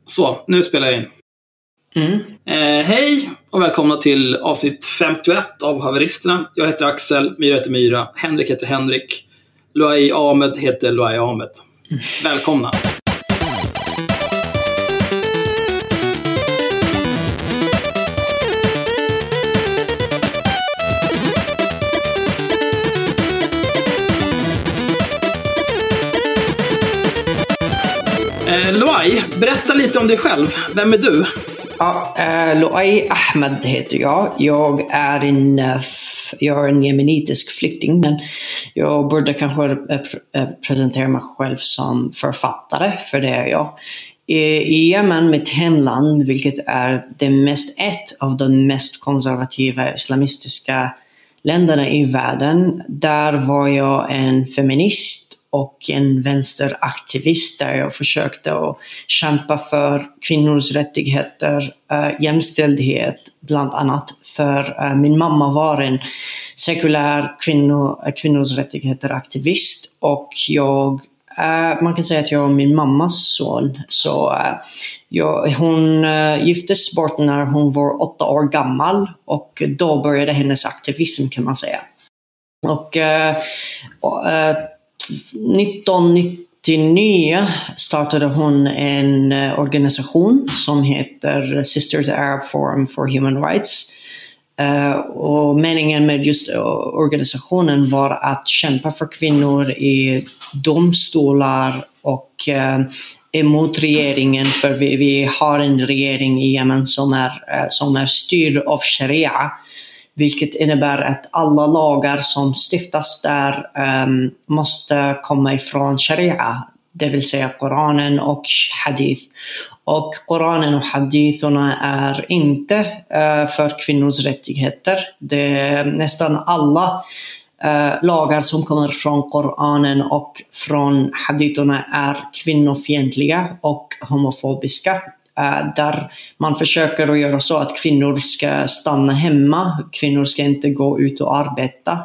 Så, nu spelar jag in. Hej och välkomna till avsnitt 51 av Haveristerna. Jag heter Axel, Myra heter Myra, Henrik heter Henrik, Luai Ahmed heter Luai Ahmed. Välkomna! Luai, berätta lite om dig själv. Vem är du? Ja, Luai Ahmed heter jag. Jag är en jemenitisk flykting, men jag borde kanske presentera mig själv som författare, för det är jag. I Yemen, mitt hemland, vilket är ett av de mest konservativa islamistiska länderna i världen, där var jag en feminist och en vänsteraktivist där jag försökte att kämpa för kvinnors rättigheter, jämställdhet bland annat. För min mamma var en sekulär kvinnors rättigheter-aktivist, och man kan säga att jag är min mammas son. Så hon giftes bort när hon var 8 år gammal, och då började hennes aktivism, kan man säga. Och 1999 startade hon en organisation som heter Sisters Arab Forum for Human Rights. Och meningen med just organisationen var att kämpa för kvinnor i domstolar och emot regeringen, för vi har en regering i Yemen som är styrd av sharia, vilket innebär att alla lagar som stiftas där måste komma ifrån sharia, det vill säga Koranen och hadith. Och Koranen och haditherna är inte för kvinnors rättigheter. Det är nästan alla lagar som kommer från Koranen och från haditherna är kvinnofientliga och homofobiska. Där man försöker att göra så att kvinnor ska stanna hemma. Kvinnor ska inte gå ut och arbeta.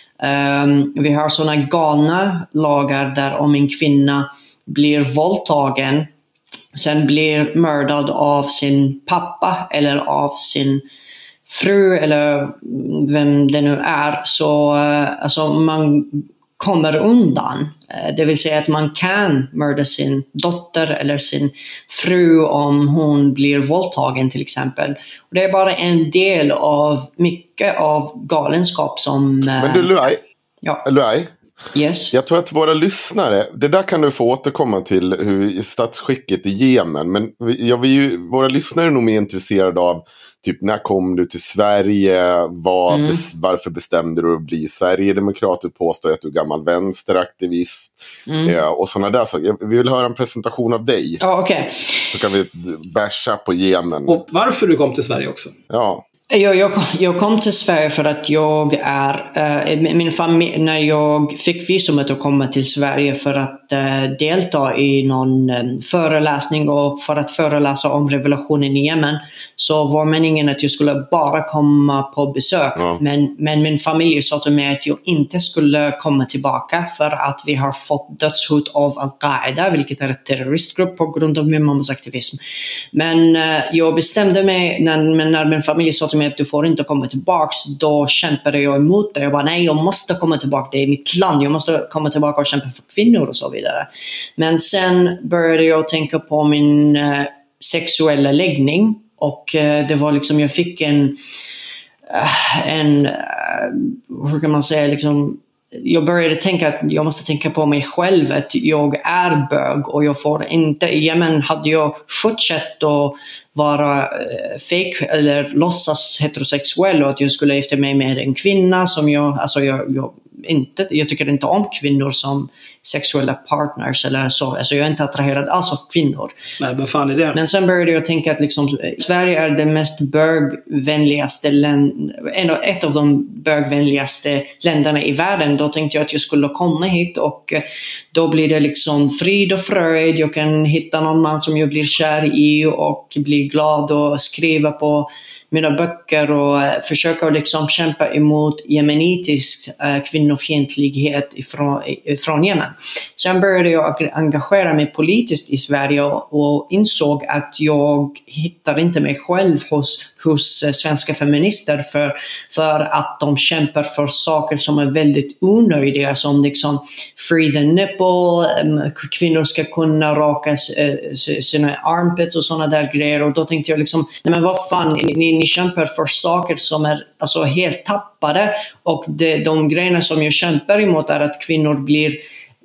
Vi har sådana galna lagar där om en kvinna blir våldtagen, sen blir mördad av sin pappa eller av sin fru eller vem det nu är, så alltså man kommer undan. Det vill säga att man kan mörda sin dotter eller sin fru om hon blir våldtagen till exempel. Och det är bara en del av mycket av galenskap som... Men du Luai, Luai? Yes. Jag tror att våra lyssnare, det där kan du få återkomma till, hur statsskicket i Yemen. Men våra lyssnare är nog mer intresserade av typ, när kom du till Sverige? Varför bestämde du att bli Sverigedemokrat? Du påstår att du är gammal vänsteraktivist. Och sådana där saker. Vi vill höra en presentation av dig. Ja, okej. Så kan vi basha på Yemen. Och varför du kom till Sverige också? Ja. Jag kom till Sverige för att jag är min familj, när jag fick visumet att komma till Sverige för att delta i någon föreläsning och för att föreläsa om revolutionen i Yemen, så var meningen att jag skulle bara komma på besök. Men min familj sa till mig att jag inte skulle komma tillbaka för att vi har fått dödshot av Al-Qaida, vilket är ett terroristgrupp, på grund av min mammas aktivism. Men jag bestämde mig, när min familj sa till mig att du får inte komma tillbaks, då kämpade jag emot det. Jag bara, nej, jag måste komma tillbaka, det är mitt land, jag måste komma tillbaka och kämpa för kvinnor och så vidare. Men sen började jag tänka på min sexuella läggning, och det var liksom, jag fick en hur kan man säga, liksom, jag började tänka att jag måste tänka på mig själv, att jag är bög och jag får inte. I Yemen hade jag fortsatt att vara fake eller låtsas heterosexuell, och att jag skulle gifta mig med en kvinna som jag tycker inte om kvinnor som sexuella partners eller så. Alltså jag är inte attraherad alls av kvinnor. Nej, vad fan är det? Men sen började jag tänka att liksom, Sverige är det mest bögvänligaste ett av de bögvänligaste länderna i världen. Då tänkte jag att jag skulle komma hit, och då blir det liksom frid och fröjd. Jag kan hitta någon man som jag blir kär i och bli glad och skriva på mina böcker och försöka liksom kämpa emot jemenitisk kvinnofientlighet från Jemen. Sen började jag engagera mig politiskt i Sverige och insåg att jag hittar inte mig själv hos svenska feminister för att de kämpar för saker som är väldigt onödiga, som liksom free the nipple, kvinnor ska kunna raka sina armpits och sådana där grejer. Och då tänkte jag liksom, nej men vad fan, ni kämpar för saker som är alltså helt tappade, och de grejerna som jag kämpar emot är att kvinnor blir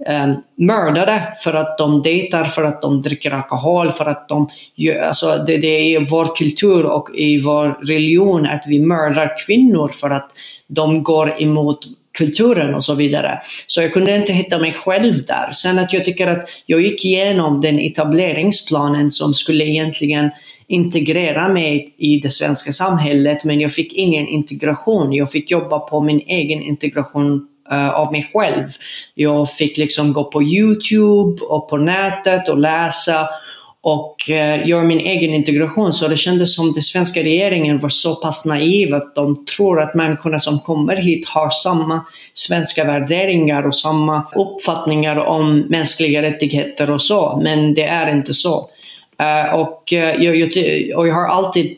mördade för att de dejtar, för att de dricker alkohol, för att de alltså det är vår kultur och i vår religion att vi mördar kvinnor för att de går emot kulturen och så vidare. Så jag kunde inte hitta mig själv där. Sen att jag tycker att jag gick igenom den etableringsplanen som skulle egentligen integrera mig i det svenska samhället, men jag fick ingen integration. Jag fick jobba på min egen integration av mig själv. Jag fick liksom gå på YouTube och på nätet och läsa och göra min egen integration. Så det kändes som den svenska regeringen var så pass naiv att de tror att människorna som kommer hit har samma svenska värderingar och samma uppfattningar om mänskliga rättigheter och så. Men det är inte så. Och jag har alltid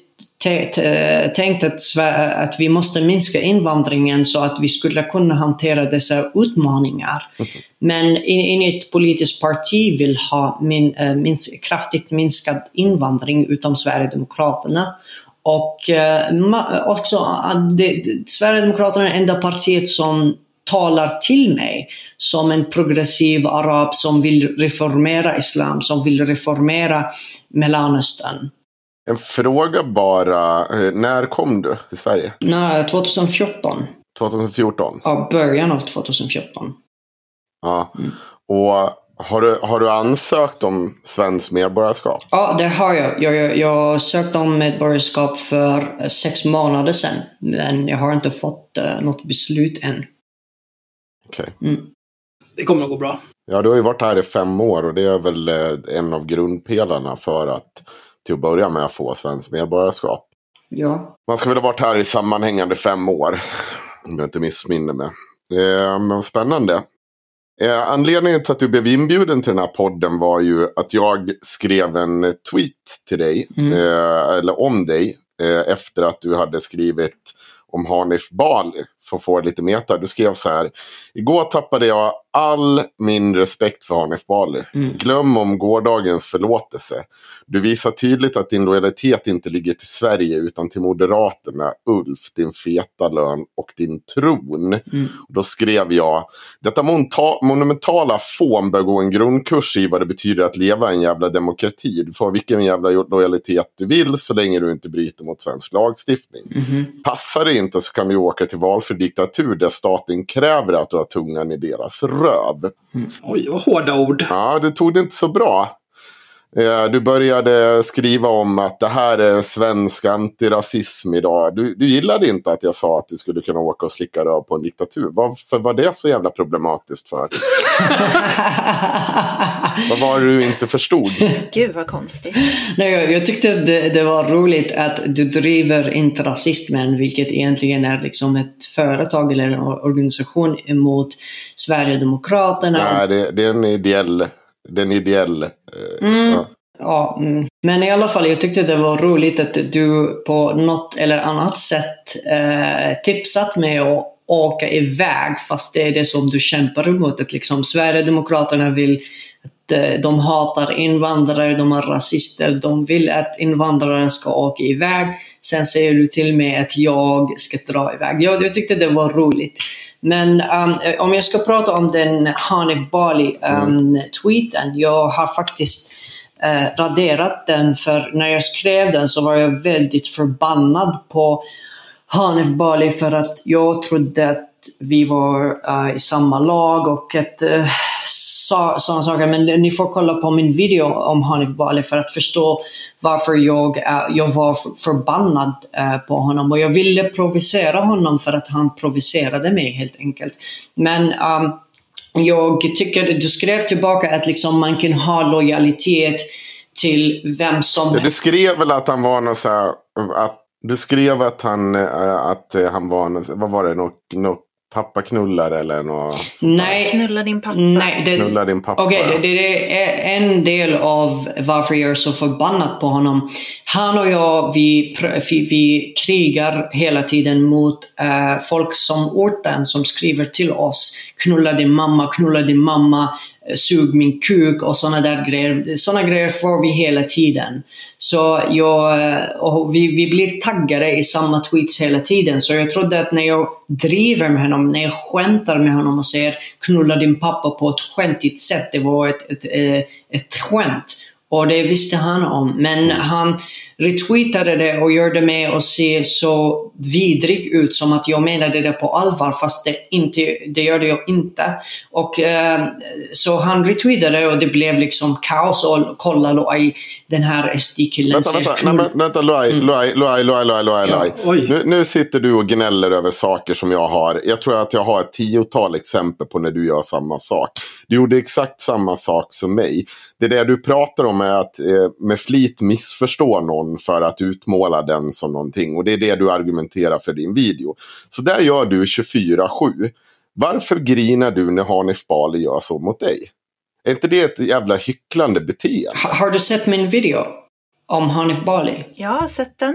tänkt att vi måste minska invandringen så att vi skulle kunna hantera dessa utmaningar. Men inget politiskt parti vill ha kraftigt minskad invandring utom Sverigedemokraterna. Och också Sverigedemokraterna är enda partiet som talar till mig som en progressiv arab som vill reformera islam, som vill reformera Mellanöstern. En fråga bara, när kom du till Sverige? 2014. 2014? Ja, början av 2014. Ja, och har du ansökt om svensk medborgarskap? Ja, det har jag. Jag sökte om medborgarskap för 6 månader sedan, men jag har inte fått något beslut än. Okej. Det kommer att gå bra. Ja, du har ju varit här i 5 år och det är väl en av grundpelarna för att till att börja med att få svensk medborgarskap. Ja. Man ska väl ha varit här i sammanhängande 5 år, om jag inte missminner mig. Men spännande. Anledningen till att du blev inbjuden till den här podden var ju att jag skrev en tweet till dig, eller om dig, efter att du hade skrivit om Hanif Bali, för att få lite meta. Du skrev så här: igår tappade jag all min respekt för Hanif Bali. Glöm om gårdagens förlåtelse. Du visar tydligt att din lojalitet inte ligger till Sverige utan till Moderaterna, Ulf, din feta lön och din tron. Och då skrev jag: detta monumentala fån bör gå en grundkurs i vad det betyder att leva en jävla demokrati. Du får vilken jävla lojalitet du vill så länge du inte bryter mot svensk lagstiftning. Passar det inte så kan du åka till valfri diktatur där staten kräver att du har tungan i deras röv. Oj, vad hårda ord. Ja, du tog det inte så bra. Du började skriva om att det här är svensk antirasism idag. Du gillade inte att jag sa att du skulle kunna åka och slicka röv på en diktatur. Varför var det så jävla problematiskt för? Vad var det du inte förstod? Gud vad konstigt. Nej, jag tyckte det var roligt att du driver inte rasismen, vilket egentligen är liksom ett företag eller en organisation emot Sverigedemokraterna. Nej, det är en ideell... Ja, men i alla fall, jag tyckte det var roligt att du på något eller annat sätt tipsat mig att åka iväg, fast det är det som du kämpar emot. Att liksom Sverigedemokraterna vill att de hatar invandrare, de är rasister, de vill att invandrare ska åka iväg. Sen säger du till mig att jag ska dra iväg. Jag tyckte det var roligt. Men om jag ska prata om den Hanif Bali tweeten, jag har faktiskt raderat den, för när jag skrev den så var jag väldigt förbannad på Hanif Bali för att jag trodde att vi var i samma lag och att sådana saker. Men ni får kolla på min video om Hanif Bali för att förstå varför jag var förbannad på honom. Och jag ville provocera honom för att han provocerade mig helt enkelt. Men jag tycker du skrev tillbaka att liksom man kan ha lojalitet till vem som... Du skrev väl att han var någon så här, att Du skrev att han var vad var det, något pappa knullar eller något? Nej. Knulla din pappa. Nej, Knulla din pappa. Okej, det är en del av varför jag är så förbannad på honom. Han och jag, vi krigar hela tiden mot folk som orten som skriver till oss. Knulla din mamma, sug min kuk och såna där grejer. Såna grejer får vi hela tiden. Så och vi blir taggade i samma tweets hela tiden. Så jag trodde att när jag driver med honom, när jag skämtar med honom och säger knulla din pappa på ett skämtigt sätt, det var ett skämt. Och det visste han om. Men han retweetade det och gjorde mig att se så vidrig ut som att jag menade det på allvar, fast det gjorde jag inte. Och så han retweetade och det blev liksom kaos och kolla Luai, den här SD-killen. Vänta, Luai. Nu sitter du och gnäller över saker som jag har. Jag tror att jag har ett 10-tal exempel på när du gör samma sak. Du gjorde exakt samma sak som mig. Det du pratar om är att med flit missförstå någon för att utmåla den som någonting. Och det är det du argumenterar för din video. Så där gör du 24/7. Varför grinar du när Hanif Bali gör så mot dig? Är inte det ett jävla hycklande beteende? Har du sett min video om Hanif Bali? Jag har sett den.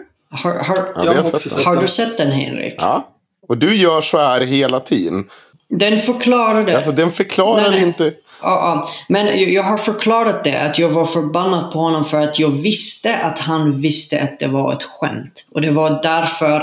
Har du sett den, Henrik? Ja, och du gör så här hela tiden. Den förklarade... Alltså den förklarar inte... Ja, men jag har förklarat det, att jag var förbannad på honom för att jag visste att han visste att det var ett skämt. Och det var därför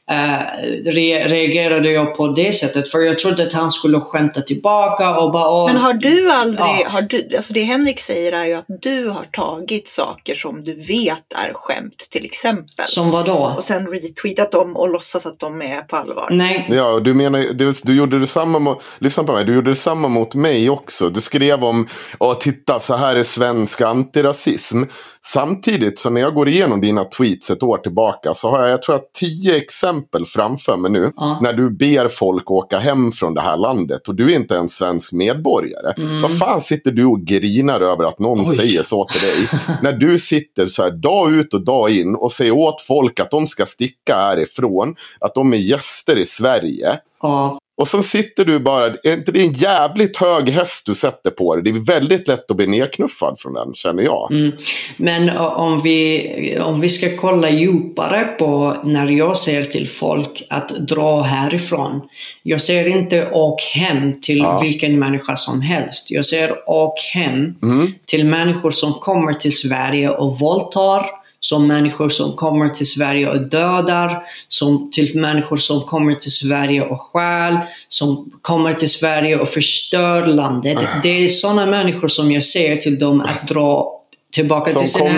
reagerade jag på det sättet, för jag trodde att han skulle skämta tillbaka och bara... Men har du aldrig... alltså det Henrik säger är ju att du har tagit saker som du vet är skämt, till exempel. Som vad då? Och sen retweetat dem och låtsas att de är på allvar. Nej. Ja, du menar, du gjorde detsamma mot... Lyssna på mig, du gjorde detsamma mot mig också. Du skrev om, titta, så här är svensk antirasism. Samtidigt så när jag går igenom dina tweets ett år tillbaka så har jag tror att 10 exempel framför mig nu. När du ber folk åka hem från det här landet och du är inte en svensk medborgare. Vad fan sitter du och grinar över att någon säger så till dig? När du sitter så här dag ut och dag in och säger åt folk att de ska sticka härifrån. Att de är gäster i Sverige. Ja. Och så sitter du bara, är inte det en jävligt hög häst du sätter på det? Det är väldigt lätt att bli nedknuffad från den, känner jag. Men om vi ska kolla djupare på när jag säger till folk att dra härifrån. Jag säger inte åk hem till vilken människa som helst. Jag säger åk hem till människor som kommer till Sverige och våldtar. Som människor som kommer till Sverige och dödar, som till människor som kommer till Sverige och stjäl, som kommer till Sverige och förstör landet. Det är sådana människor som jag säger till dem att dra tillbaka som till sina...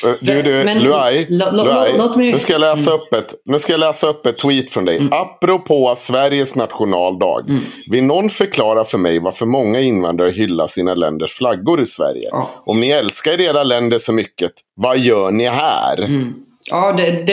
Luai, nu ska jag läsa upp ett tweet från dig. Apropå Sveriges nationaldag. Vill någon förklara för mig varför många invandrare hyllar sina länders flaggor i Sverige? Om ni älskar era länder så mycket, vad gör ni här? Ja, det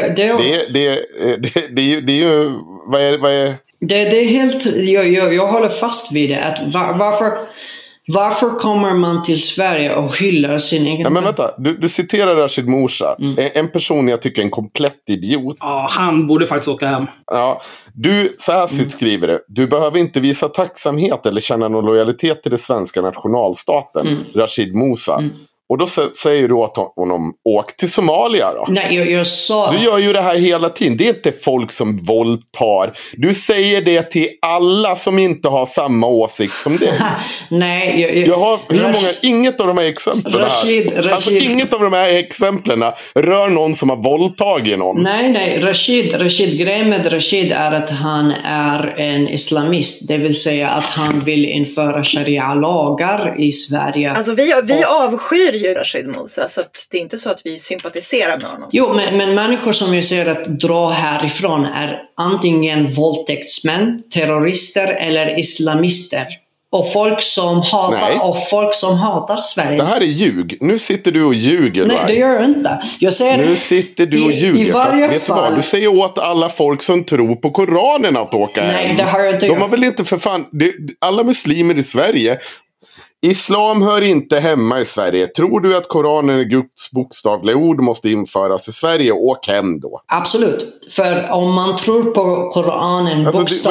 är ju... Vad är... Det är helt... Jag håller fast vid det. Att varför kommer man till Sverige och hyllar sin egen... Ja, men vänta, du citerar Rashid Musa. En person jag tycker är en komplett idiot. Ja, han borde faktiskt åka hem. Ja, så här skriver det. Du behöver inte visa tacksamhet eller känna någon lojalitet till den svenska nationalstaten. Rashid Musa. Och då säger du åt honom, åk till Somalia då. Nej, jag sa... Du gör ju det här hela tiden. Det är inte folk som våldtar. Du säger det till alla som inte har samma åsikt som dig. Nej, jag har inget av de här exemplen här. Alltså inget av de här exemplen rör någon som har våldtagit någon. Nej, grejen med Rashid är att han är en islamist. Det vill säga att han vill införa sharia-lagar i Sverige. Alltså vi avskyr ju Rashid Musa, så att det är inte så att vi sympatiserar med honom. Jo, men människor som jag ser att dra härifrån är antingen våldtäktsmän, terrorister eller islamister. Och folk som hatar Sverige. Det här är ljug. Nu sitter du och ljuger. Nej, det gör jag inte. Jag säger nu sitter du och ljuger. I varje vet du vad? Du säger åt alla folk som tror på Koranen att åka hem. Nej, det har jag inte gjort. De har väl inte för fan... alla muslimer i Sverige... Islam hör inte hemma i Sverige. Tror du att Koranen är Guds bokstavliga ord måste införas i Sverige? Åk hem då. Absolut. För om man tror på Koranen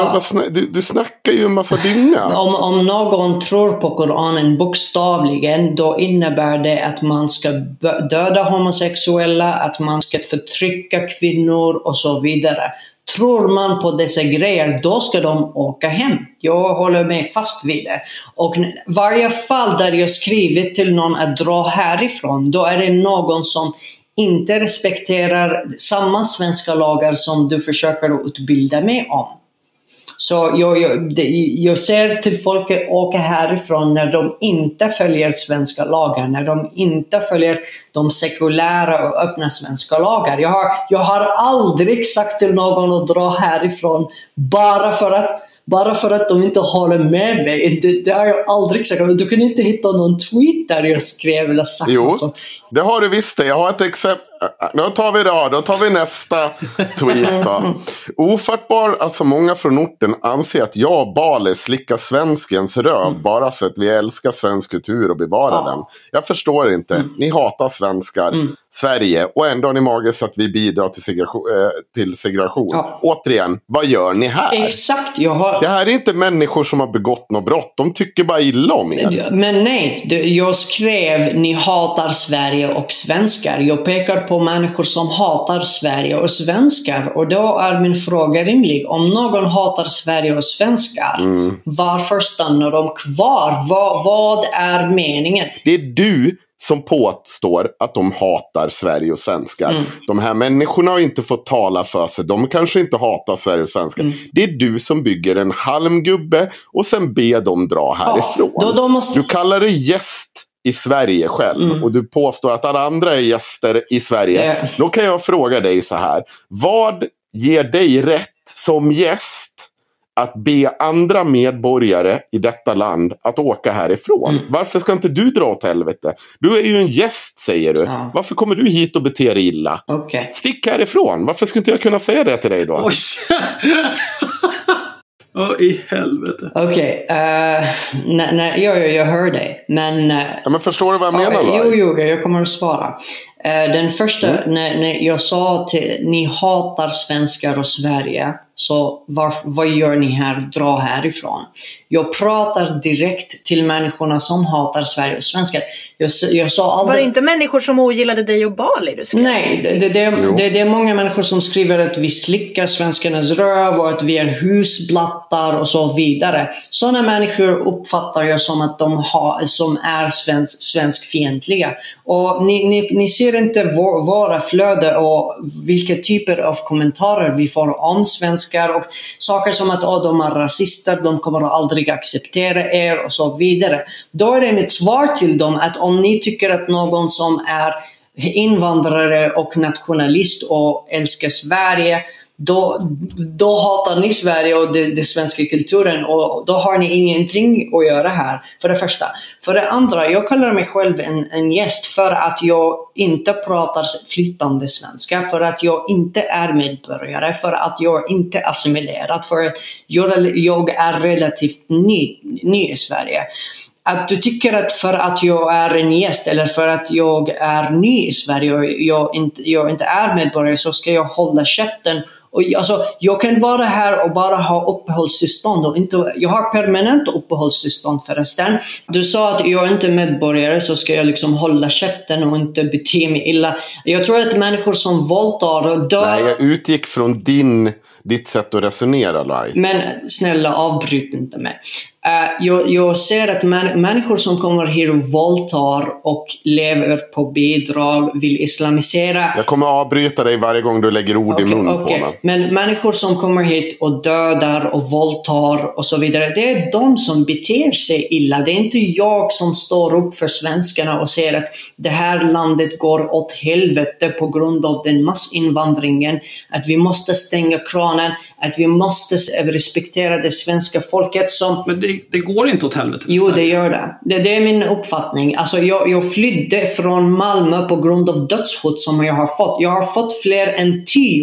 du snackar ju en massa dynga. Om någon tror på Koranen bokstavligen, då innebär det att man ska döda homosexuella, att man ska förtrycka kvinnor och så vidare. Tror man på dessa grejer, då ska de åka hem. Jag håller mig fast vid det. Och varje fall där jag skrivit till någon att dra härifrån, då är det någon som inte respekterar samma svenska lagar som du försöker utbilda mig om. Så jag ser till folk att åka härifrån när de inte följer svenska lagar, när de inte följer de sekulära och öppna svenska lagar. Jag har aldrig sagt till någon att dra härifrån bara för att de inte håller med mig. Det har jag aldrig sagt. Du kan inte hitta någon tweet där jag skrev eller sagt något sånt. Det har du visst det. Jag har ett exempel. Då tar vi nästa tweet då. Ofattbar, alltså många från orten anser att jag och Bale slickar svenskens röv bara för att vi älskar svensk kultur och bevarar den. Jag förstår inte. Ni hatar svenskar, Sverige, och ändå har ni mage så att vi bidrar till segregation. Återigen, vad gör ni här? Exakt, Det här är inte människor som har begått något brott. De tycker bara illa om er. Men nej, jag skrev ni hatar Sverige och svenskar. Jag pekar på människor som hatar Sverige och svenskar. Och då är min fråga rimlig. Om någon hatar Sverige och svenskar, varför stannar de kvar? Vad är meningen? Det är du som påstår att de hatar Sverige och svenskar. De här människorna har inte fått tala för sig. De kanske inte hatar Sverige och svenskar. Det är du som bygger en halmgubbe och sen ber dem dra härifrån. Du kallar dig gäst i Sverige själv och du påstår att alla andra är gäster i Sverige. Då kan jag fråga dig så här. Vad ger dig rätt som gäst att be andra medborgare i detta land att åka härifrån? Varför ska inte du dra åt helvete? Du är ju en gäst, säger du. Varför kommer du hit och beter dig illa? Stick härifrån. Varför skulle inte jag kunna säga det till dig då? Oj. I helvete. Okej, jag hör dig. Men förstår du vad jag menar då? Jo, jag kommer att svara. Den första, när jag sa till ni hatar svenskar och Sverige, så vad gör ni här? Dra härifrån. Jag pratar direkt till människorna som hatar Sverige och svenskar. Jag sa aldrig... Var det inte människor som ogillade dig och Bali du skrev? Nej, det är många människor som skriver att vi slickar svenskarnas röv och att vi är husblattar och så vidare. Sådana människor uppfattar jag som att som är svenskfientliga. Och ni ser inte våra flöde och vilka typer av kommentarer vi får om svenskar och saker som att de är rasister, de kommer aldrig acceptera er och så vidare. Då är det mitt svar till dem att om ni tycker att någon som är invandrare och nationalist och älskar Sverige, då hatar ni Sverige och det svenska kulturen, och då har ni ingenting att göra här, för det första. För det andra, jag kallar mig själv en gäst för att jag inte pratar flytande svenska, för att jag inte är medborgare, för att jag inte är assimilerad, för att jag är relativt ny i Sverige. Att du tycker att för att jag är en gäst eller för att jag är ny i Sverige och jag inte är medborgare, så ska jag hålla käften. Och jag kan vara här och bara ha uppehållstillstånd och inte, jag har permanent uppehållstillstånd förresten. Du sa att jag inte är medborgare, så ska jag liksom hålla käften och inte bete mig illa. Jag tror att människor som våldtar och dör... Nej, jag utgick från ditt sätt att resonera, Lai. Men snälla, avbryt inte mig. Jag ser att människor som kommer hit och våldtar och lever på bidrag, vill islamisera. Jag kommer avbryta dig varje gång du lägger ord i munnen på mig. Men människor som kommer hit och dödar och våldtar och så vidare, det är de som beter sig illa. Det är inte jag som står upp för svenskarna och säger att det här landet går åt helvete på grund av den massinvandringen, att vi måste stänga kranen, att vi måste respektera det svenska folket som... Men det går inte åt helvete. Jo, det gör det. Det är min uppfattning. Alltså, jag flydde från Malmö på grund av dödshot som jag har fått. Jag har fått fler än 10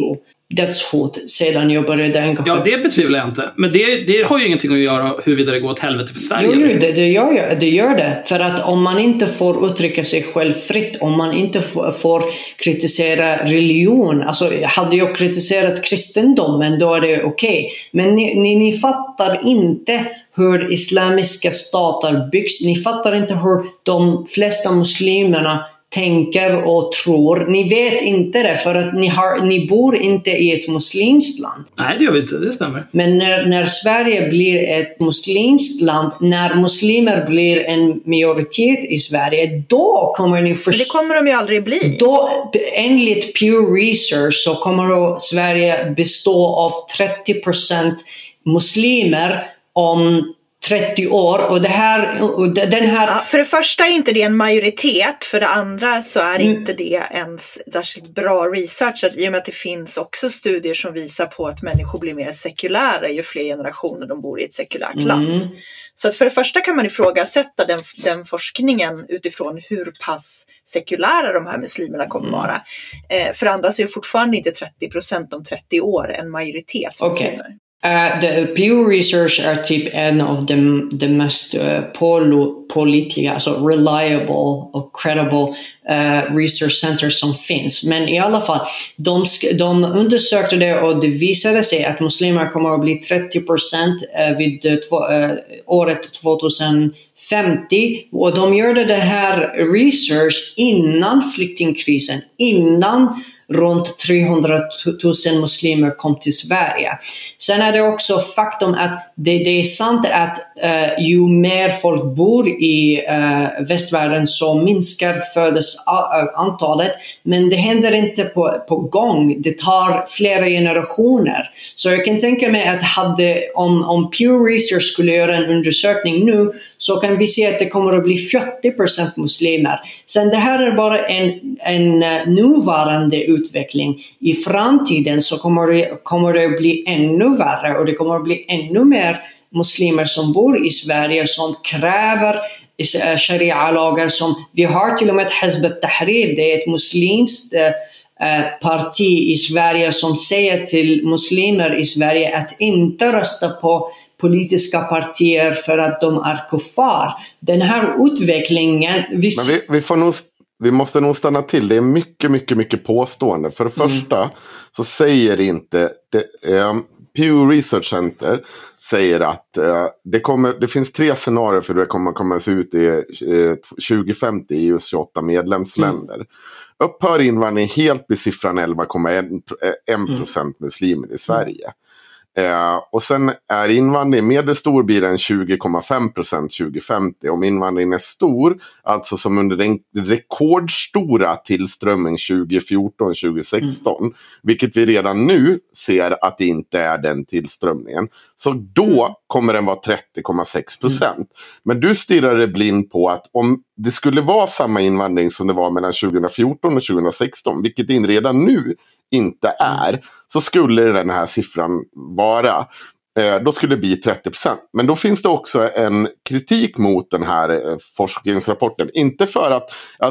dödshot sedan jag började engagera. Ja, det betvivlar jag inte. Men det har ju ingenting att göra huruvida det går åt helvete för Sverige. Jo, det gör det. För att om man inte får uttrycka sig själv fritt, om man inte får kritisera religion. Alltså, hade jag kritiserat kristendomen, då är det okej. Men ni fattar inte hur islamiska stater byggs. Ni fattar inte hur de flesta muslimerna tänker och tror. Ni vet inte det för att ni bor inte i ett muslimskt land. Nej, det gör vi inte, det stämmer. Men när Sverige blir ett muslimskt land, när muslimer blir en majoritet i Sverige, då kommer ni förstå. Men det kommer de ju aldrig bli. Då, enligt Pew Research, så kommer Sverige bestå av 30% muslimer om 30 år. Och den här... Ja, för det första är inte det en majoritet. För det andra så är inte det ens särskilt bra research. I och med att det finns också studier som visar på att människor blir mer sekulära ju fler generationer de bor i ett sekulärt land. Så att för det första kan man ifrågasätta den forskningen utifrån hur pass sekulära de här muslimerna kommer vara. För det andra så är fortfarande inte 30% om 30 år en majoritet muslimer. The Pew Research är typ en av de mest pålitliga, alltså reliable och credible research centers som finns. Men i alla fall, de undersökte det och det visade sig att muslimer kommer att bli 30% vid året 2050. Och de gjorde det här research innan flyktingkrisen, innan runt 300 000 muslimer kom till Sverige. Sen är det också faktum att det är sant att ju mer folk bor i västvärlden så minskar födelseantalet, men det händer inte på gång. Det tar flera generationer. Så jag kan tänka mig att om Pew Research skulle göra en undersökning nu, så kan vi se att det kommer att bli 40% muslimer. Sen det här är bara en nuvarande utveckling. I framtiden så kommer det att bli ännu värre, och det kommer att bli ännu mer muslimer som bor i Sverige som kräver sharia-lagar. Som vi har till och med Hizb ut-Tahrir, det är ett muslimskt parti i Sverige som säger till muslimer i Sverige att inte rösta på politiska partier för att de är kuffar. Den här utvecklingen... Vi måste nog stanna till. Det är mycket, mycket, mycket påstående. För det första så säger inte Pew Research Center säger att det finns 3 scenarier för hur det kommer att se ut i 2050 i EU:s 28 medlemsländer. Upphör invandring helt blir siffran 11,1% muslimer i Sverige. Och sen är invandring medelstor blir den 20,5% 2050. Om invandringen är stor, alltså som under den rekordstora tillströmning 2014-2016, vilket vi redan nu ser att det inte är den tillströmningen, så då kommer den vara 30,6%. Men du stirrar dig blind på att om det skulle vara samma invandring som det var mellan 2014 och 2016, vilket det redan nu inte är, så skulle den här siffran vara, då skulle det bli 30%. Men då finns det också en kritik mot den här forskningsrapporten. Inte för att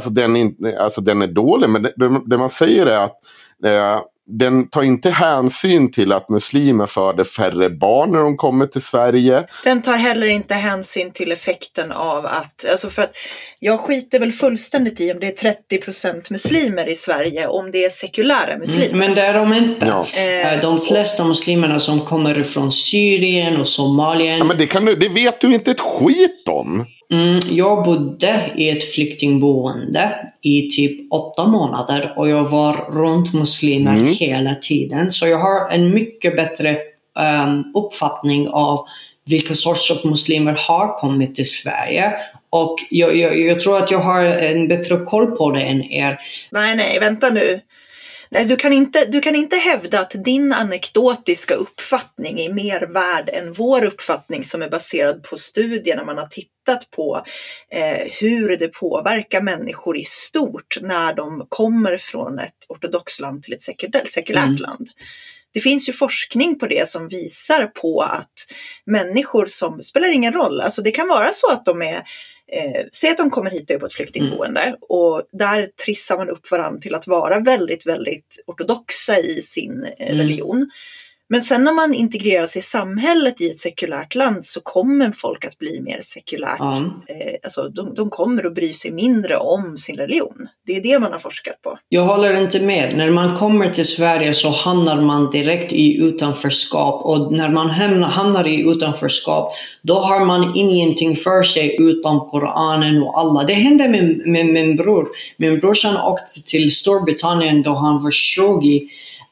den är dålig, men det man säger är att den tar inte hänsyn till att muslimer föder färre barn när de kommer till Sverige. Den tar heller inte hänsyn till effekten av att... Alltså för att jag skiter väl fullständigt i om det är 30% muslimer i Sverige, om det är sekulära muslimer. Men det är de inte. Ja. De flesta muslimerna som kommer från Syrien och Somalien... Ja, men det vet du inte ett skit om. Jag bodde i ett flyktingboende i typ 8 månader och jag var runt muslimer hela tiden. Så jag har en mycket bättre uppfattning av vilka sorts av muslimer har kommit till Sverige. Och jag tror att jag har en bättre koll på det än er. Nej, vänta nu. Nej, du kan inte hävda att din anekdotiska uppfattning är mer värd än vår uppfattning som är baserad på studier när man har tittat på hur det påverkar människor i stort när de kommer från ett ortodox land till ett sekulärt land. Det finns ju forskning på det som visar på att människor som spelar ingen roll, alltså det kan vara så att de är säg att de kommer hit på ett flyktingboende och där trissar man upp varandra till att vara väldigt, väldigt ortodoxa i sin religion. Men sen när man integrerar sig i samhället i ett sekulärt land så kommer folk att bli mer sekulärt. Alltså de kommer att bry sig mindre om sin religion. Det är det man har forskat på. Jag håller inte med. När man kommer till Sverige så hamnar man direkt i utanförskap. Och när man hamnar i utanförskap då har man ingenting för sig utom Koranen och Allah. Det hände med min bror. Min brorsan åkte till Storbritannien då han var 20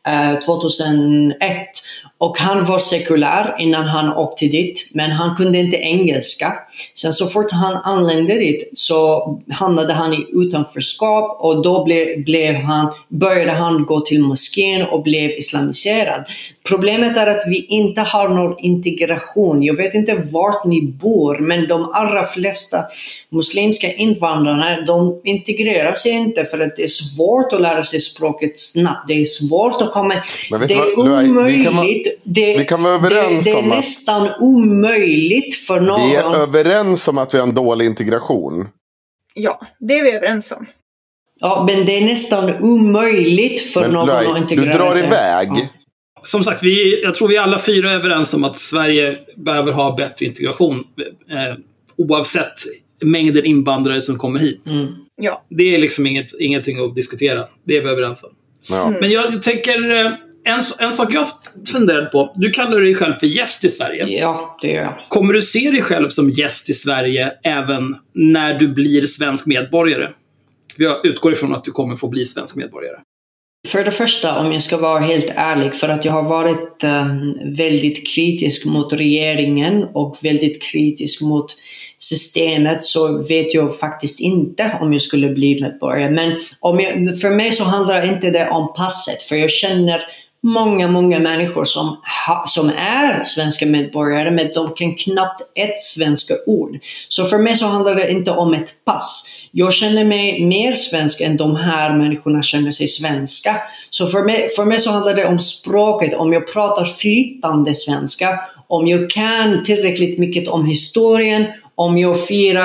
2001 och han var sekulär innan han åkte dit, men han kunde inte engelska. Sen så fort han anlände dit så hamnade han i utanförskap och då började han gå till moskén och blev islamiserad. Problemet är att vi inte har någon integration. Jag vet inte vart ni bor, men de allra flesta muslimska invandrarna, de integrerar sig inte för att det är svårt att lära sig språket snabbt. Det är svårt att komma. Det är omöjligt. Vi kan vara överens det är om att nästan omöjligt för någon. Vi är överens om att vi har en dålig integration. Ja, det är vi överens om. Ja, men det är nästan omöjligt för någon att integrera sig. Du drar iväg. Ja. Som sagt, jag tror vi alla 4 är överens om att Sverige behöver ha bättre integration. Oavsett mängden invandrare som kommer hit. Ja. Det är liksom ingenting att diskutera. Det är vi överens om. Ja. Men jag tänker... En sak jag funderat på. Du kallar dig själv för gäst i Sverige. Ja, det gör jag. Kommer du se dig själv som gäst i Sverige även när du blir svensk medborgare? Jag utgår ifrån att du kommer få bli svensk medborgare. För det första, om jag ska vara helt ärlig, för att jag har varit väldigt kritisk mot regeringen och väldigt kritisk mot systemet, så vet jag faktiskt inte om jag skulle bli medborgare. Men för mig så handlar inte det om passet, för jag känner många människor som är svenska medborgare, men de kan knappt ett svenska ord. Så för mig så handlar det inte om ett pass. Jag känner mig mer svensk än de här människorna känner sig svenska. Så för mig så handlar det om språket. Om jag pratar flytande svenska, om jag kan tillräckligt mycket om historien, om jag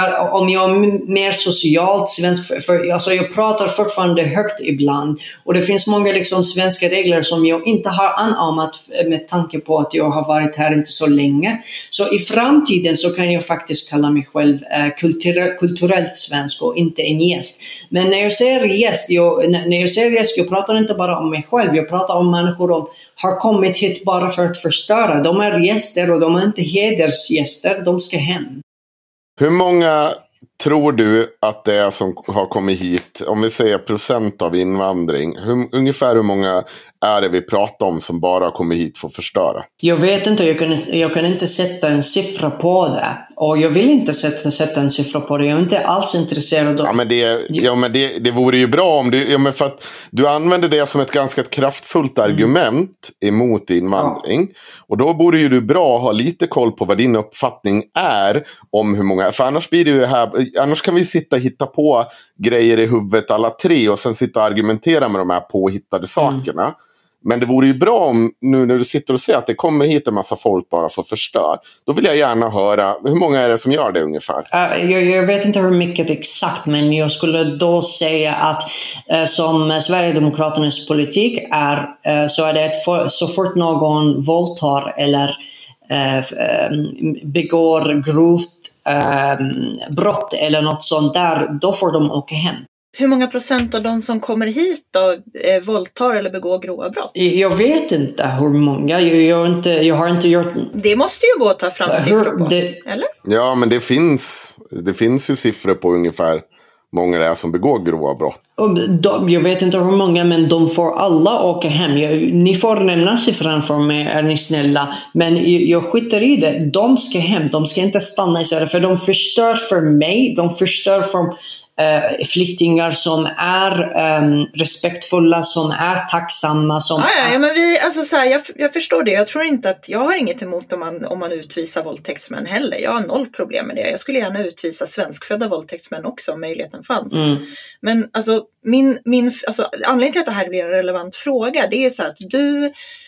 är mer socialt svensk, alltså jag pratar fortfarande högt ibland, och det finns många liksom svenska regler som jag inte har anammat med tanke på att jag har varit här inte så länge. Så i framtiden så kan jag faktiskt kalla mig själv kulturellt svensk och inte en gäst. Men när jag säger gäst, jag pratar inte bara om mig själv, jag pratar om människor som har kommit hit bara för att förstöra. De är gäster och de är inte hedersgäster, de ska hem. Hur många tror du att det är som har kommit hit, om vi säger procent av invandring, ungefär hur många är det vi pratar om som bara har kommit hit för att förstöra? Jag vet inte, jag kan inte sätta en siffra på det. Och jag vill inte sätta en siffra på det. Jag är inte alls intresserad av... Ja, men det vore ju bra om du... Ja, men för att du använder det som ett ganska kraftfullt argument emot invandring. Ja. Och då borde ju du bra ha lite koll på vad din uppfattning är om hur många... För annars blir det ju här... Annars kan vi sitta och hitta på grejer i huvudet alla 3 och sen sitta och argumentera med de här påhittade sakerna. Men det vore ju bra om nu när du sitter och säger att det kommer hit en massa folk bara för att förstöra. Då vill jag gärna höra, hur många är det som gör det ungefär? Jag vet inte hur mycket exakt, men jag skulle då säga att som Sverigedemokraternas politik är, så är det så fort någon våldtar eller begår grovt brott eller något sånt där, då får de åka hem. Hur många procent av de som kommer hit då våldtar eller begår grova brott? Jag vet inte hur många. Jag har inte gjort... Det måste ju gå att ta fram siffror på, eller? Ja, men det finns ju siffror på ungefär många det är som begår grova brott. Jag vet inte hur många, men de får alla åka hem. Ni får nämna siffran för mig, är ni snälla. Men jag skiter i det. De ska hem. De ska inte stanna i Sverige. För de förstör för mig. De förstör för flyktingar som är respektfulla, som är tacksamma. Ja, men jag förstår det. Jag tror inte att jag har inget emot om man utvisar våldtäktsmän heller. Jag har 0 problem med det. Jag skulle gärna utvisa svenskfödda våldtäktsmän också om möjligheten fanns. Men alltså, anledningen till att det här blir en relevant fråga, det är ju så här att du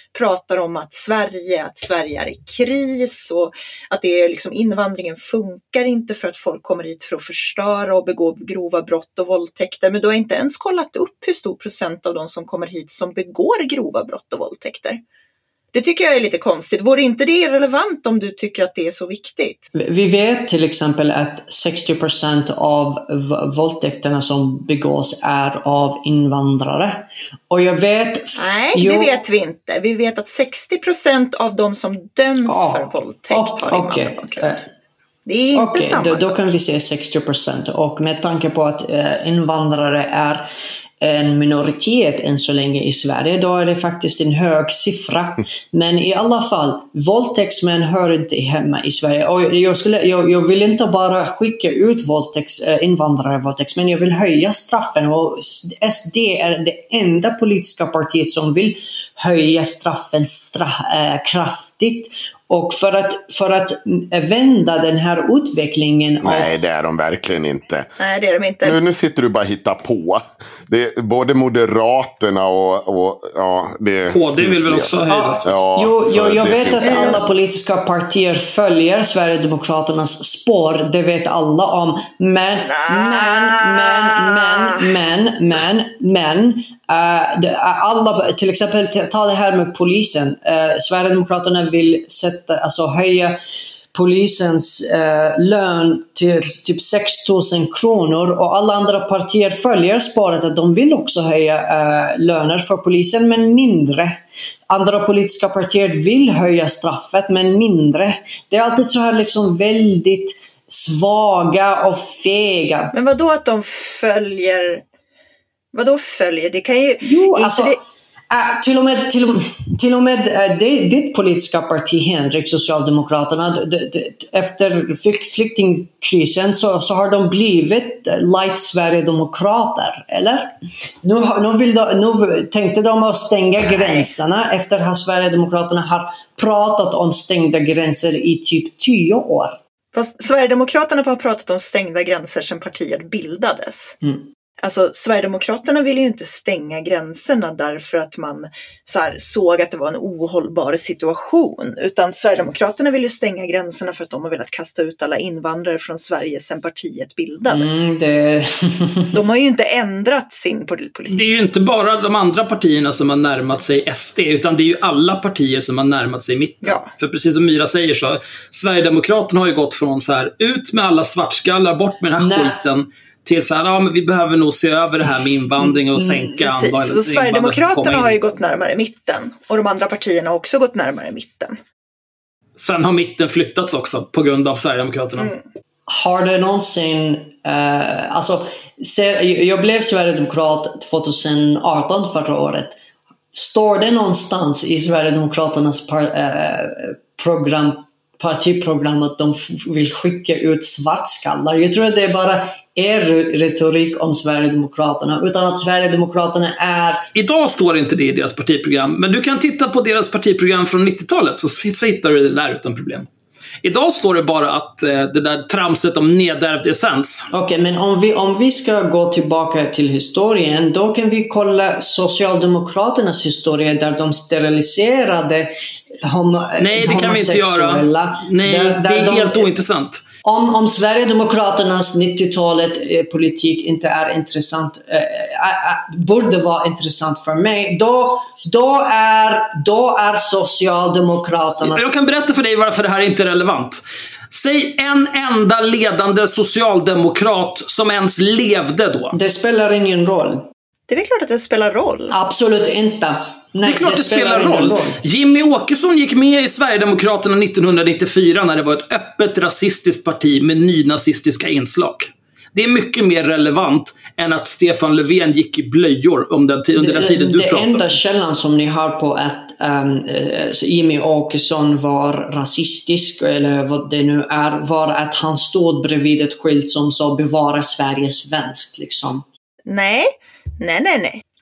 pratar om att Sverige är i kris och att det är liksom, invandringen funkar inte för att folk kommer hit för att förstöra och begå grova brott och våldtäkter. Men du har inte ens kollat upp hur stor procent av de som kommer hit som begår grova brott och våldtäkter. Det tycker jag är lite konstigt. Vore inte det relevant om du tycker att det är så viktigt? Vi vet till exempel att 60% av våldtäkterna som begås är av invandrare. Och jag vet... Nej, det vet vi inte. Vi vet att 60% av de som döms för våldtäkt har invandrarbakgrund. Det är inte samma sak. Då kan vi säga 60%. Och med tanke på att invandrare är en minoritet än så länge i Sverige, då är det faktiskt en hög siffra. Men i alla fall, våldtäktsmän hör inte hemma i Sverige. Och jag vill inte bara skicka ut invandrarvåldtäktsmän, jag vill höja straffen. Och SD är det enda politiska partiet som vill höja straffen kraftigt. Och för att vända den här utvecklingen... Nej, det är de verkligen inte. Nej, det är de inte. Nu sitter du bara och hittar på. Det är både Moderaterna och ja, det... KD vill väl också höja straffen? Jag vet att alla politiska partier följer Sverigedemokraternas spår. Det vet alla om. Men alla, till exempel ta det här med polisen. Sverigedemokraterna vill höja polisens lön till typ 6 000 kronor, och alla andra partier följer spåret att de vill också höja löner för polisen, men mindre. Andra politiska partier vill höja straffet, men mindre. Det är alltid så här liksom väldigt svaga och fega. Men vadå att de följer? Vadå följer? Det kan ju... Jo, alltså... Till och med ditt politiska parti, Henrik, Socialdemokraterna, efter flyktingkrisen så har de blivit light Sverigedemokrater, eller? Nu tänkte de att stänga gränserna efter att Sverigedemokraterna har pratat om stängda gränser i typ 10 år. Fast Sverigedemokraterna har pratat om stängda gränser sedan partiet bildades. Alltså, Sverigedemokraterna ville ju inte stänga gränserna därför att man såg att det var en ohållbar situation. Utan Sverigedemokraterna vill ju stänga gränserna för att de har velat kasta ut alla invandrare från Sverige sedan partiet bildades. De har ju inte ändrat sin politik. Det är ju inte bara de andra partierna som har närmat sig SD, utan det är ju alla partier som har närmat sig mitten. Ja. För precis som Myra säger så, Sverigedemokraterna har ju gått från så här, ut med alla svartskallar, bort med den här skiten, till så här, men vi behöver nog se över det här med invandring och sänka antalet. Så Sverigedemokraterna har ju gått närmare mitten, och de andra partierna har också gått närmare mitten. Sen har mitten flyttats också på grund av Sverigedemokraterna. Har det någonsin... jag blev Sverigedemokrat 2018 förra året. Står det någonstans i Sverigedemokraternas partiprogram att de vill skicka ut svartskallar? Jag tror att det är bara retorik om Sverigedemokraterna, utan att Sverigedemokraterna är... Idag står inte det i deras partiprogram, men du kan titta på deras partiprogram från 90-talet så hittar du det där utan problem. Idag står det bara att det där tramset om nedärvd essens. Okej, men om vi ska gå tillbaka till historien, då kan vi kolla Socialdemokraternas historia där de steriliserade Nej, det kan vi inte göra. Nej, det är helt ointressant. Om Sverigedemokraternas 90-talet politik inte är intressant, borde vara intressant för mig, då är Socialdemokraterna... Jag kan berätta för dig varför det här inte är relevant. Säg en enda ledande socialdemokrat som ens levde då. Det spelar ingen roll. Det är väl klart att det spelar roll. Absolut inte. Nej, det är klart det spelar roll. Jimmy Åkesson gick med i Sverigedemokraterna 1994 när det var ett öppet rasistiskt parti med nynazistiska inslag. Det är mycket mer relevant än att Stefan Löfven gick i blöjor under den tiden du pratade. Det enda källan som ni har på att Jimmy Åkesson var rasistisk, eller vad det nu är, var att han stod bredvid ett skylt som sa bevara Sverige svenskt liksom. Nej.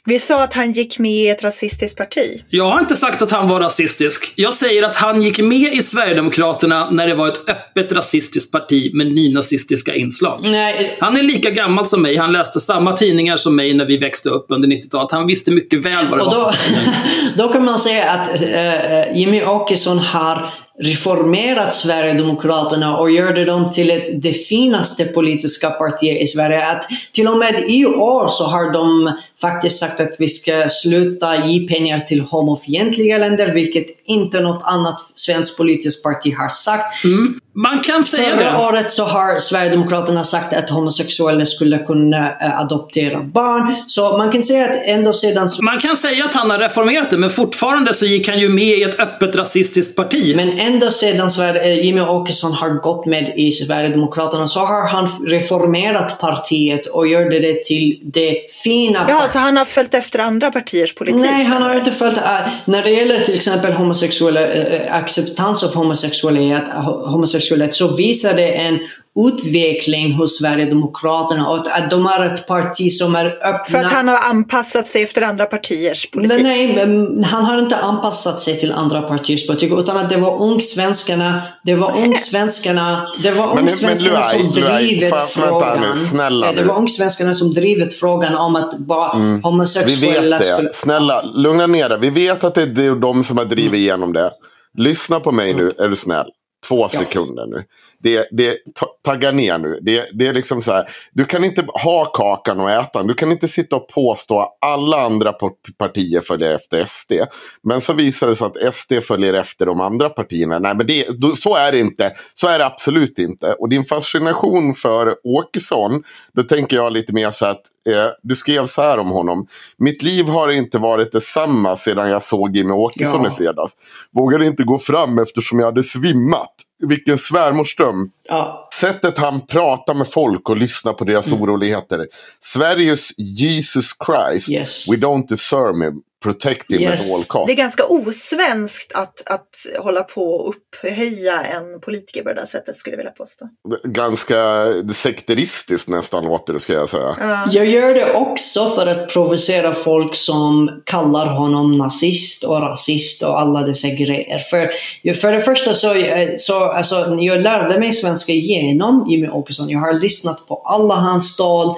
Vi sa att han gick med i ett rasistiskt parti. Jag har inte sagt att han var rasistisk. Jag säger att han gick med i Sverigedemokraterna när det var ett öppet rasistiskt parti med nynazistiska inslag. Nej. Han är lika gammal som mig. Han läste samma tidningar som mig när vi växte upp under 90-talet. Han visste mycket väl vad det var. Då kan man säga att Jimmie Åkesson har reformerat Sverigedemokraterna och gör dem till det finaste politiska partiet i Sverige. Att till och med i år så har de faktiskt sagt att vi ska sluta ge pengar till homofientliga länder, vilket inte något annat svenskt politiskt parti har sagt. Man kan säga det. Förra året så har Sverigedemokraterna sagt att homosexuella skulle kunna adoptera barn. Så man kan säga att ändå sedan... Man kan säga att han har reformerat det, men fortfarande så gick han ju med i ett öppet rasistiskt parti. Men ända sedan Jimmie Åkesson har gått med i Sverigedemokraterna så har han reformerat partiet och gör det till det fina partiet. Ja, så han har följt efter andra partiers politik? Nej, han har inte följt... När det gäller till exempel acceptans av homosexualitet så visar det en utveckling hos Sverigedemokraterna och att de är ett parti som är öppna. För att han har anpassat sig efter andra partiers politik? Nej, han har inte anpassat sig till andra partiers politik, utan att det var ungsvenskarna som drivit frågan. Det var ungsvenskarna som drivit frågan om att homosexuella vi vet det. Snälla, lugna ner dig. Vi vet att det är de som har drivit igenom det. Lyssna på mig nu, är du snäll. 2 sekunder nu. Tagga ner nu. Det är liksom så här. Du kan inte ha kakan och äta. Du kan inte sitta och påstå att alla andra partier följer efter SD. Men så visar det sig att SD följer efter de andra partierna. Nej, men så är det inte. Så är det absolut inte. Och din fascination för Åkesson, då tänker jag lite mer så att du skrev så här om honom. Mitt liv har inte varit detsamma sedan jag såg Jimmie Åkesson i fredags. Vågade inte gå fram eftersom jag hade svimmat. Vilken svärmorsdöm. Ja. Sättet han pratar med folk och lyssnar på deras oroligheter. Sveriges Jesus Christ. Yes. We don't deserve him. Protect him at all cost. Det är ganska osvenskt att hålla på och upphöja en politiker på det där sättet, skulle jag vilja påstå. Ganska sekteristiskt nästan låter det, ska jag säga. Jag gör det också för att provocera folk som kallar honom nazist och rasist och alla dessa grejer. För det första så alltså, jag lärde mig svenska genom Jimmie Åkesson. Jag har lyssnat på alla hans tal.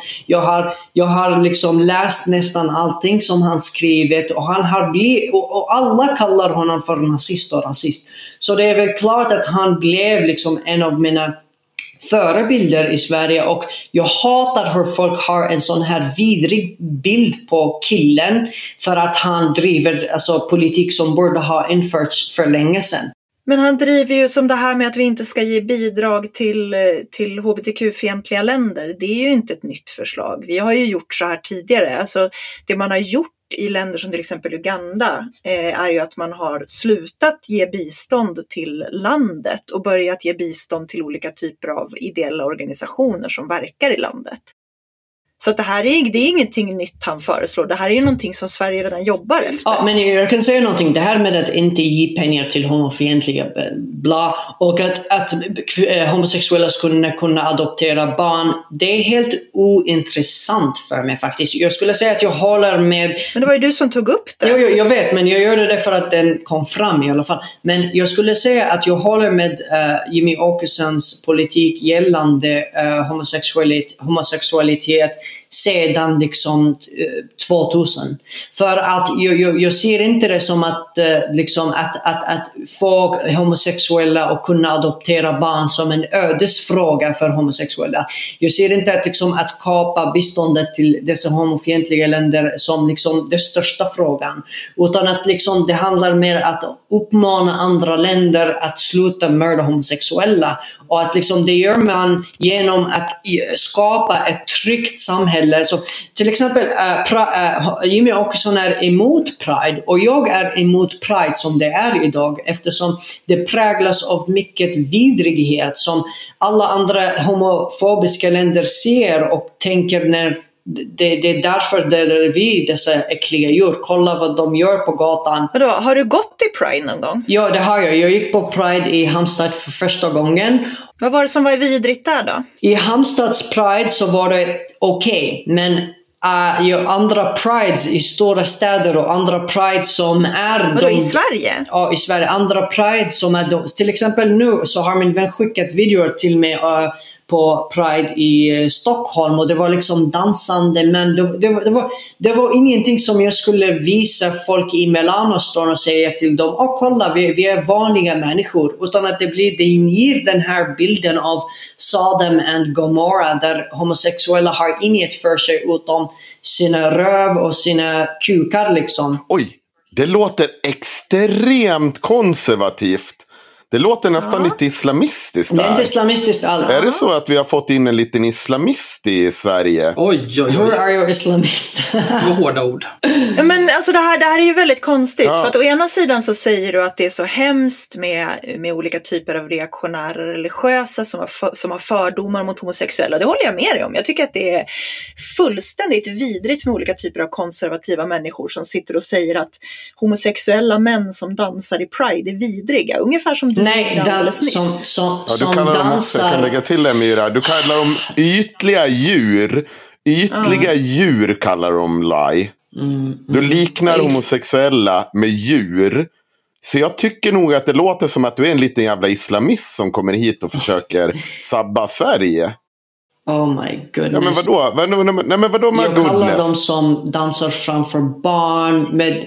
Jag har liksom läst nästan allting som han skrivit. Och han har och alla kallar honom för nazist och rasist. Så det är väl klart att han blev liksom en av mina förebilder i Sverige, och jag hatar hur folk har en sån här vidrig bild på killen för att han driver politik som borde ha införts för länge sedan. Men han driver ju som det här med att vi inte ska ge bidrag till hbtq-fientliga länder. Det är ju inte ett nytt förslag. Vi har ju gjort så här tidigare. Alltså, det man har gjort i länder som till exempel Uganda är ju att man har slutat ge bistånd till landet och börjat ge bistånd till olika typer av ideella organisationer som verkar i landet. Så att det är ingenting nytt han föreslår. Det här är ju någonting som Sverige redan jobbar efter. Ja, men jag kan säga någonting. Det här med att inte ge pengar till homofientliga bla, och att homosexuella skulle kunna adoptera barn, det är helt ointressant för mig faktiskt. Jag skulle säga att jag håller med... Men det var ju du som tog upp det. Jag vet, men jag gör det för att den kom fram i alla fall. Men jag skulle säga att jag håller med Jimmie Åkessons politik gällande homosexualitet sedan liksom 2000. För att jag ser inte det som att få homosexuella att kunna adoptera barn som en ödesfråga för homosexuella. Jag ser inte att kapa biståndet till dessa homofientliga länder som liksom den största frågan, utan att liksom det handlar mer att uppmana andra länder att sluta mörda homosexuella, och att liksom det gör man genom att skapa ett tryggt samhälle. Så till exempel Jimmie Åkesson är emot Pride, och jag är emot Pride som det är idag, eftersom det präglas av mycket vidrighet som alla andra homofobiska länder ser och tänker när det är därför det är vi dessa äckliga djur. Kolla vad de gör på gatan. Vadå, har du gått i Pride någon gång? Ja, det har jag. Jag gick på Pride i Halmstad för första gången. Vad var det som var vidrigt där då? I Halmstads Pride så var det okej, men andra prides i stora städer och andra prides som är... i Sverige? Ja, i Sverige. Andra prides som är... Till exempel nu så har min vän skickat videor till mig på Pride i Stockholm och det var liksom dansande, men det var ingenting som jag skulle visa folk i Mellanöstern och säga till dem, kolla, vi är vanliga människor, utan att det ger den här bilden av Sodom and Gomorrah där homosexuella har inget för sig utom sina röv och sina kukar liksom. Oj, det låter extremt konservativt. Det låter nästan lite islamistiskt där. Det är inte islamistiskt alls. Är det så att vi har fått in en liten islamist i Sverige? Oj. Hur är jag islamist? Det var hårda ord. Men alltså det här är ju väldigt konstigt. För att å ena sidan så säger du att det är så hemskt med olika typer av reaktionära religiösa som har fördomar mot homosexuella. Det håller jag med dig om. Jag tycker att det är fullständigt vidrigt med olika typer av konservativa människor som sitter och säger att homosexuella män som dansar i Pride är vidriga. Ungefär som du som dansar. Jag kan lägga till det, Myra. Du kallar dem ytliga djur. Ytliga djur kallar de lie. Du liknar homosexuella med djur. Så jag tycker nog att det låter som att du är en liten jävla islamist som kommer hit och försöker sabba Sverige. Oh my goodness. Ja, men vadå? Nej, men vadå med jag goodness? kallar dem som dansar framför barn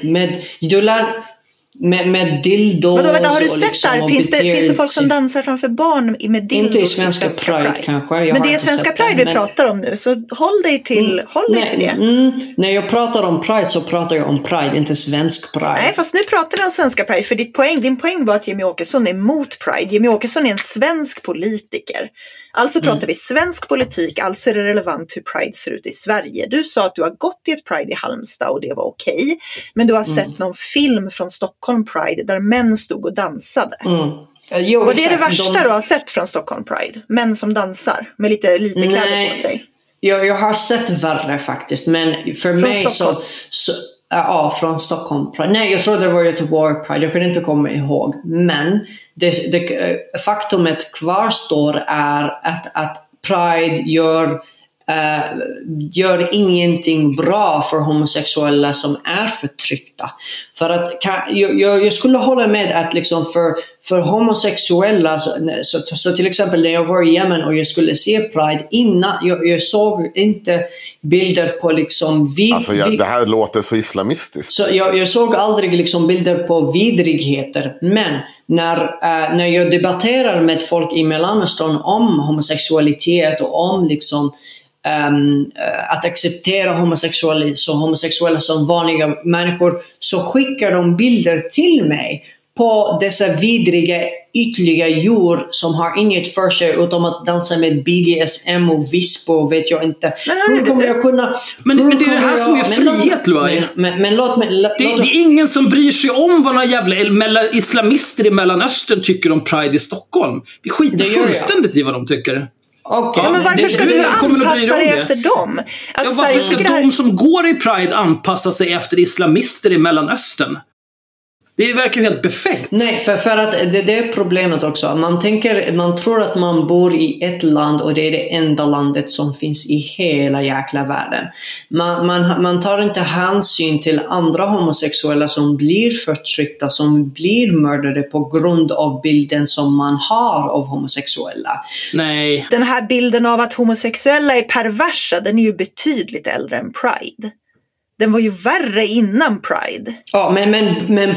med dildos. Men då, vänta, har du sett liksom där? Finns det folk som dansar framför barn med dildos? Inte i Svenska Pride kanske. Men det är Svenska Pride vi pratar om nu, så håll dig till det. När jag pratar om Pride så pratar jag om Pride, inte svensk Pride. Nej, fast nu pratar vi om Svenska Pride, för din poäng var att Jimmie Åkesson är mot Pride. Jimmie Åkesson är en svensk politiker. Alltså pratar vi svensk politik, alltså är det relevant hur Pride ser ut i Sverige. Du sa att du har gått i ett Pride i Halmstad och det var okej. Men du har sett någon film från Stockholm Pride där män stod och dansade. Och det är det värsta du har sett från Stockholm Pride. Män som dansar med lite kläder på sig. Jag har sett värre faktiskt, men för från mig så från Stockholm Pride. Nej, jag tror det var Göteborg Pride. Jag kan inte komma ihåg. Men faktumet kvarstår är att Pride gör ingenting bra för homosexuella som är förtryckta. För att jag skulle hålla med att liksom för homosexuella så till exempel när jag var i Yemen och jag skulle se Pride innan, jag såg inte bilder på liksom det här låter så islamistiskt. Så jag såg aldrig liksom bilder på vidrigheter, men när jag debatterar med folk i Mellanöstern om homosexualitet och om liksom att acceptera homosexuella som vanliga människor, så skickar de bilder till mig på dessa vidriga ytliga djur som har inget för sig utom att dansa med BDSM och vispo, vet jag inte. Hur kommer jag kunna... Men det är det här som är frihet, Loai. Men låt mig... Det är ingen som bryr sig om vad några jävla islamister i Mellanöstern tycker om Pride i Stockholm. Vi skiter fullständigt i vad de tycker. Okay. Ja, men varför ska du anpassa dig efter dem? Alltså, varför ska de som går i Pride anpassa sig efter islamister i Mellanöstern? Det verkar ju helt befängt. Nej, för att det är problemet också. Man tror att man bor i ett land och det är det enda landet som finns i hela jäkla världen. Man tar inte hänsyn till andra homosexuella som blir förtryckta, som blir mördade på grund av bilden som man har av homosexuella. Nej. Den här bilden av att homosexuella är perversa, den är ju betydligt äldre än Pride. Den var ju värre innan Pride. Ja, men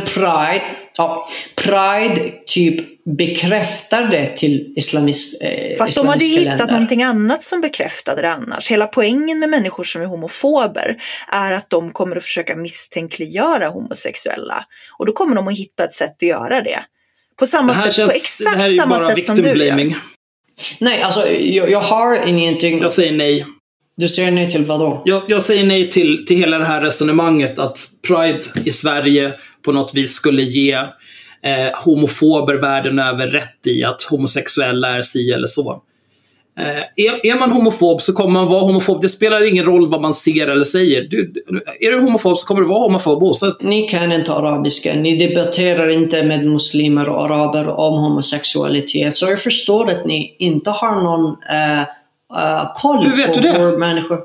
Pride typ bekräftar det till fast de hade ju hittat någonting annat som bekräftade det annars. Hela poängen med människor som är homofober är att de kommer att försöka misstänkliggöra homosexuella. Och då kommer de att hitta ett sätt att göra det. På samma sätt, på exakt samma sätt som du gör. Nej, alltså jag har ingenting... Jag säger nej. Du säger nej till vad då? Jag säger nej till hela det här resonemanget att Pride i Sverige på något vis skulle ge homofober världen över rätt i att homosexuella är si eller så. Är man homofob så kommer man vara homofob. Det spelar ingen roll vad man ser eller säger. Är du homofob så kommer du vara homofob oavsett. Ni kan inte arabiska. Ni debatterar inte med muslimer och araber om homosexualitet. Så jag förstår att ni inte har någon koll på hur människor...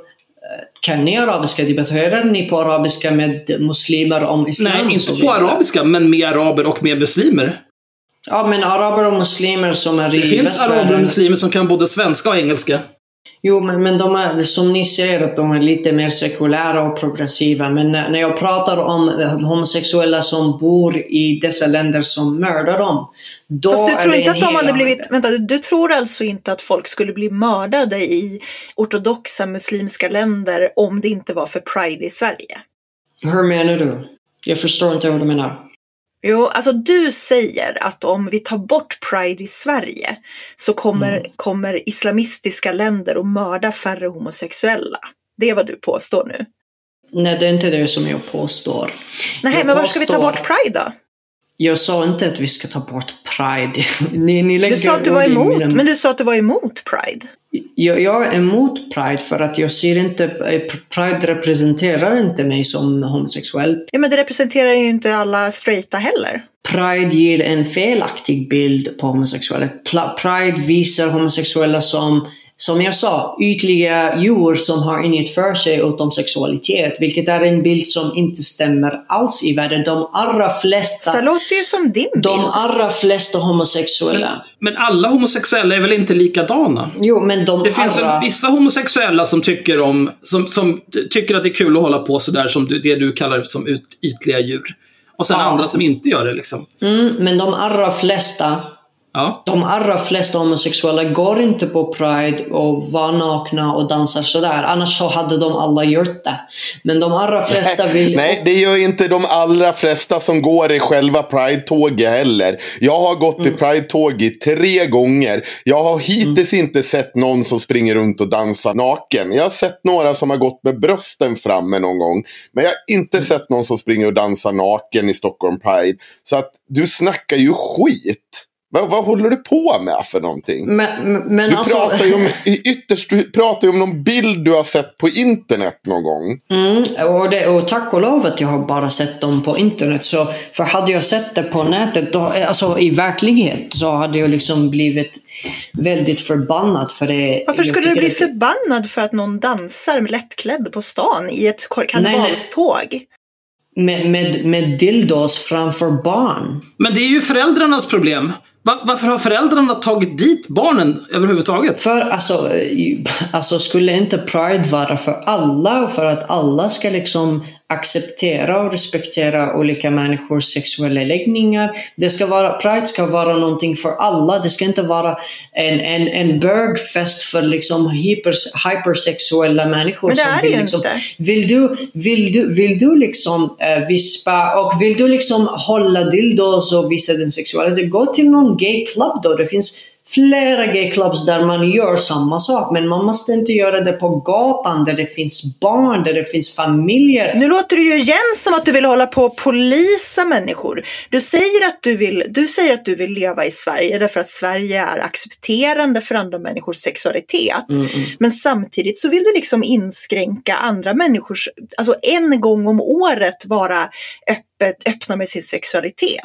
kan ni arabiska? Debatterar ni på arabiska med muslimer om islam? Nej, inte på arabiska, men med araber och med muslimer. Ja, men araber och muslimer som är i västvärlden. Det finns araber och muslimer som kan både svenska och engelska. Jo, men de är, som ni säger, att de är lite mer sekulära och progressiva. Men när jag pratar om homosexuella som bor i dessa länder som mördar dem, då fast du tror inte att de hade blivit... Vänta, du tror alltså inte att folk skulle bli mördade i ortodoxa muslimska länder om det inte var för Pride i Sverige? Hur menar du? Jag förstår inte vad du menar. Jo, alltså du säger att om vi tar bort Pride i Sverige så kommer islamistiska länder att mörda färre homosexuella. Det är vad du påstår nu. Nej, det är inte det som jag påstår. Nej, men var ska vi ta bort Pride då? Jag sa inte att vi ska ta bort Pride. Du sa att du var emot, men du sa att du var emot Pride. Jag är emot Pride för att jag ser inte... Pride representerar inte mig som homosexuell. Ja, men det representerar ju inte alla straighta heller. Pride ger en felaktig bild på homosexuella. Pride visar homosexuella som jag sa, ytliga djur som har inget för sig åt om sexualitet, vilket är en bild som inte stämmer alls i världen. De allra flesta... Det låter ju som din bild. De allra flesta homosexuella. Men alla homosexuella är väl inte likadana? Jo, men det finns vissa homosexuella som tycker som tycker att det är kul att hålla på sådär som det du kallar som ytliga djur. Och sen andra som inte gör det liksom. Men de allra flesta... Ja. De allra flesta homosexuella går inte på Pride och var nakna och dansar sådär. Annars så hade de alla gjort det. Men de allra flesta vill... Nej, det gör inte de allra flesta som går i själva Pride-tåget heller. Jag har gått i Pride-tåget 3 gånger. Jag har hittills inte sett någon som springer runt och dansar naken. Jag har sett några som har gått med brösten framme någon gång. Men jag har inte sett någon som springer och dansar naken i Stockholm Pride. Så att du snackar ju skit. Vad håller du på med för någonting? Men du alltså... pratar ju om, du pratar ju om någon bild du har sett på internet någon gång. Och tack och lov att jag har bara sett dem på internet. För hade jag sett det på nätet, då, alltså i verklighet, så hade jag liksom blivit väldigt förbannad för det. Varför skulle du bli förbannad för att någon dansar lättklädd på stan i ett karnevalståg? Med dildos framför barn. Men det är ju föräldrarnas problem. Varför har föräldrarna tagit dit barnen överhuvudtaget? För alltså skulle inte Pride vara för alla, och för att alla ska liksom acceptera och respektera olika människors sexuella läggningar. Pride ska vara någonting för alla. Det ska inte vara en bögfest för liksom hypersexuella människor. Men det är vill ju liksom, inte. Vill du liksom vispa och vill du liksom hålla dildos och visa din sexualitet, gå till någon gay club då. Det finns flera gayclubs där man gör samma sak, men man måste inte göra det på gatan där det finns barn, där det finns familjer. Nu låter det ju igen som att du vill hålla på och polisa människor. Du säger att du vill leva i Sverige därför att Sverige är accepterande för andra människors sexualitet. Men samtidigt så vill du liksom inskränka andra människors, alltså en gång om året vara öppna med sin sexualitet.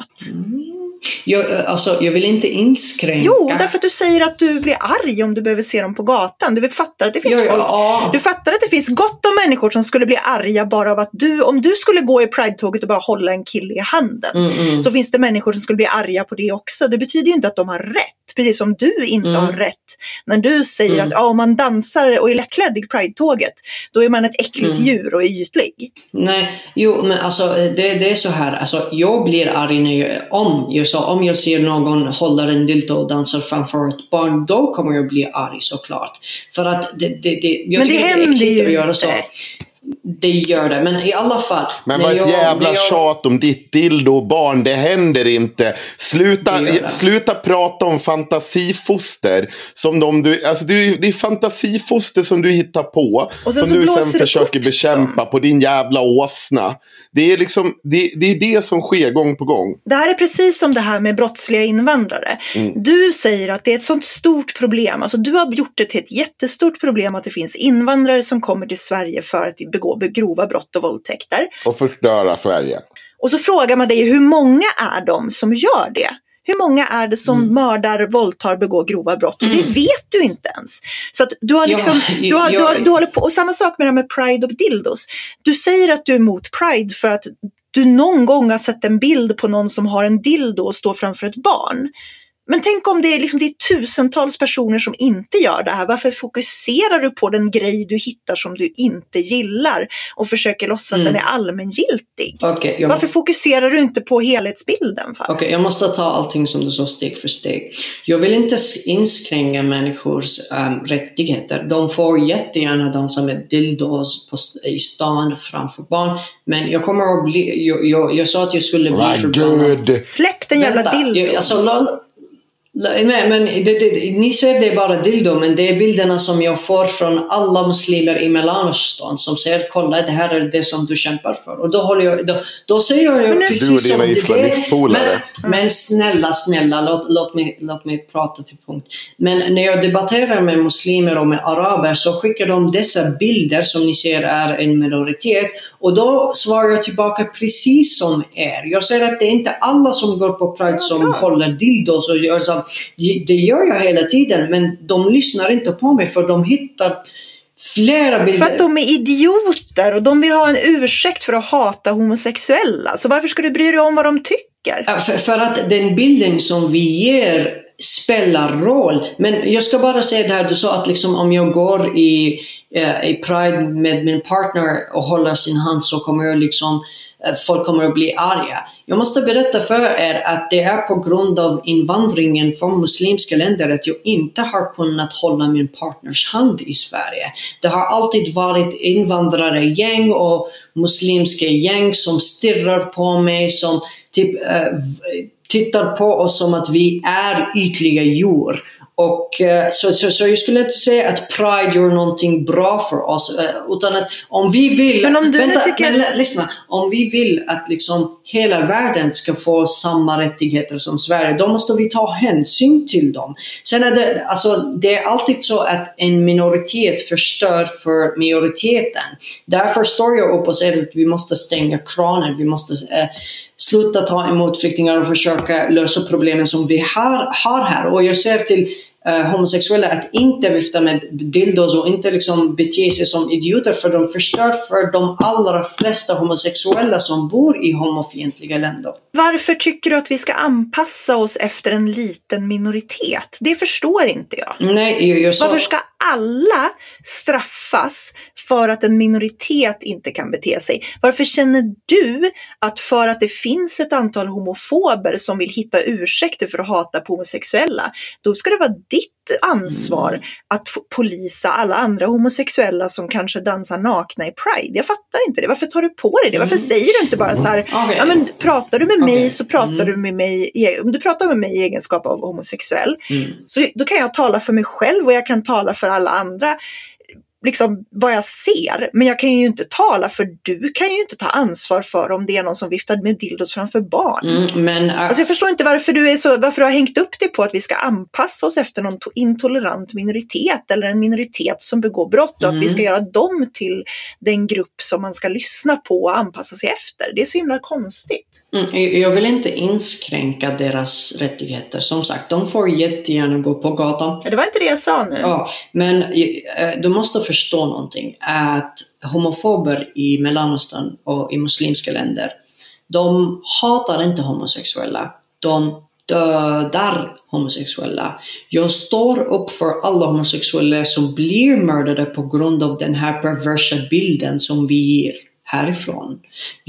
Jag vill inte inskränka. Jo, därför att du säger att du blir arg om du behöver se dem på gatan. Du fattar att det finns folk. Du fattar att det finns gott om människor som skulle bli arga bara av att om du skulle gå i Pride-tåget och bara hålla en kille i handen. Så finns det människor som skulle bli arga på det också. Det betyder ju inte att de har rätt. Precis som du inte har rätt. När du säger att om man dansar och är lättklädd i Pride-tåget, då är man ett äckligt djur och är ytlig. Nej, men alltså det är så här. Alltså, jag blir arg om jag ser någon hålla en dildo och dansar framför ett barn, då kommer jag bli arg såklart. För att jag tycker det är äckligt att göra så. Det gör det, men i alla fall. Men vad ett jävla tjat om ditt dildo-barn, det händer inte. Sluta prata om fantasifoster som det är fantasifoster som du hittar på, som du sen försöker bekämpa på din jävla åsna. Det är liksom det är det som sker gång på gång. Det här är precis som det här med brottsliga invandrare. Du säger att det är ett sånt stort problem. Alltså du har gjort det till ett jättestort problem att det finns invandrare som kommer till Sverige för att begå grova brott och våldtäkter. Och förstöra Sverige. Och så frågar man dig, hur många är de som gör det? Hur många är det som mördar, våldtar, begår grova brott? Och det vet du inte ens. Så att du har liksom, du håller på. Och samma sak med det med Pride och dildos. Du säger att du är emot Pride för att du någon gång har sett en bild på någon som har en dildo och står framför ett barn. Men tänk om det är tusentals personer som inte gör det här. Varför fokuserar du på den grej du hittar som du inte gillar och försöker låtsas att den är allmängiltig? Varför fokuserar du inte på helhetsbilden? Okej, jag måste ta allting som du sa steg för steg. Jag vill inte inskränka människors rättigheter. De får jättegärna dansa med dildos i stan framför barn. Men jag kommer att bli... Jag sa att jag skulle bli förbannad. Släpp den jävla dildo. Men ni ser det är bara dildo, men det är bilderna som jag får från alla muslimer i Mellanöstern som säger, kolla, det här är det som du kämpar för. Och då säger jag precis som det. Men snälla, låt mig prata till punkt. Men när jag debatterar med muslimer och med araber så skickar de dessa bilder som ni ser är en minoritet, och då svarar jag tillbaka precis som er. Jag säger att det är inte alla som går på Pride som håller dildos och gör så. Det gör jag hela tiden, men de lyssnar inte på mig för de hittar flera bilder. För att de är idioter och de vill ha en ursäkt för att hata homosexuella. Så varför ska du bry dig om vad de tycker? För att den bilden som vi ger spelar roll. Men jag ska bara säga det här, du sa att liksom om jag går i Pride med min partner och håller sin hand så kommer jag liksom, folk kommer att bli arga. Jag måste berätta för er att det är på grund av invandringen från muslimska länder att jag inte har kunnat hålla min partners hand i Sverige. Det har alltid varit invandrare gäng och muslimska gäng som stirrar på mig, som typ tittar på oss som att vi är ytliga djur. Och så jag skulle inte säga att Pride gör någonting bra för oss, utan att om vi vill, lyssna, om vi vill att liksom hela världen ska få samma rättigheter som Sverige, då måste vi ta hänsyn till dem. Sen är det är alltid så att en minoritet förstör för majoriteten. Därför står jag upp och säger att vi måste stänga kranen, vi måste sluta ta emot flyktingar och försöka lösa problemen som vi har här. Och jag ser till homosexuella att inte vifta med dildos och inte liksom bete sig som idioter, för de förstör för de allra flesta homosexuella som bor i homofientliga länder. Varför tycker du att vi ska anpassa oss efter en liten minoritet? Det förstår inte jag. Nej, varför ska alla straffas för att en minoritet inte kan bete sig? Varför känner du att för att det finns ett antal homofober som vill hitta ursäkter för att hata på homosexuella, då ska det vara ditt ansvar att polisa alla andra homosexuella som kanske dansar nakna i Pride? Jag fattar inte det. Varför tar du på dig det? Varför säger du inte bara så här, ja, men pratar du med mig så pratar du med mig, om du pratar med mig i egenskap av homosexuell, så då kan jag tala för mig själv och jag kan tala för alla andra, liksom vad jag ser, men jag kan ju inte tala för, du kan ju inte ta ansvar för om det är någon som viftar med dildos framför barn. Alltså jag förstår inte varför du har hängt upp dig på att vi ska anpassa oss efter någon intolerant minoritet eller en minoritet som begår brott och att vi ska göra dem till den grupp som man ska lyssna på och anpassa sig efter. Det är så himla konstigt. Jag vill inte inskränka deras rättigheter. Som sagt, de får jättegärna gå på gatan. Det var inte det jag sa nu. Ja, men du måste förstå någonting, att homofober i Mellanöstern och i muslimska länder, de hatar inte homosexuella, de dödar homosexuella. Jag står upp för alla homosexuella som blir mördade på grund av den här perversa bilden som vi ger härifrån.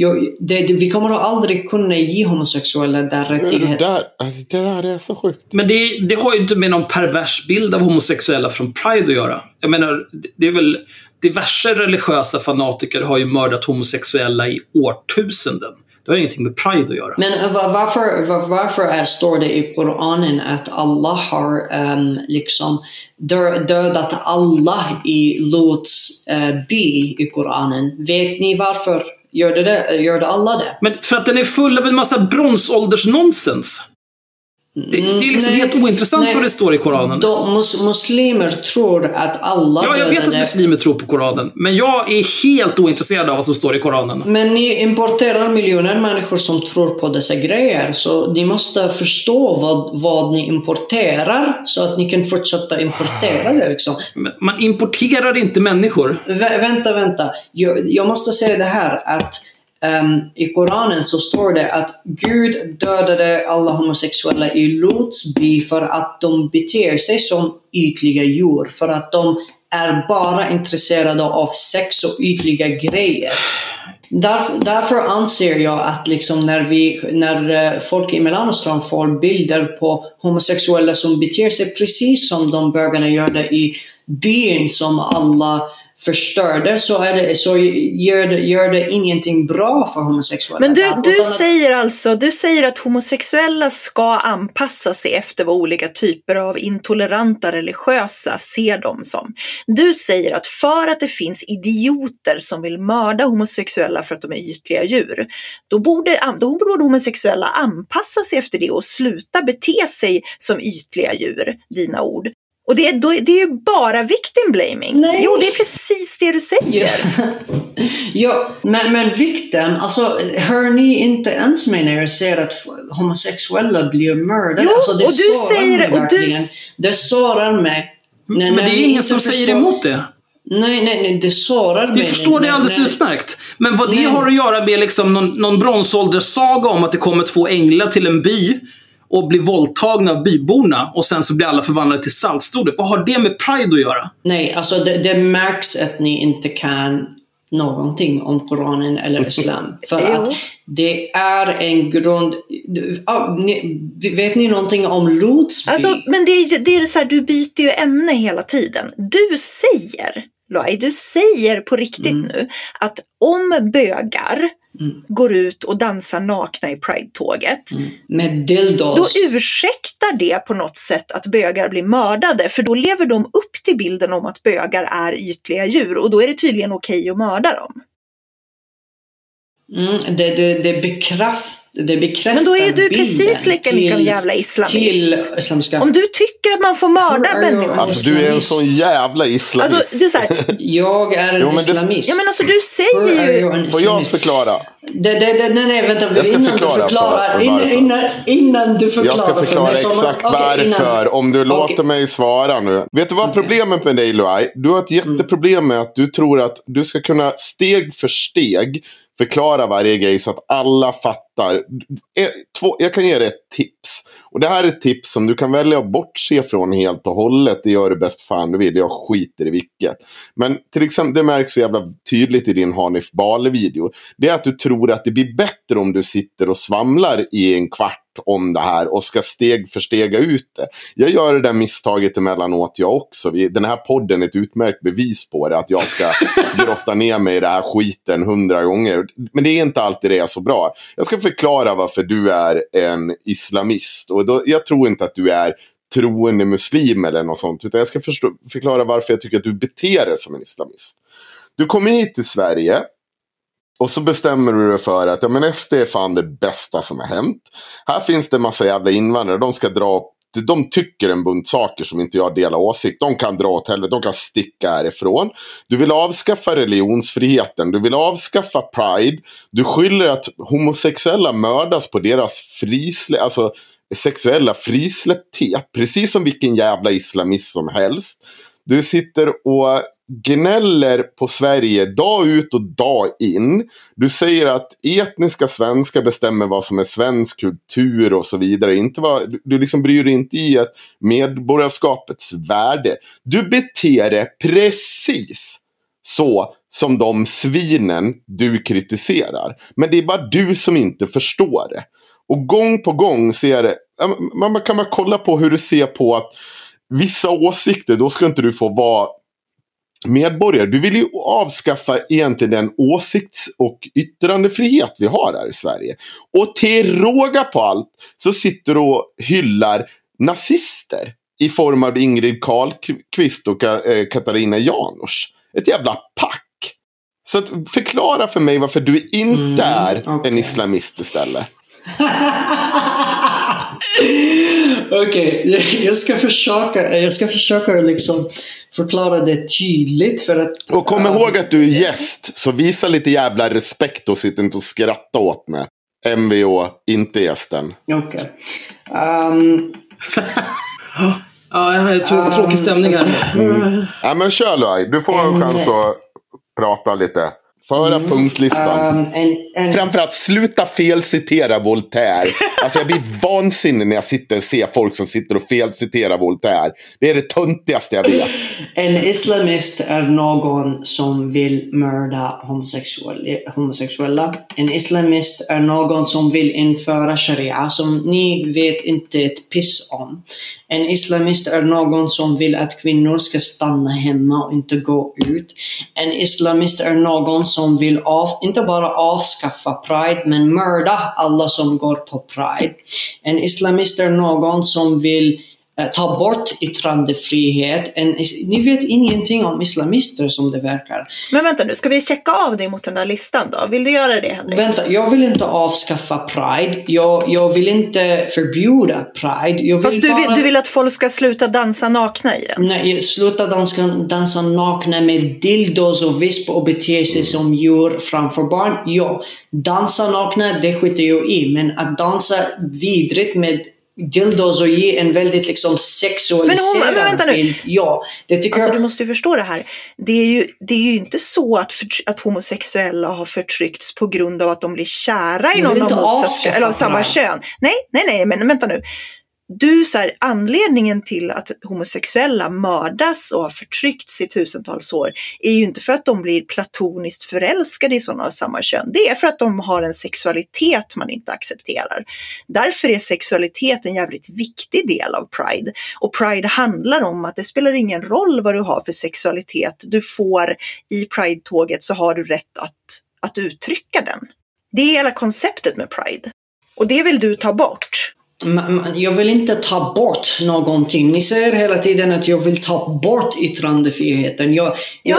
Vi kommer att aldrig kunna ge homosexuella där rättigheter. Det där är så sjukt. Men det har ju inte med någon pervers bild av homosexuella från Pride att göra. Jag menar, det är väl diverse religiösa fanatiker har ju mördat homosexuella i årtusenden. Det har ingenting med Pride att göra. Men varför står det i Koranen att Allah har liksom dödat alla i Lots by i Koranen? Vet ni varför gör det alla det? Men för att den är full av en massa bronsålders nonsens. Det är liksom helt ointressant vad det står i Koranen. Muslimer tror att alla jag vet att muslimer tror på Koranen. Men jag är helt ointresserad av vad som står i Koranen. Men ni importerar miljoner människor som tror på dessa grejer. Så ni måste förstå vad ni importerar, så att ni kan fortsätta importera det liksom. Men man importerar inte människor. Vänta. Jag måste säga det här att i Koranen så står det att Gud dödade alla homosexuella i Lots by för att de beter sig som ytliga djur, för att de är bara intresserade av sex och ytliga grejer. Därför anser jag att liksom när folk i Mellanöstern får bilder på homosexuella som beter sig precis som de bögarna gör det i byn som alla förstörde, så gör det ingenting bra för homosexuella. Men du säger att homosexuella ska anpassa sig efter vad olika typer av intoleranta religiösa ser dem som. Du säger att för att det finns idioter som vill mörda homosexuella för att de är ytliga djur, då borde homosexuella anpassa sig efter det och sluta bete sig som ytliga djur, dina ord. Och det är ju bara victim blaming. Nej. Jo, det är precis det du säger. Ja, men victim, alltså hör ni inte ens mig när jag säger att homosexuella blir mördade? Jo, alltså, och du säger verkligen. Det sårar mig. Men det är ingen som säger emot det. Nej, det sårar mig. Du förstår det alldeles utmärkt. Men vad det har att göra med liksom någon bronsålderssaga om att det kommer 2 änglar till en by och blir våldtagna av byborna och sen så blir alla förvandlade till saltstolar. Vad har det med Pride att göra? Nej, alltså det märks att ni inte kan någonting om Koranen eller islam. För att det är en grund... Vet ni någonting om Lots? Alltså, men det är så här, du byter ju ämne hela tiden. Du säger på riktigt nu att om bögar går ut och dansar nakna i Pride-tåget, med dildos, då ursäktar det på något sätt att bögar blir mördade, för då lever de upp till bilden om att bögar är ytliga djur, och då är det tydligen okej att mörda dem. Det bekräftar. Men då är du precis lika mycket en jävla islamist. Om du tycker att man får mörda människor. Alltså du är en sån jävla islamist. Alltså, du säger, jag är en islamist. Ja, men alltså du säger ju... Får jag förklara? Nej, vänta. Innan du förklarar. Jag ska förklara exakt varför. Om du låter mig svara nu. Vet du vad problemet med dig, Luai? Du har ett jätteproblem med att du tror att du ska kunna steg för steg förklara varje grej så att alla fattar. Jag kan ge dig ett tips. Och det här är ett tips som du kan välja att bortse från helt och hållet. Det gör du bäst fan du vill. Jag skiter i vilket. Men till exempel, det märks så jävla tydligt i din Hanif Bali-video. Det är att du tror att det blir bättre om du sitter och svamlar i en kvart om det här och ska steg för stega ut det. Jag gör det där misstaget emellanåt jag också. Den här podden är ett utmärkt bevis på det, att jag ska grotta ner mig i det här skiten 100 gånger. Men det är inte alltid det är så bra. Jag ska förklara varför du är en islamist, och jag tror inte att du är troende muslim eller något sånt, utan jag ska förklara varför jag tycker att du beter dig som en islamist. Du kommer hit till Sverige och så bestämmer du dig för att SD är fan det bästa som har hänt. Här finns det en massa jävla invandrare. De tycker en bunt saker som inte jag delar åsikt. De kan dra åt helvete. De kan sticka härifrån. Du vill avskaffa religionsfriheten. Du vill avskaffa Pride. Du skyller att homosexuella mördas på deras sexuella frisläppthet. Precis som vilken jävla islamist som helst. Du sitter och gnäller på Sverige dag ut och dag in. Du säger att etniska svenskar bestämmer vad som är svensk kultur och så vidare. Du liksom bryr dig inte i ett medborgarskapets värde. Du beter dig precis så som de svinen du kritiserar. Men det är bara du som inte förstår det. Och gång på gång ser det. Man kan bara kolla på hur du ser på att vissa åsikter, då ska inte du få vara medborgare. Du vill ju avskaffa egentligen den åsikts- och yttrandefrihet vi har här i Sverige. Och till råga på allt så sitter du och hyllar nazister i form av Ingrid Carlqvist och Katarina Janouch. Ett jävla pack. Så att förklara för mig varför du inte är en islamist istället. Okej, jag ska försöka liksom förklara det tydligt för att... Och kom ihåg att du är gäst, så visa lite jävla respekt och sitt inte och skratta åt mig. MVO, inte gästen. Okej. Ja, jag tror tråkig stämning här. Ja, men kör Loai, du får en chans att prata lite. Föra punktlistan. Framförallt sluta felcitera Voltaire. Alltså jag blir vansinnig när jag sitter och ser folk som sitter och felciterar Voltaire. Det är det töntigaste jag vet. En islamist är någon som vill mörda homosexuella. En islamist är någon som vill införa sharia som ni vet inte ett piss om. En islamist är någon som vill att kvinnor ska stanna hemma och inte gå ut. En islamist är någon som vill inte bara avskaffa Pride men mörda alla som går på Pride. En islamist är någon som vill ta bort yttrandefrihet. Ni vet ingenting om islamister som det verkar. Men vänta nu, ska vi checka av dig mot den där listan då? Vill du göra det, Henrik? Vänta, jag vill inte avskaffa Pride. Jag vill inte förbjuda Pride. Fast du vill att folk ska sluta dansa nakna i den? Nej, sluta dansa nakna med dildos och visp och bete sig som djur framför barn. Ja, dansa nakna, det skiter jag i. Men att dansa vidrigt med dildos och ge en väldigt liksom sexualiserad bild. Ja, det tycker jag. Du måste ju förstå det här. Det är ju inte så att homosexuella har förtryckts på grund av att de blir kära i någon av samma kön. Nej, men vänta nu. Anledningen till att homosexuella mördas och har förtryckts i tusentals år är ju inte för att de blir platoniskt förälskade i sådana av samma kön. Det är för att de har en sexualitet man inte accepterar. Därför är sexualitet en jävligt viktig del av Pride. Och Pride handlar om att det spelar ingen roll vad du har för sexualitet. Du får i Pride-tåget så har du rätt att uttrycka den. Det är hela konceptet med Pride. Och det vill du ta bort. Jag vill inte ta bort någonting. Ni säger hela tiden att jag vill ta bort yttrandefriheten. Jag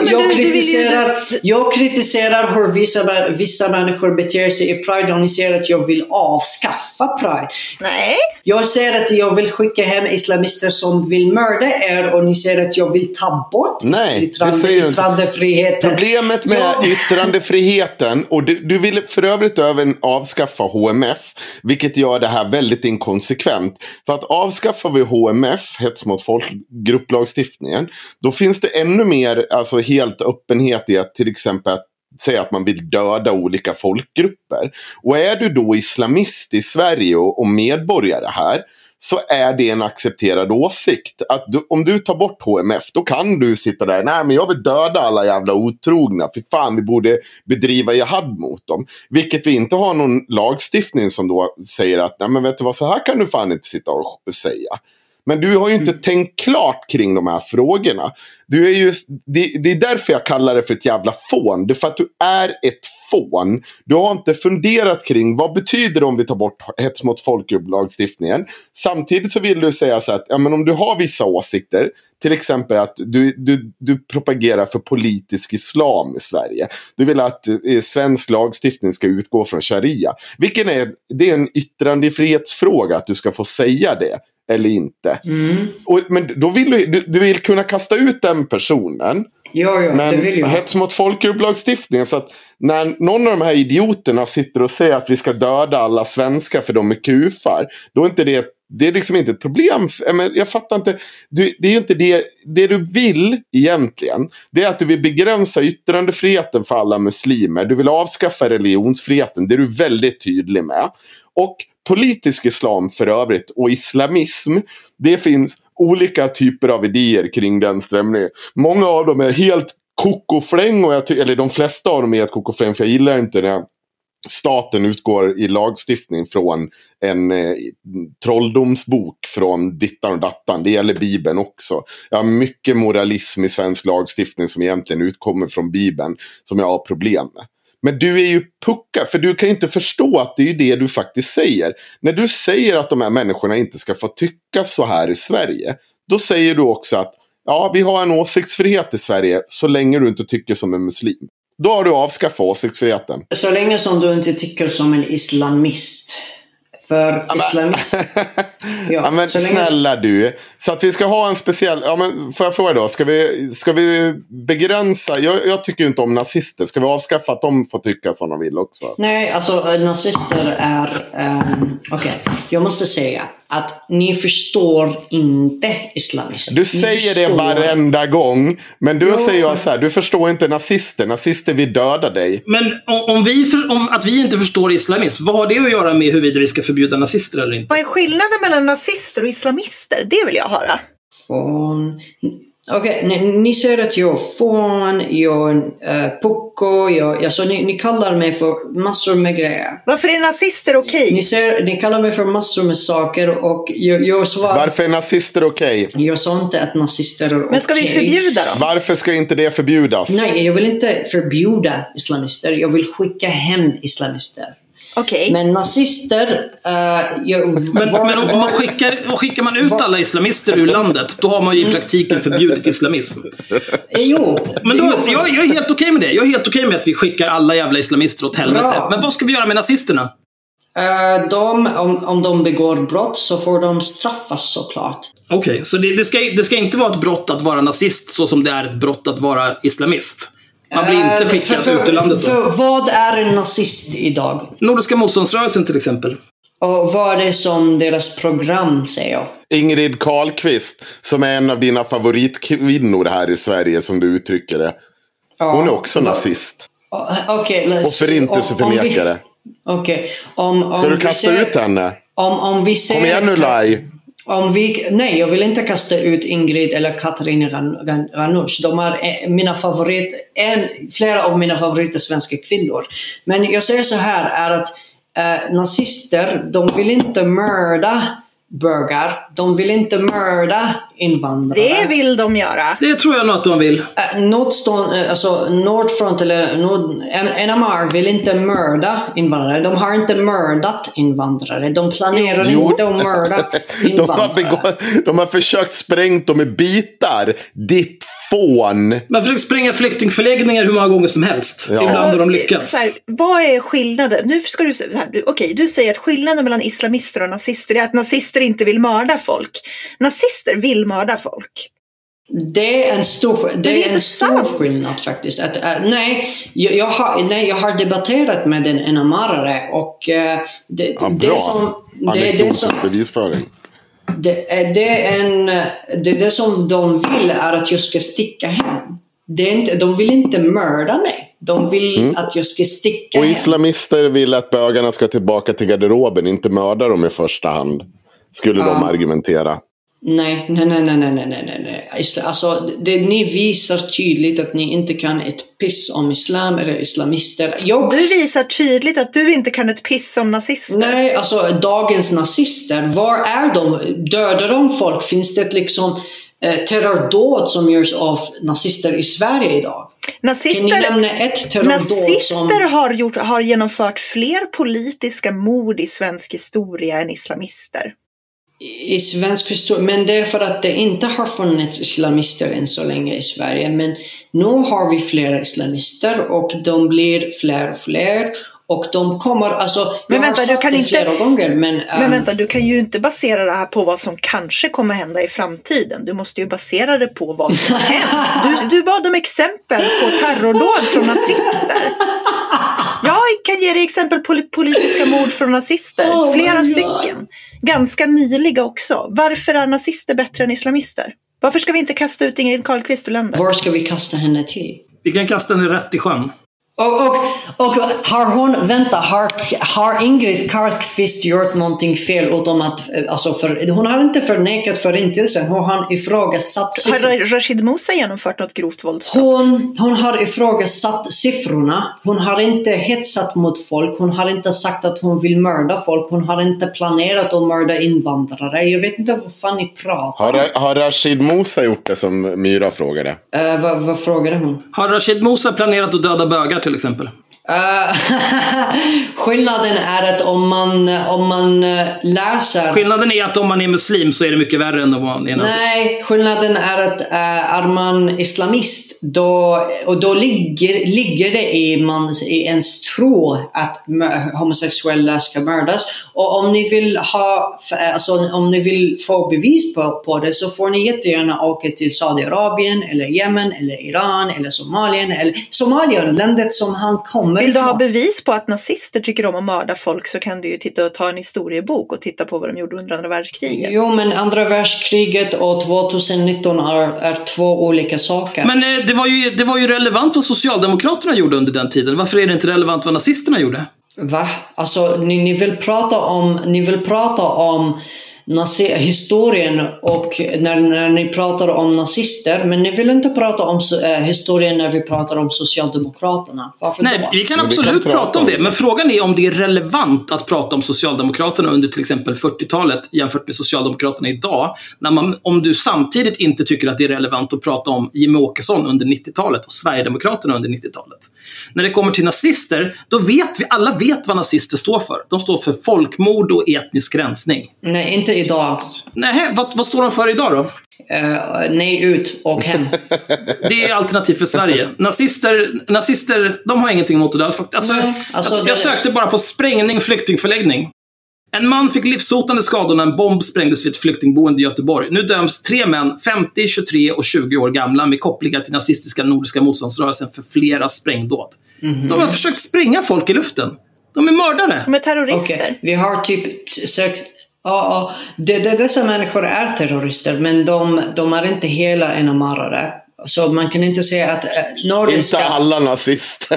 kritiserar hur vissa människor beter sig i Pride och ni säger att jag vill avskaffa Pride. Nej. Jag säger att jag vill skicka hem islamister som vill mörda er och ni säger att jag vill ta bort yttrandefriheten. Problemet med yttrandefriheten, och du vill för övrigt även avskaffa HMF, vilket gör det här väldigt inkonsekvent. För att avskaffar vi HMF, hets mot folkgrupplagstiftningen, då finns det ännu mer helt öppenhet i att till exempel säga att man vill döda olika folkgrupper. Och är du då islamist i Sverige och medborgare här, så är det en accepterad åsikt. Att om du tar bort HMF, då kan du sitta där, nej men jag vill döda alla jävla otrogna, för fan vi borde bedriva jihad mot dem. Vilket vi inte har någon lagstiftning som då säger att, nej men vet du vad, så här kan du fan inte sitta och säga. Men du har ju inte tänkt klart kring de här frågorna. Det är därför jag kallar det för ett jävla fån. Det är för att du är ett fån. Du har inte funderat kring vad betyder det om vi tar bort hets mot folkgrupplagstiftningen. Samtidigt så vill du säga så att men om du har vissa åsikter, till exempel att du propagerar för politisk islam i Sverige. Du vill att svensk lagstiftning ska utgå från sharia. Det är en yttrandefrihetsfråga att du ska få säga det. Eller inte. Men då vill du vill kunna kasta ut den personen. Ja, men det vill jag. Hets mot folkgrupplagstiftningen, så att när någon av de här idioterna sitter och säger att vi ska döda alla svenskar för de är kufar, då är inte det är liksom inte ett problem. Men jag fattar inte. Det är ju inte det du vill egentligen. Det är att du vill begränsa yttrandefriheten för alla muslimer. Du vill avskaffa religionsfriheten. Det är du väldigt tydlig med. Och politisk islam för övrigt och islamism, det finns olika typer av idéer kring den strömningen. Många av dem är helt kokofläng, eller de flesta av dem är helt kokofläng, för jag gillar inte när staten utgår i lagstiftning från en trolldomsbok från dittan och dattan. Det gäller Bibeln också. Jag har mycket moralism i svensk lagstiftning som egentligen utkommer från Bibeln som jag har problem med. Men du är ju pucka, för du kan inte förstå att det är ju det du faktiskt säger. När du säger att de här människorna inte ska få tycka så här i Sverige, då säger du också att ja, vi har en åsiktsfrihet i Sverige så länge du inte tycker som en muslim. Då har du avskaffat åsiktsfriheten. Så länge som du inte tycker som en islamist. För islamist... Ja, men snälla du. Så att vi ska ha en speciell... Ja, men får jag fråga då? Ska vi begränsa... Jag tycker inte om nazister. Ska vi avskaffa att de får tycka som de vill också? Nej, alltså nazister är... Okej, jag måste säga att ni förstår inte islamister. Du säger det varenda gång. Men du säger ju så här, du förstår inte nazister. Nazister vill döda dig. Men att vi inte förstår islamism, vad har det att göra med huruvida vi ska förbjuda nazister eller inte? Vad är skillnaden mellan nazister och islamister? Det vill jag höra. Okej, ni säger att jag är fån, jag är pucko, alltså ni kallar mig för massor med grejer. Varför är nazister okej? Ni kallar mig för massor med saker och jag svarar... Varför är nazister okej? Jag sa inte att nazister är okej. Men ska vi förbjuda dem? Varför ska inte det förbjudas? Nej, jag vill inte förbjuda islamister. Jag vill skicka hem islamister. Okay. Men nazister... Men om skickar man ut alla islamister ur landet, då har man ju i praktiken förbjudit islamism. Jo. Men då, jag är helt okej med det. Jag är helt okej med att vi skickar alla jävla islamister åt helvete. Bra. Men vad ska vi göra med nazisterna? Om de begår brott så får de straffas såklart. Okej, så det ska inte vara ett brott att vara nazist så som det är ett brott att vara islamist. Man blir inte skickad ut ur landet då. För vad är en nazist idag? Nordiska motståndsrörelsen till exempel. Och vad är det som deras program säger? Ingrid Carlqvist, som är en av dina favoritkvinnor här i Sverige, som du uttrycker det. Hon är också nazist. Okay, och förintelseförnekare. Okej. Ska du kasta ut henne? Om vi ser... Kom igen nu, Lai. Nej, jag vill inte kasta ut Ingrid eller Katarina Ranush. De är flera av mina favoriter svenska kvinnor. Men jag säger så här är att nazister, de vill inte mörda bögar. De vill inte mörda invandrare. Det vill de göra. Det tror jag nog att de vill. Nordfront eller NMR vill inte mörda invandrare. De har inte mördat invandrare. De planerar inte att mörda invandrare. De har försökt sprängt dem i bitar. Ditt fån. Man försöker spränga flyktingförläggningar hur många gånger som helst. Ja. Ibland har de lyckats. Vad är skillnaden? Nu ska du säga du säger att skillnaden mellan islamister och nazister är att nazister inte vill mörda folk. Nazister vill mörda folk. Det är en stor skillnad faktiskt. Jag har debatterat med en NMR-are och det som bevisföring. Det som de vill är att jag ska sticka hem. De vill inte mörda mig. De vill att jag ska sticka hem. Och islamister vill att bögarna ska tillbaka till garderoben, inte mörda dem i första hand. Skulle de argumentera. Nej. Alltså, ni visar tydligt att ni inte kan ett piss om islam eller islamister. Du visar tydligt att du inte kan ett piss om nazister. Nej, alltså dagens nazister, var är de? Dödar de folk? Finns det liksom terrordåd som görs av nazister i Sverige idag? Nazister har genomfört fler politiska mord i svensk historia än islamister. I svensk historia, men det är för att det inte har funnits islamister än så länge i Sverige. Men nu har vi fler islamister och de blir fler och fler. Och de kommer, men vänta, du kan inte flera gånger, men vänta, du kan ju inte basera det här på vad som kanske kommer hända i framtiden. Du måste ju basera det på vad som har hänt. Du bad om exempel på terrordåd från nazister. Jag kan ge dig exempel på politiska mord från nazister. Flera stycken. Ganska nyliga också. Varför är nazister bättre än islamister? Varför ska vi inte kasta ut Ingrid Carlqvist ur landet? Var ska vi kasta henne till? Vi kan kasta henne rätt i sjön. Och har Ingrid Carlqvist gjort någonting fel utom att, hon har inte förnekat förintelsen, hon har ifrågasatt siffrorna. Har Rashid Musa genomfört något grovt våldsbrott? Hon har ifrågasatt siffrorna, hon har inte hetsat mot folk, hon har inte sagt att hon vill mörda folk, hon har inte planerat att mörda invandrare. Jag vet inte vad fan ni pratar. Har Rashid Musa gjort det som Myra frågade? Vad frågade hon? Har Rashid Musa planerat att döda bögar till exempel? Skillnaden är att om man läser... Skillnaden är att om man är muslim så är det mycket värre än om man är nazist. Nej, skillnaden är att är man islamist då ligger det i ens tro att homosexuella ska mördas. Och om ni vill få bevis på det så får ni jättegärna åka till Saudiarabien eller Yemen eller Iran eller Somalien, landet som han kommer. Vill du ha bevis på att nazister tycker om att mörda folk så kan du ju ta en historiebok och titta på vad de gjorde under andra världskriget. Jo, men andra världskriget och 2019 är två olika saker. Men det var ju relevant vad Socialdemokraterna gjorde under den tiden. Varför är det inte relevant vad nazisterna gjorde? Va? Alltså, ni vill prata om historien och när ni pratar om nazister, men ni vill inte prata om historien när vi pratar om Socialdemokraterna. Varför Nej, då? vi kan absolut prata om det, men frågan är om det är relevant att prata om Socialdemokraterna under till exempel 40-talet jämfört med Socialdemokraterna idag, om du samtidigt inte tycker att det är relevant att prata om Jimmie Åkesson under 90-talet och Sverigedemokraterna under 90-talet. När det kommer till nazister, då alla vet vad nazister står för. De står för folkmord och etnisk rensning. Nej, inte idag. Nej, vad står de för idag då? Nej, ut och hem. Det är alternativ för Sverige. Nazister, de har ingenting emot det där. Jag sökte bara på sprängning, flyktingförläggning. En man fick livshotande skador när en bomb sprängdes vid ett flyktingboende i Göteborg. Nu döms 3 män, 50, 23 och 20 år gamla, med kopplingar till nazistiska nordiska motståndsrörelsen för flera sprängdåd. De har försökt spränga folk i luften. De är mördare. De är terrorister. Okay. Vi har sökt... Ja, dessa människor är terrorister, men de är inte hela enamorade. Så man kan inte säga att nordiska... Inte alla nazister.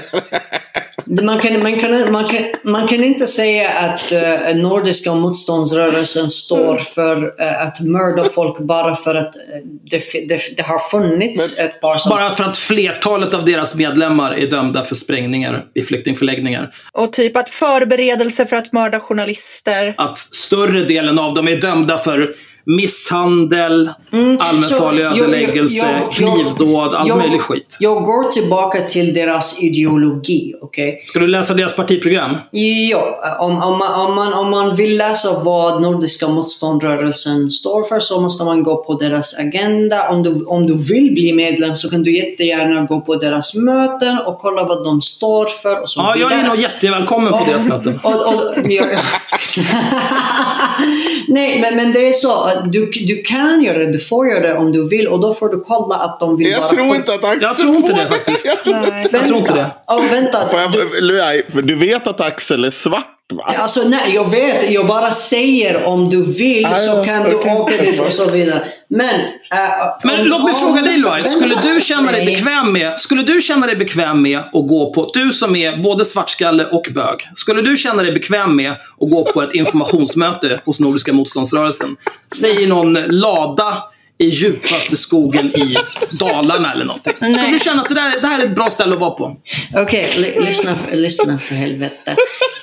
Man kan inte säga att nordiska motståndsrörelsen står för att mörda folk bara för att det har funnits ett par som... Bara för att flertalet av deras medlemmar är dömda för sprängningar i flyktingförläggningar. Och typ att förberedelse för att mörda journalister. Att större delen av dem är dömda för misshandel, allmänfarlig ödeläggelse, knivdåd, all möjlig skit. Jag går tillbaka till deras ideologi, okej? Ska du läsa deras partiprogram? Ja, om man vill läsa vad nordiska motståndsrörelsen står för så måste man gå på deras agenda. Om du vill bli medlem så kan du jättegärna gå på deras möten och kolla vad de står för. Och så ja, jag är nog jättevälkommen på deras möten. Nej, men det är så. Du kan göra det, du får göra det om du vill, och då får du kolla att de vill jag tror inte att Axel jag tror inte det faktiskt. Jag tror inte det. Vänta. Du vet att Axel är svart, va? Alltså nej, jag vet. Jag bara säger om du vill så kan du åka dit och så vidare. Men låt mig fråga dig, Loai. Skulle du känna dig bekväm med att gå på, du som är både svartskalle och bög, skulle du känna dig bekväm med att gå på ett informationsmöte hos Nordiska motståndsrörelsen? Säg någon lada i djupaste skogen i Dalarna eller någonting. Skulle du känna att det här är ett bra ställe att vara på? Okej, lyssna för helvete.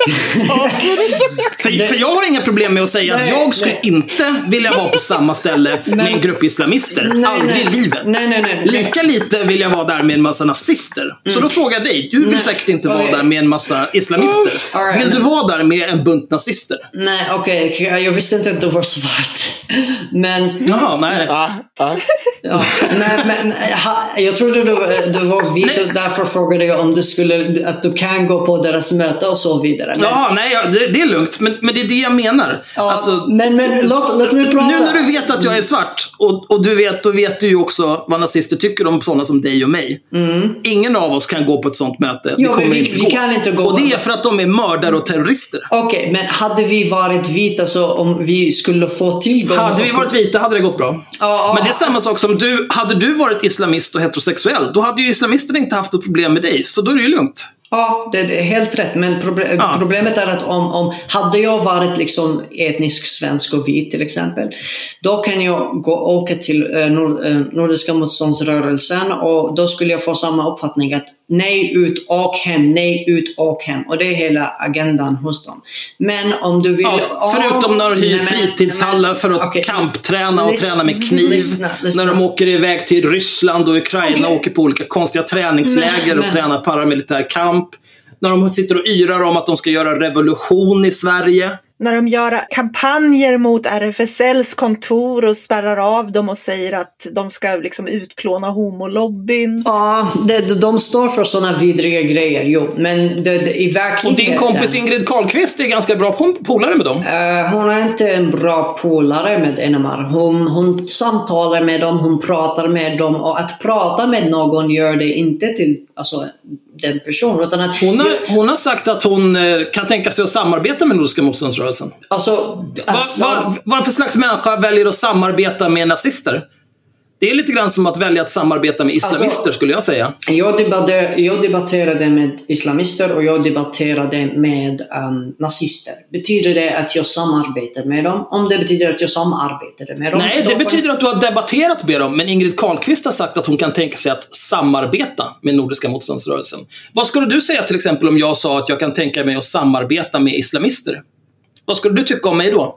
För jag har inga problem med att säga att jag skulle inte vilja vara på samma ställe med en grupp islamister. Aldrig i livet. Nej. Lika lite vill jag vara där med en massa nazister. Så då frågar jag dig, du vill säkert inte vara där med en massa islamister. Vill du vara där med en bunt nazister? Nej, okej. Jag visste inte att du var svart. Men... Jaha, nej. Ja, men jag trodde du var vit och därför frågade jag om att du kan gå på deras möte och så vidare. Men, det är lugnt, men det är det jag menar. Ja, alltså, men låt mig prata. Nu när du vet att jag är svart och då vet du ju också vad nazister tycker om sådana som dig och mig. Ingen av oss kan gå på ett sånt möte. Vi kan inte gå. Och det är för att de är mördare och terrorister. Okej, men hade vi varit vita så om vi skulle få tillgång... Hade vi varit vita hade det gått bra. Men det är samma sak som hade du varit islamist och heterosexuell, då hade ju islamisterna inte haft ett problem med dig, så då är det ju lugnt. Ja, det är helt rätt. Men problemet är att om hade jag varit liksom etnisk svensk och vit till exempel, då kan jag åka till Nordiska motståndsrörelsen och då skulle jag få samma uppfattning att nej ut och hem, nej ut och hem. Och det är hela agendan hos dem. Men om du vill... förutom när de hyr fritidshallar för att kampträna och träna med kniv. När de åker iväg till Ryssland och Ukraina och åker på olika konstiga träningsläger och tränar paramilitär kamp. När de sitter och yrar om att de ska göra revolution i Sverige. När de gör kampanjer mot RFSLs kontor och spärrar av dem och säger att de ska liksom utplåna homolobbyn. Ja, de står för sådana vidriga grejer, jo. Men i verkligheten... Och din kompis Ingrid Carlqvist är ganska bra polare med dem. Hon är inte en bra polare med NMR. Hon samtalar med dem, hon pratar med dem. Och att prata med någon gör det inte till den personen. Utan att hon har sagt att hon kan tänka sig att samarbeta med Nordiska motståndsrörelsen. Vad för slags människa väljer att samarbeta med nazister? Det är lite grann som att välja att samarbeta med islamister, skulle jag säga. Jag debatterade med islamister och jag debatterade med nazister. Betyder det att jag samarbetar med dem? Om det betyder att jag samarbetar med dem... Nej, det betyder att du har debatterat med dem. Men Ingrid Carlqvist har sagt att hon kan tänka sig att samarbeta med Nordiska motståndsrörelsen. Vad skulle du säga till exempel om jag sa att jag kan tänka mig att samarbeta med islamister? Vad skulle du tycka om mig då?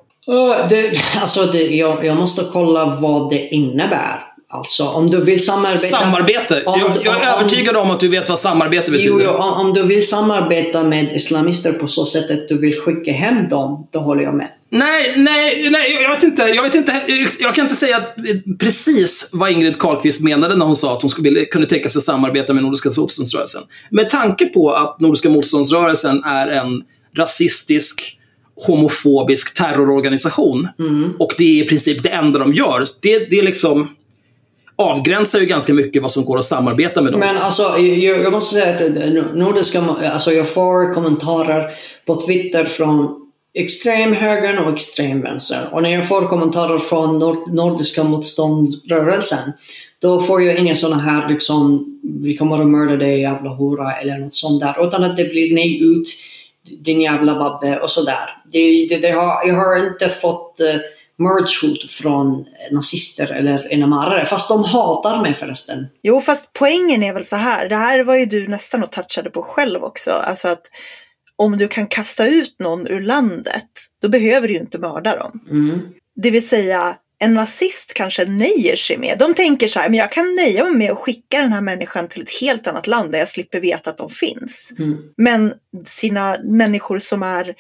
Jag måste kolla vad det innebär. Alltså, om du vill samarbete. Jag är övertygad om att du vet vad samarbete betyder. Om du vill samarbeta med islamister på så sätt att du vill skicka hem dem, då håller jag med. Nej, jag vet inte. Jag kan inte säga precis vad Ingrid Carlqvist menade när hon sa att hon kunde tänka sig att samarbeta med Nordiska motståndsrörelsen. Med tanke på att Nordiska motståndsrörelsen är en rasistisk, homofobisk terrororganisation och det är i princip det enda de gör. Det är liksom avgränsar ju ganska mycket vad som går att samarbeta med dem. Men alltså, jag måste säga att nordiska, jag får kommentarer på Twitter från extremhögern och extremvänster. Och när jag får kommentarer från Nordiska motståndsrörelsen, då får jag inga sådana här liksom, vi kommer att mörda dig jävla hora eller något sånt där, utan att det blir nej ut din jävla babbe och sådär. Jag har inte fått merge-hot från nazister eller NMR, fast de hatar mig förresten. Jo, fast poängen är väl så här, det här var ju du nästan och touchade på själv också, alltså att om du kan kasta ut någon ur landet, då behöver du ju inte mörda dem. Det vill säga, en nazist kanske nöjer sig med, de tänker så här, men jag kan nöja mig med att skicka den här människan till ett helt annat land där jag slipper veta att de finns. Men sina människor som är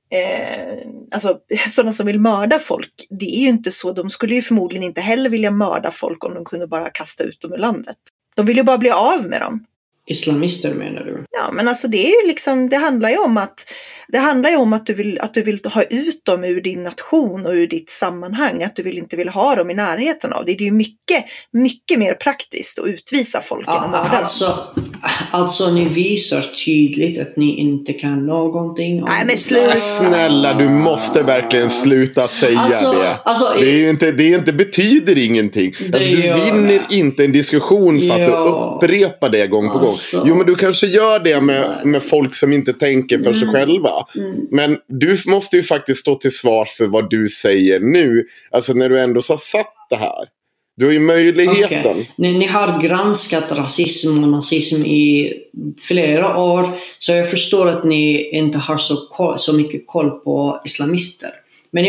sådana som vill mörda folk, det är ju inte så. De skulle ju förmodligen inte heller vilja mörda folk om de kunde bara kasta ut dem ur landet. De vill ju bara bli av med dem. Islamister menar du? Ja, men alltså det är ju liksom, det handlar ju om att du vill ha ut dem ur din nation och ur ditt sammanhang, att du inte vill ha dem i närheten av. Det är ju mycket mer praktiskt att utvisa folk än att mörda dem. Alltså ni visar tydligt att ni inte kan någonting om... Nej, men sluta. Snälla, du måste verkligen sluta säga det. Det betyder ingenting. Du vinner inte en diskussion för att du upprepar det gång på gång. Jo, men du kanske gör det med folk som inte tänker för sig själva. Men du måste ju faktiskt stå till svars för vad du säger nu. Alltså när du ändå har satt det här. Du har ju möjligheten. Okay. Ni har granskat rasism och nazism i flera år. Så jag förstår att ni inte har så mycket koll på islamister. Men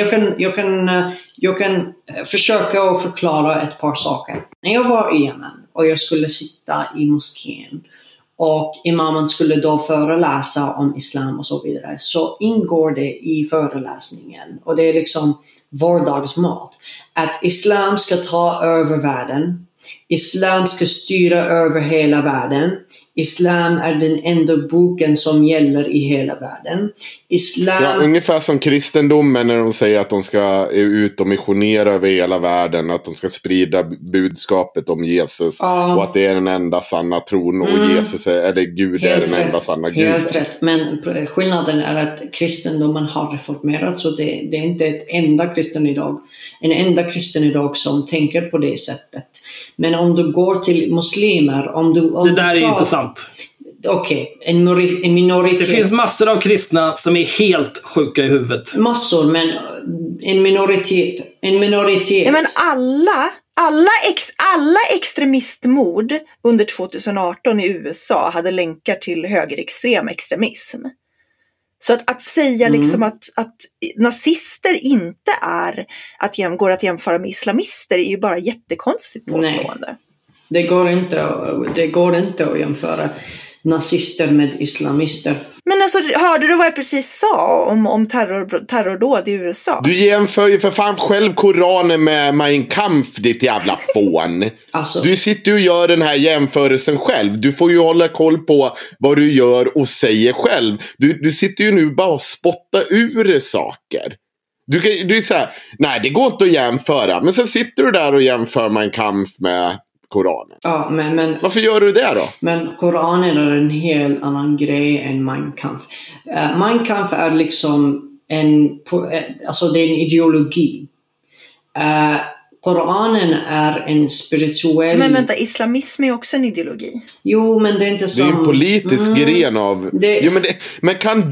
jag kan försöka att förklara ett par saker. När jag var i Yemen och jag skulle sitta i moskén och imamen skulle då föreläsa om islam och så vidare, så ingår det i föreläsningen, och det är liksom vardagsmat, att islam ska ta över världen, islam ska styra över hela världen, islam är den enda boken som gäller i hela världen. Ungefär som kristendomen när de säger att de ska ut och missionera över hela världen, att de ska sprida budskapet om Jesus och att det är den enda sanna tron och Jesus eller Gud är den enda sanna Gud. Helt rätt, men skillnaden är att kristendomen har reformerats, så det är inte en enda kristen idag som tänker på det sättet. Men om du går till muslimer, det där är ju inte sant. Okej, en minoritet. Det finns massor av kristna som är helt sjuka i huvudet. Massor, men en minoritet. Ja, men alla extremistmord under 2018 i USA hade länkar till högerextrem extremism. Så att säga liksom att nazister inte går att jämföra med islamister är ju bara jättekonstigt påstående. Nej, det går inte att jämföra. nazister med islamister. Men alltså, hörde du vad jag precis sa om terrordåd i USA? Du jämför ju för fan själv Koranen med Mein Kampf, ditt jävla fån. Alltså. Du sitter och gör den här jämförelsen själv. Du får ju hålla koll på vad du gör och säger själv. Du sitter ju nu bara och spottar ur saker. Du är så här, nej det går inte att jämföra. Men sen sitter du där och jämför Mein Kampf med Koranen. Ja, men varför gör du det då? Men Koranen är en helt annan grej än Mein Kampf. Mein Kampf är liksom alltså det är en ideologi. Koranen är en spirituell... Men vänta, islamism är också en ideologi. Jo, men det är inte så. Det är en politisk gren av... Jo, men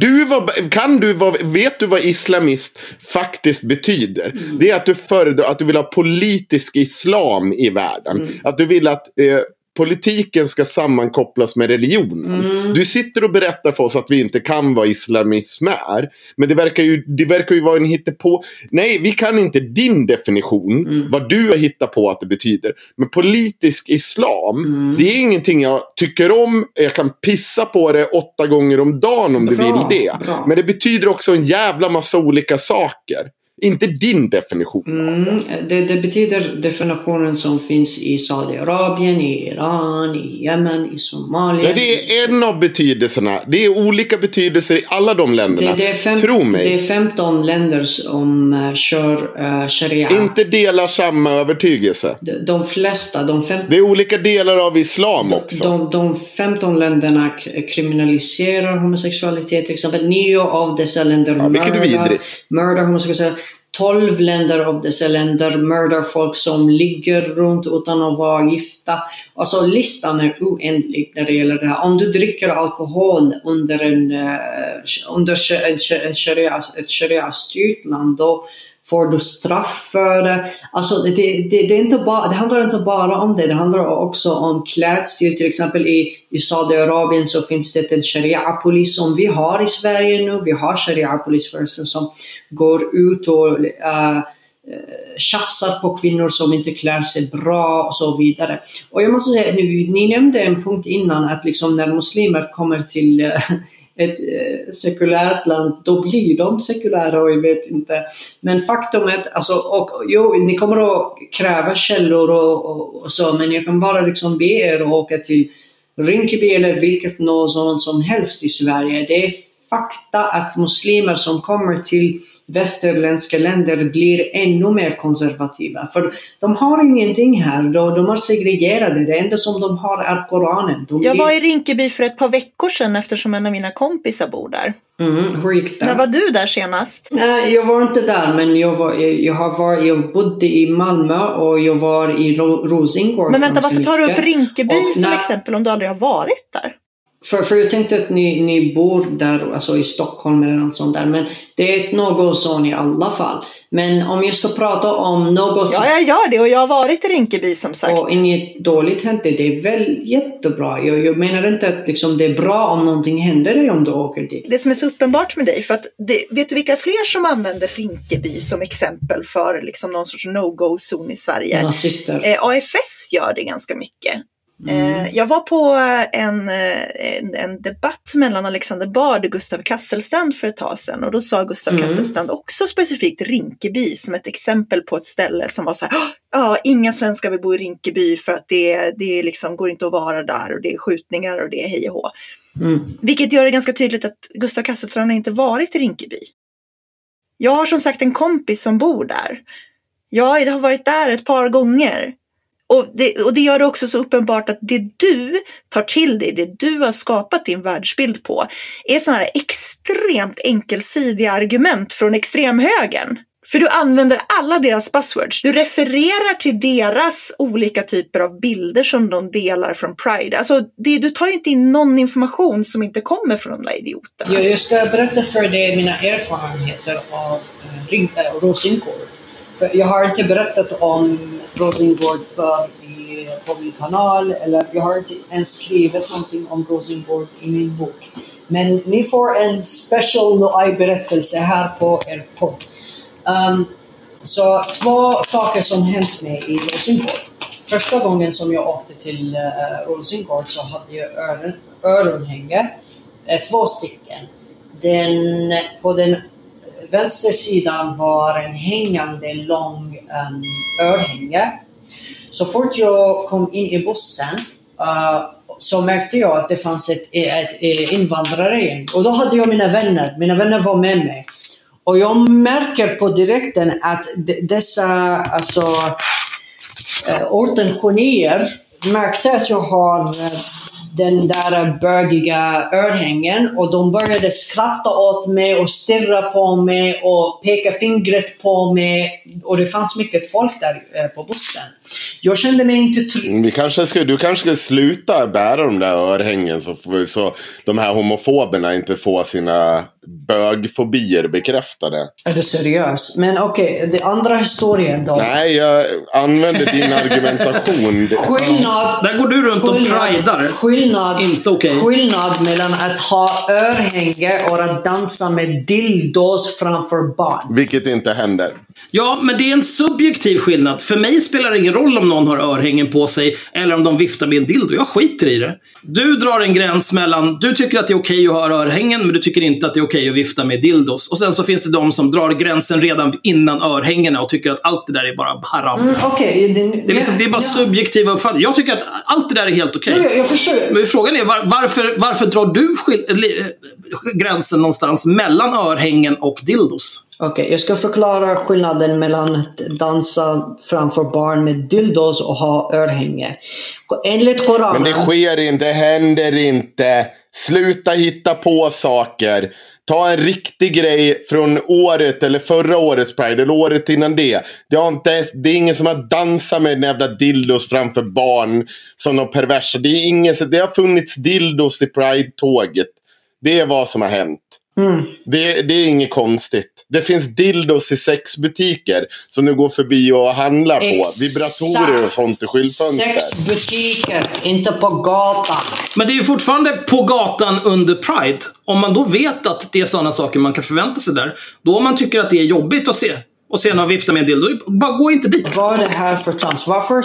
vet du vad islamist faktiskt betyder? Det är att du föredrar att du vill ha politisk islam i världen. Att du vill att... politiken ska sammankopplas med religionen. Du sitter och berättar för oss att vi inte kan vad islamism är. Men det verkar ju vara en hittepå. Nej, vi kan inte din definition. Vad du har hittat på att det betyder. Men politisk islam, det är ingenting jag tycker om. Jag kan pissa på det 8 gånger om dagen om du vill det. Bra. Men det betyder också en jävla massa olika saker. Inte din definition. Det betyder definitionen som finns i Saudiarabien, i Iran, i Yemen, i Somalia. Ja, det är en av betydelserna. Det är olika betydelser i alla de länderna. Tro mig. Det är 15 länder som kör sharia. Inte delar samma övertygelse. De flesta. Det är olika delar av islam också. De 15 länderna kriminaliserar homosexualitet. Till exempel 9 av dessa länder mördar homosexualitet. 12 länder av dessa länder mördar folk som ligger runt utan att vara gifta. Alltså listan är oändlig när det gäller det här. Om du dricker alkohol under ett sharia-styrt land, då får du straff för det. Alltså det handlar inte bara om det. Det handlar också om klädstil. Till exempel i Saudiarabien så finns det en sharia-polis som vi har i Sverige nu. Vi har sharia-polis förresten som går ut och tjafsar på kvinnor som inte klär sig bra och så vidare. Och jag måste säga, ni nämnde en punkt innan att liksom när muslimer kommer till ett sekulärt land, då blir de sekulära och jag vet inte. Men faktum är att ni kommer att kräva källor och så, men jag kan bara liksom be er att åka till Rinkeby eller vilket någon som helst i Sverige. Det är fakta att muslimer som kommer till västerländska länder blir ännu mer konservativa. För de har ingenting här. De är segregerade. Det enda som de har är Koranen. Jag var i Rinkeby för ett par veckor sedan eftersom en av mina kompisar bor där. Hur gick det? När var du där senast? Nej, jag var inte där, men jag bodde i Malmö och jag var i Rosengård. Men vänta, varför tar du upp Rinkeby som exempel om du aldrig har varit där? För jag tänkte att ni bor där, alltså i Stockholm eller något sånt där. Men det är något sånt i alla fall. Men om jag ska prata om något... Ja, jag gör det och jag har varit i Rinkeby som sagt. Och inget dåligt händer, det är väl jättebra. Jag menar inte att liksom, det är bra om någonting händer dig om du åker dit. Det som är så uppenbart med dig, för att vet du vilka fler som använder Rinkeby som exempel för liksom någon sorts no-go-zon i Sverige? Nazister. AFS gör det ganska mycket. Jag var på en debatt mellan Alexander Bard och Gustav Kasselstrand för ett tag sedan, och då sa Gustav Kasselstrand också specifikt Rinkeby som ett exempel på ett ställe som var så här: inga svenskar vill bo i Rinkeby för att det liksom går inte att vara där och det är skjutningar och det är hej och hå. Vilket gör det ganska tydligt att Gustav Kasselstrand har inte varit i Rinkeby. Jag har som sagt en kompis som bor där. Jag har varit där ett par gånger. Och det gör det också så uppenbart att det du tar till dig, det du har skapat din världsbild på, är sådana här extremt enkelsidiga argument från extremhögern. För du använder alla deras buzzwords. Du refererar till deras olika typer av bilder som de delar från Pride. Alltså, du tar ju inte in någon information som inte kommer från de där idioterna. Jag ska berätta för dig mina erfarenheter av Rosengård. För jag har inte berättat om Rosengård på min kanal, eller jag har inte ens skrivit någonting om Rosengård i min bok. Men ni får en special berättelse här på er podd. Så 2 saker som hänt mig i Rosengård. Första gången som jag åkte till Rosengård så hade jag örhänge. 2 stycken. På den vänstersidan var en hängande lång örhänge. Så fort jag kom in i bussen så märkte jag att det fanns ett invandrargäng. Och då hade jag mina vänner var med mig. Och jag märker på direkten att dessa ortenjournéer märkte att jag har den där bögiga örhängen, och de började skratta åt mig och stirra på mig och peka fingret på mig, och det fanns mycket folk där på bussen. Jag kände mig inte trygg. Du kanske ska sluta bära de där örhängen så de här homofoberna inte får sina bögfobier bekräftade. Är du seriös? Men okej, det andra historien då. Nej, jag använder din argumentation. Där går du runt och pridar. Inte okej. Skillnad mellan att ha örhänge och att dansa med dildos framför barn. Vilket inte händer. Ja, men det är en subjektiv skillnad. För mig spelar det ingen roll om någon har örhängen på sig eller om de viftar med en dildo. Jag skiter i det. Du drar en gräns mellan, du tycker att det är okej att ha örhängen, men du tycker inte att det är okej att vifta med dildos. Och sen så finns det de som drar gränsen redan innan örhängena och tycker att allt det där är bara haram. Det är bara subjektiva uppfattningar. Jag tycker att allt det där är helt okej. Jag förstår. Men frågan är, varför drar du gränsen någonstans mellan örhängen och dildos? Okej, jag ska förklara skillnaden mellan att dansa framför barn med dildos och ha örhänge. Enligt Koranen... Men det sker inte, det händer inte. Sluta hitta på saker. Ta en riktig grej från året eller förra årets Pride eller året innan det. Det är ingen som har dansat med jävla dildos framför barn som de perversa. Det har funnits dildos i Pride-tåget. Det är vad som har hänt. Det är inget konstigt. Det finns dildos i sexbutiker som du går förbi och handlar på. Vibratorer och sånt i skyltfönster. Sexbutiker, inte på gatan. Men det är ju fortfarande på gatan under Pride. Om man då vet att det är sådana saker man kan förvänta sig där, då om man tycker att det är jobbigt att se och sen har vifta med en dildo, bara gå inte dit. Vad är det här för trams? Varför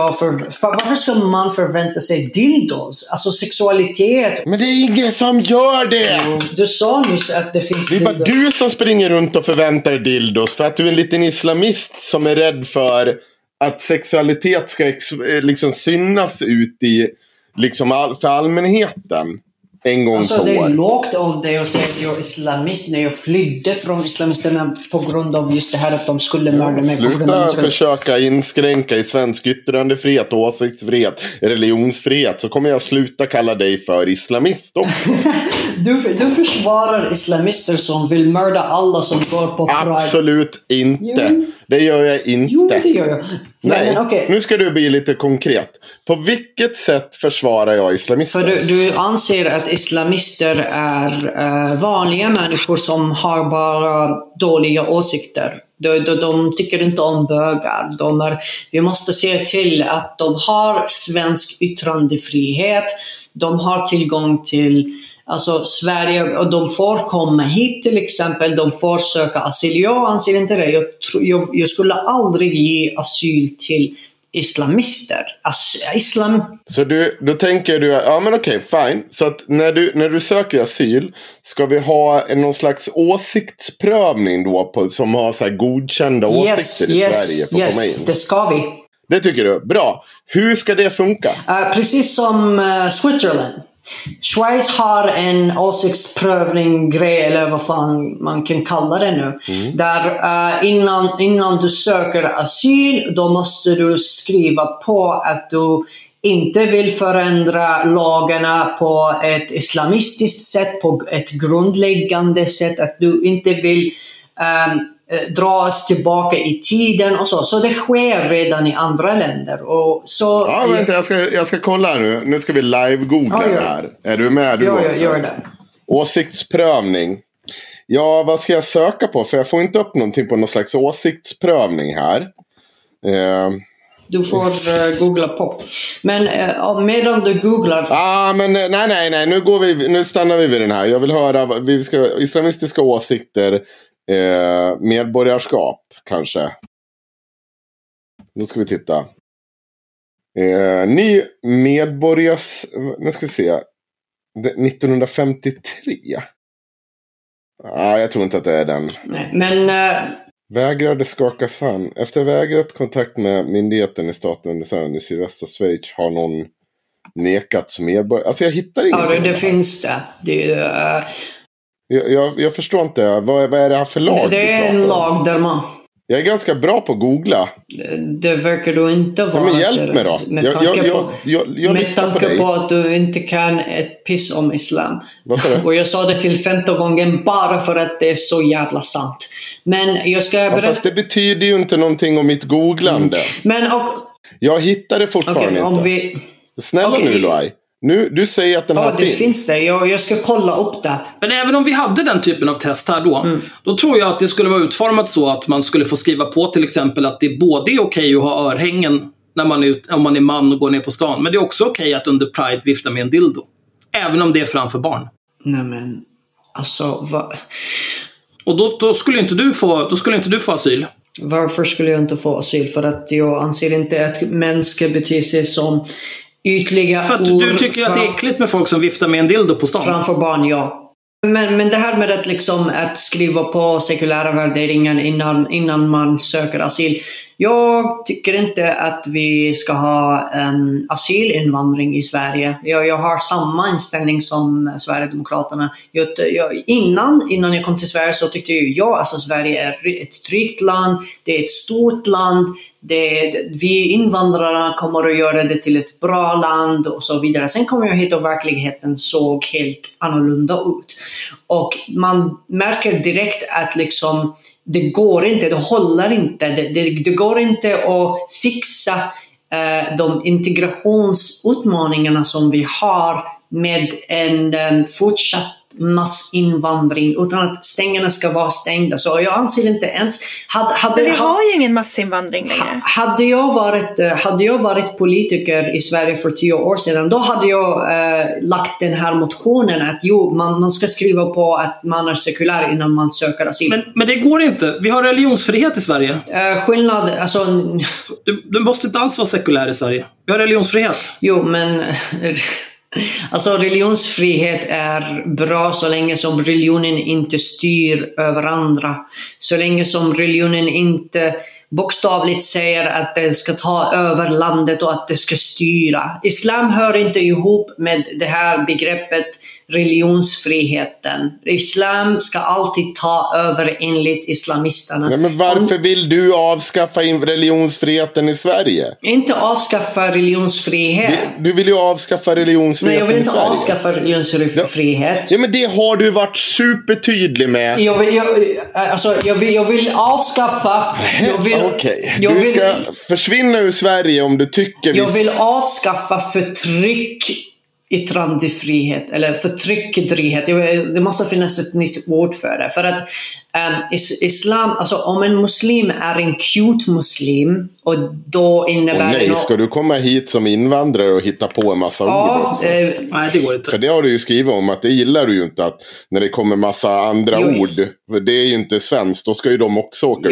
ska man förvänta sig dildos? Alltså sexualitet. Men det är ingen som gör det. Du sa nyss att det finns dildos. Det är bara du som springer runt och förväntar dig dildos för att du är en liten islamist som är rädd för att sexualitet ska liksom synas ut i liksom för allmänheten. En gång alltså, det är lågt av dig att säga att jag är islamist när jag flydde från islamisterna på grund av just det här att de skulle mörda mig. Sluta försöka inskränka i svensk yttrandefrihet, åsiktsfrihet, religionsfrihet, så kommer jag sluta kalla dig för islamist då. Du försvarar islamister som vill mörda alla som går på Pride. Absolut inte. Jo. Det gör jag inte. Jo, det gör jag. Nej, men, okay. Nu ska du bli lite konkret. På vilket sätt försvarar jag islamister? För du anser att islamister är vanliga människor som har bara dåliga åsikter. De tycker inte om bögar. Vi måste se till att de har svensk yttrandefrihet. De har tillgång till Sverige, och de får komma hit till exempel, de får söka asyl. Jag anser inte det. Jag skulle aldrig ge asyl till islamister. Så då tänker du, ja men okej, fine. Så att när du söker asyl, ska vi ha någon slags åsiktsprövning då som har så här godkända åsikter i Sverige för att komma in? Det ska vi. Det tycker du? Bra. Hur ska det funka? Precis som Switzerland. Schweiz har en åsiktsprövning-grej, eller vad fan man kan kalla det nu. Där innan du söker asyl, då måste du skriva på att du inte vill förändra lagarna på ett islamistiskt sätt, på ett grundläggande sätt, att du inte vill dras tillbaka i tiden och så. Så det sker redan i andra länder. Och så, ja, vänta, jag ska kolla nu. Nu ska vi live-googla det här. Är du med? Jag gör det. Åsiktsprövning. Ja, vad ska jag söka på? För jag får inte upp någonting på någon slags åsiktsprövning här. Du får googla på. Men medan du googlar... men nej. Nu stannar vi vid den här. Jag vill höra islamistiska åsikter. Medborgarskap kanske. Nu ska vi titta. Ny nu ska vi se. 1953? Jag tror inte att det är den. Nej, men... Vägrade skakas hand. Efter vägrat kontakt med myndigheten i staten i sydvästra Schweiz har någon nekats medborgare. Alltså jag hittar ingenting. Ja, det finns det. Jag förstår inte. Vad är det här för lag? Det är en lag där man... Jag är ganska bra på att googla. Det verkar du inte vara. Men hjälp mig då. Med tanke på att du inte kan ett piss om islam. Vad sa du? Och jag sa det till 15 gången bara för att det är så jävla sant. Men jag ska berätta... Fast det betyder ju inte någonting om mitt googlande. Jag hittar det fortfarande inte. Snälla nu, Loai. Nu, du säger att den här finns det. Jag ska kolla upp det. Men även om vi hade den typen av test här då tror jag att det skulle vara utformat så att man skulle få skriva på till exempel att det både är okej att ha örhängen när om man är man och går ner på stan. Men det är också okej att under Pride vifta med en dildo. Även om det är framför barn. Nej men, alltså vad... Och då skulle inte du få asyl. Varför skulle jag inte få asyl? För att jag anser inte att män ska bete sig som ytliga. För att du tycker att det är äckligt med folk som viftar med en dildo på stan? Framför barn, ja. Men det här med att skriva på sekulära värderingar innan man söker asyl. Jag tycker inte att vi ska ha asylinvandring i Sverige. Jag har samma inställning som Sverigedemokraterna. Innan jag kom till Sverige så tyckte jag alltså Sverige är ett tryggt land. Det är ett stort land. Vi invandrarna kommer att göra det till ett bra land och så vidare. Sen kom jag hit och verkligheten såg helt annorlunda ut. Och man märker direkt att liksom det går inte, det håller inte. Det går inte att fixa de integrationsutmaningarna som vi har med en fortsatt massinvandring utan att stängerna ska vara stängda. Så jag anser inte ens... Men vi har ju ingen massinvandring längre. Hade jag varit politiker i Sverige för 10 år sedan, då hade jag lagt den här motionen att man ska skriva på att man är sekulär innan man söker asyl. Men det går inte. Vi har religionsfrihet i Sverige. Skillnad, alltså... Du måste inte alls vara sekulär i Sverige. Vi har religionsfrihet. Jo, men... Alltså religionsfrihet är bra så länge som religionen inte styr över andra. Så länge som religionen inte bokstavligt säger att det ska ta över landet och att det ska styra. Islam hör inte ihop med det här begreppet religionsfriheten. Islam ska alltid ta över enligt islamisterna. Nej, men varför vill du avskaffa religionsfriheten i Sverige? Inte avskaffa religionsfrihet. Du vill ju avskaffa religionsfriheten i Sverige. Nej, jag vill inte avskaffa religionsfrihet. Ja, men det har du varit supertydlig med. Jag vill avskaffa... Okej. Du ska försvinna ur Sverige om du tycker... Jag vill avskaffa förtryck, yttrandefrihet eller förtryckdrihet. Det måste finnas ett nytt ord för det. För att islam, alltså om en muslim är en cute muslim och då innebär det... Ska du komma hit som invandrare och hitta på en massa ord också? Nej, det går inte. För det har du ju skrivit om att det gillar du ju inte att när det kommer massa andra ord. För det är ju inte svenskt, då ska ju de också åka ut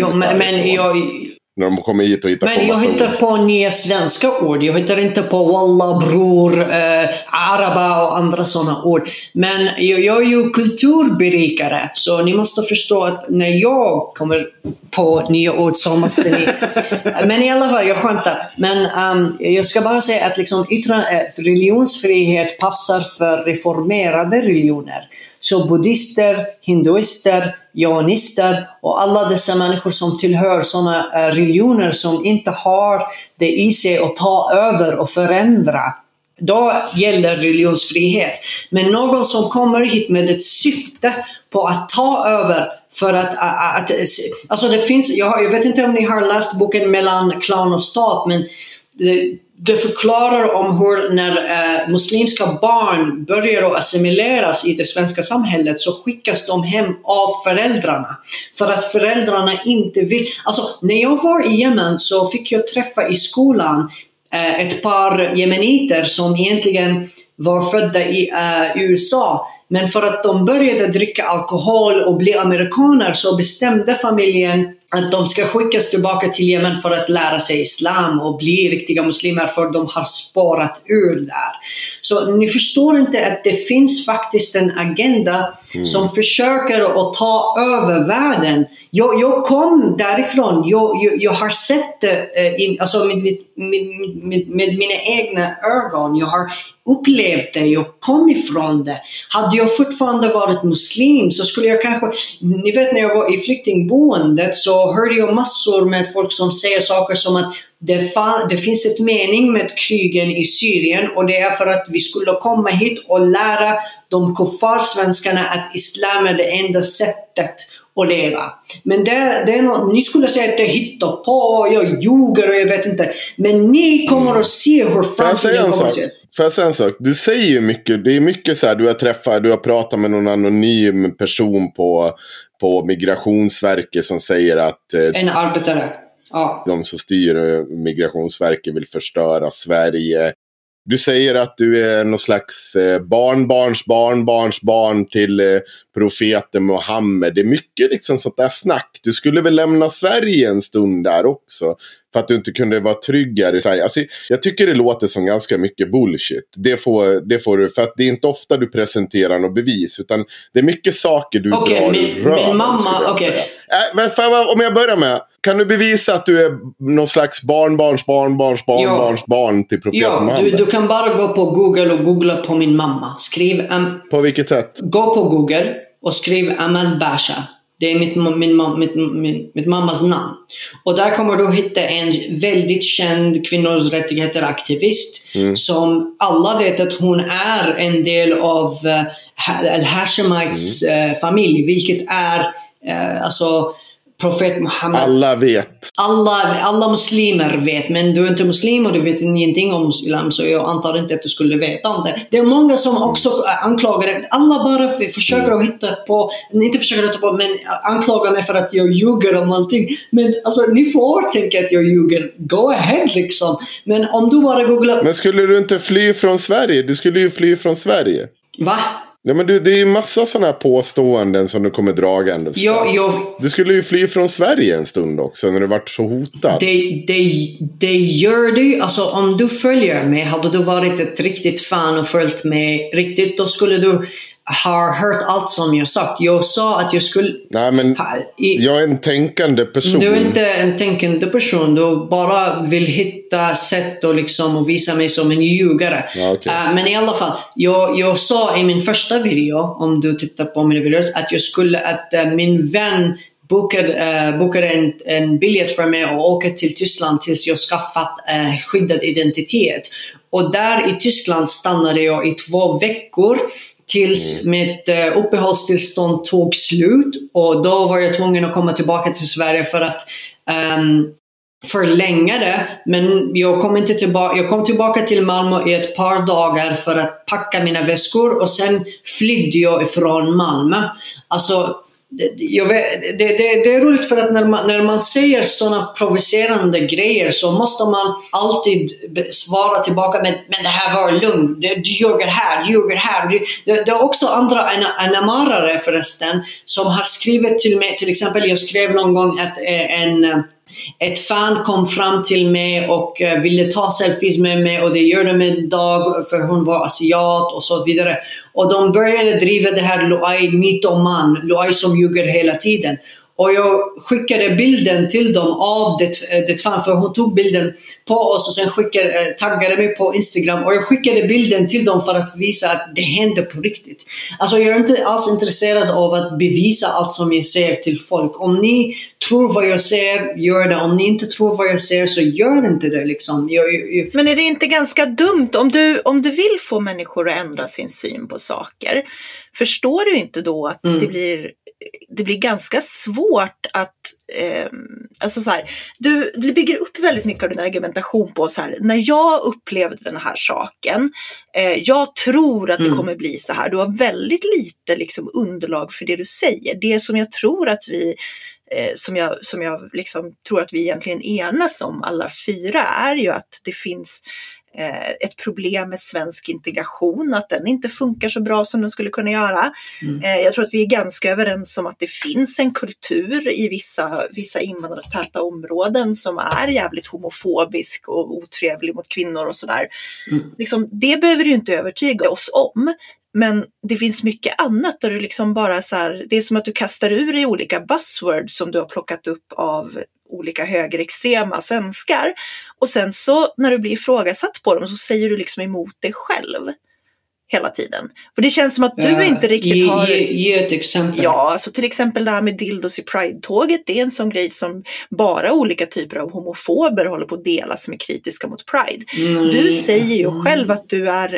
när de kommer hit och hittar på massa ord. Men jag hittar på nya svenska ord. Jag hittar inte på walla, bror, araba och andra sådana ord. Men jag är ju kulturberikare. Så ni måste förstå att när jag kommer på nya ord så måste ni... Men i alla fall, jag skämtar. Men jag ska bara säga att liksom religionsfrihet passar för reformerade religioner. Så buddhister, hinduister, jainister och alla dessa människor som tillhör sådana religioner som inte har det i sig att ta över och förändra. Då gäller religionsfrihet. Men någon som kommer hit med ett syfte på att ta över för att alltså det finns, jag vet inte om ni har läst boken Mellan klan och stat, men det förklarar om hur när muslimska barn börjar att assimileras i det svenska samhället så skickas de hem av föräldrarna. För att föräldrarna inte vill... Alltså, när jag var i Yemen så fick jag träffa i skolan ett par jemeniter som egentligen var födda i USA Men för att de började dricka alkohol och bli amerikaner så bestämde familjen att de ska skickas tillbaka till Jemen för att lära sig islam och bli riktiga muslimer, för de har spårat ur där. Så ni förstår inte att det finns faktiskt en agenda som försöker att ta över världen. Jag kom därifrån, jag har sett det alltså med mina egna ögon. Jag har upplevt det, jag kom ifrån det. Hade jag fortfarande varit muslim så skulle jag kanske, ni vet när jag var i flyktingboendet så hörde jag massor med folk som säger saker som att det finns ett mening med krigen i Syrien och det är för att vi skulle komma hit och lära de kuffar-svenskarna att islam är det enda sättet att leva. Men det är något, ni skulle säga att det hittar på, jag ljuger och jag vet inte. Men ni kommer att se hur framtiden kommer att se. Får jag säga en sak? Du säger ju mycket, det är mycket så här, du har pratat med någon anonym person på Migrationsverket som säger att en arbetare. Ja. De som styr Migrationsverket vill förstöra Sverige. Du säger att du är någon slags barn till profeten Mohammed. Det är mycket liksom sånt där snack. Du skulle väl lämna Sverige en stund där också. För att du inte kunde vara tryggare i Sverige. Alltså, jag tycker det låter som ganska mycket bullshit. Det får du. För att det är inte ofta du presenterar något bevis. Utan det är mycket saker du drar ur röven. Min mamma, okej. Men om jag börjar med. Kan du bevisa att du är någon slags barn till profeten Mohammed? Du kan bara gå på Google och googla på min mamma. Skriv på vilket sätt? Gå på Google och skriv Amal Basha. Det är mitt mammas namn. Och där kommer du hitta en väldigt känd kvinnors rättigheter aktivist som alla vet att hon är en del av Al-Hashemites familj, vilket är alltså profet Muhammed. Alla vet. Alla muslimer vet, men du är inte muslim och du vet ingenting om islam, så jag antar inte att du skulle veta om det. Det är många som också anklagar det. Alla bara försöker att hitta på, inte försöker att hitta på, men anklagar mig för att jag ljuger om allting. Men alltså, ni får tänka att jag ljuger. Go ahead liksom. Men om du bara googlar... Men skulle du inte fly från Sverige? Du skulle ju fly från Sverige. Va? Ja, men det är ju massa sådana här påståenden som du kommer dragande. Du skulle ju fly från Sverige en stund också när du varit så hotad. Det gör du. Alltså om du följer mig, hade du varit ett riktigt fan och följt mig riktigt, då skulle du ha hört allt som jag sagt. Jag sa att jag skulle... Nej, men jag är en tänkande person. Du är inte en tänkande person. Du bara vill hitta sätt och liksom och visa mig som en ljugare. Ja, okay. Men i alla fall, jag sa i min första video, om du tittar på mina videos, att jag skulle, att min vän bokade en biljett för mig och åka till Tyskland tills jag skaffat skyddad identitet. Och där i Tyskland stannade jag i 2 veckor tills mitt uppehållstillstånd tog slut, och då var jag tvungen att komma tillbaka till Sverige för att förlänga det. Men jag kom inte tillbaka. Jag kom tillbaka till Malmö i ett par dagar för att packa mina väskor, och sen flydde jag ifrån Malmö. Alltså det är roligt för att när man säger såna provocerande grejer så måste man alltid svara tillbaka men det här var lugnt, du ljuger här. Det är också andra anamarare förresten som har skrivit till mig. Till exempel jag skrev någon gång att ett fan kom fram till mig och ville ta selfies med mig, och det gör de en dag för hon var asiat och så vidare. Och de började driva det här Luai mytoman, Luai som ljuger hela tiden. Och jag skickade bilden till dem av det fan, för hon tog bilden på oss och sen taggade mig på Instagram, och jag skickade bilden till dem för att visa att det hände på riktigt. Alltså jag är inte alls intresserad av att bevisa allt som jag säger till folk. Om ni tror vad jag säger, gör det. Om ni inte tror vad jag säger, så gör inte det liksom. Men är det inte ganska dumt om du vill få människor att ändra sin syn på saker? Förstår du inte då att det blir ganska svårt att alltså så här, du bygger upp väldigt mycket av din argumentation på så här: när jag upplevde den här saken, jag tror att det kommer bli så här. Du har väldigt lite liksom underlag för det du säger. Det som jag tror att vi som jag liksom tror att vi egentligen enas om alla 4 är ju att det finns ett problem med svensk integration, att den inte funkar så bra som den skulle kunna göra. Jag tror att vi är ganska överens om att det finns en kultur i vissa invandrartäta områden som är jävligt homofobisk och otrevlig mot kvinnor och sådär. Liksom, det behöver du inte övertyga oss om. Men det finns mycket annat där du liksom bara så här, det är som att du kastar ur i olika buzzwords som du har plockat upp av olika högerextrema svenskar. Och sen så när du blir ifrågasatt på dem så säger du liksom emot dig själv hela tiden. För det känns som att du inte riktigt har... Ge ett exempel. Ja, alltså till exempel det här med dildos i Pride-tåget, det är en sån grej som bara olika typer av homofober håller på att dela som är kritiska mot Pride. Du säger ju själv att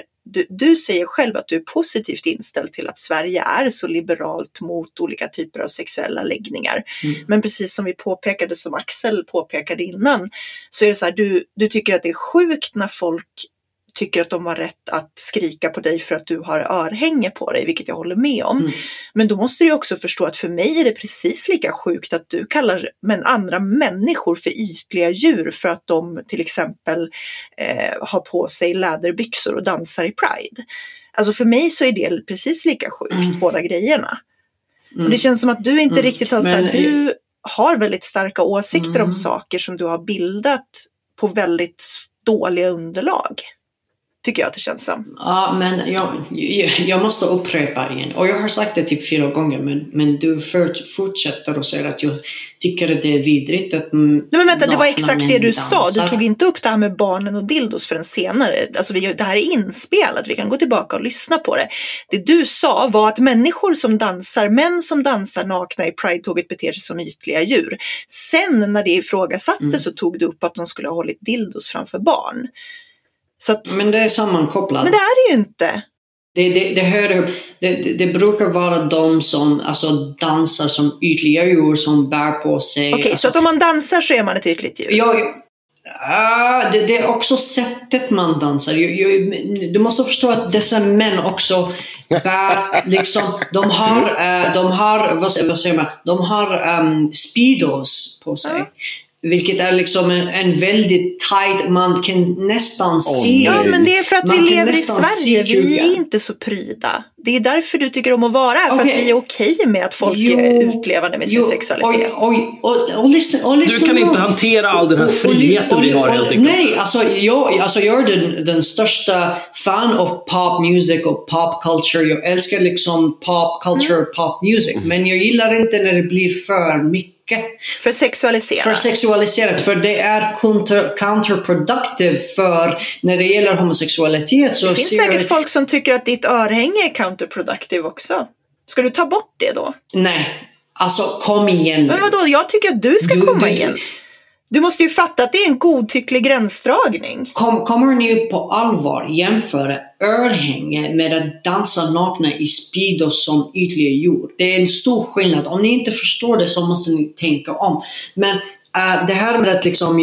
du säger själv att du är positivt inställd till att Sverige är så liberalt mot olika typer av sexuella läggningar. Men precis som vi påpekade, som Axel påpekade innan, så är det så här, du tycker att det är sjukt när folk tycker att de har rätt att skrika på dig för att du har örhänge på dig, vilket jag håller med om. Men då måste du också förstå att för mig är det precis lika sjukt att du kallar andra människor för ytliga djur för att de till exempel har på sig läderbyxor och dansar i Pride. Alltså för mig så är det precis lika sjukt, båda grejerna. Och det känns som att du inte riktigt har du har väldigt starka åsikter om saker som du har bildat på väldigt dåliga underlag. Tycker jag att det känns som. Ja, men jag måste upprepa igen. Och jag har sagt det typ 4 gånger. Men du fortsätter och säger att jag tycker att det är vidrigt att... Nej, men vänta, det var exakt det du sa. Du tog inte upp det här med barnen och dildos förrän senare. Alltså det här är inspelat. Vi kan gå tillbaka och lyssna på det. Det du sa var att människor som dansar, män som dansar nakna i Pride-tåget beter sig som ytliga djur. Sen när det ifrågasattes så tog du upp att de skulle ha hållit dildos framför barn. Så att, men det är sammankopplat. Men det är det ju inte. Det brukar vara de som alltså, dansar som ytliga djur som bär på sig. Okej, alltså, så att om man dansar så är man ett ytligt djur? Det är också sättet man dansar. Du måste förstå att dessa män också bär liksom, de har vad säger man? De har speedos på sig. Vilket är liksom en väldigt tight, man kan nästan se. Ja, men det är för att vi lever i Sverige. Vi är inte så pryda. Det är därför du tycker om att vara här. För att vi är okej med att folk är utlevande med sin sexualitet. Och lyssna, du kan inte hantera all den här friheten vi har helt enkelt. Nej, jag är den största fan av pop music och pop culture. Jag älskar liksom pop culture, pop music. Men jag gillar inte när det blir för mycket. För sexualiserat. För det är counterproductive för när det gäller homosexualitet. Så det finns säkert folk som tycker att ditt örhänge är counterproductive också. Ska du ta bort det då? Nej, alltså kom igen. Men vadå, jag tycker att du ska komma igen. Du måste ju fatta att det är en godtycklig gränsdragning. Kommer ni på allvar jämföra örhänge med att dansa nakna i speedos som ytliga djur? Det är en stor skillnad. Om ni inte förstår det så måste ni tänka om. Men det här med att liksom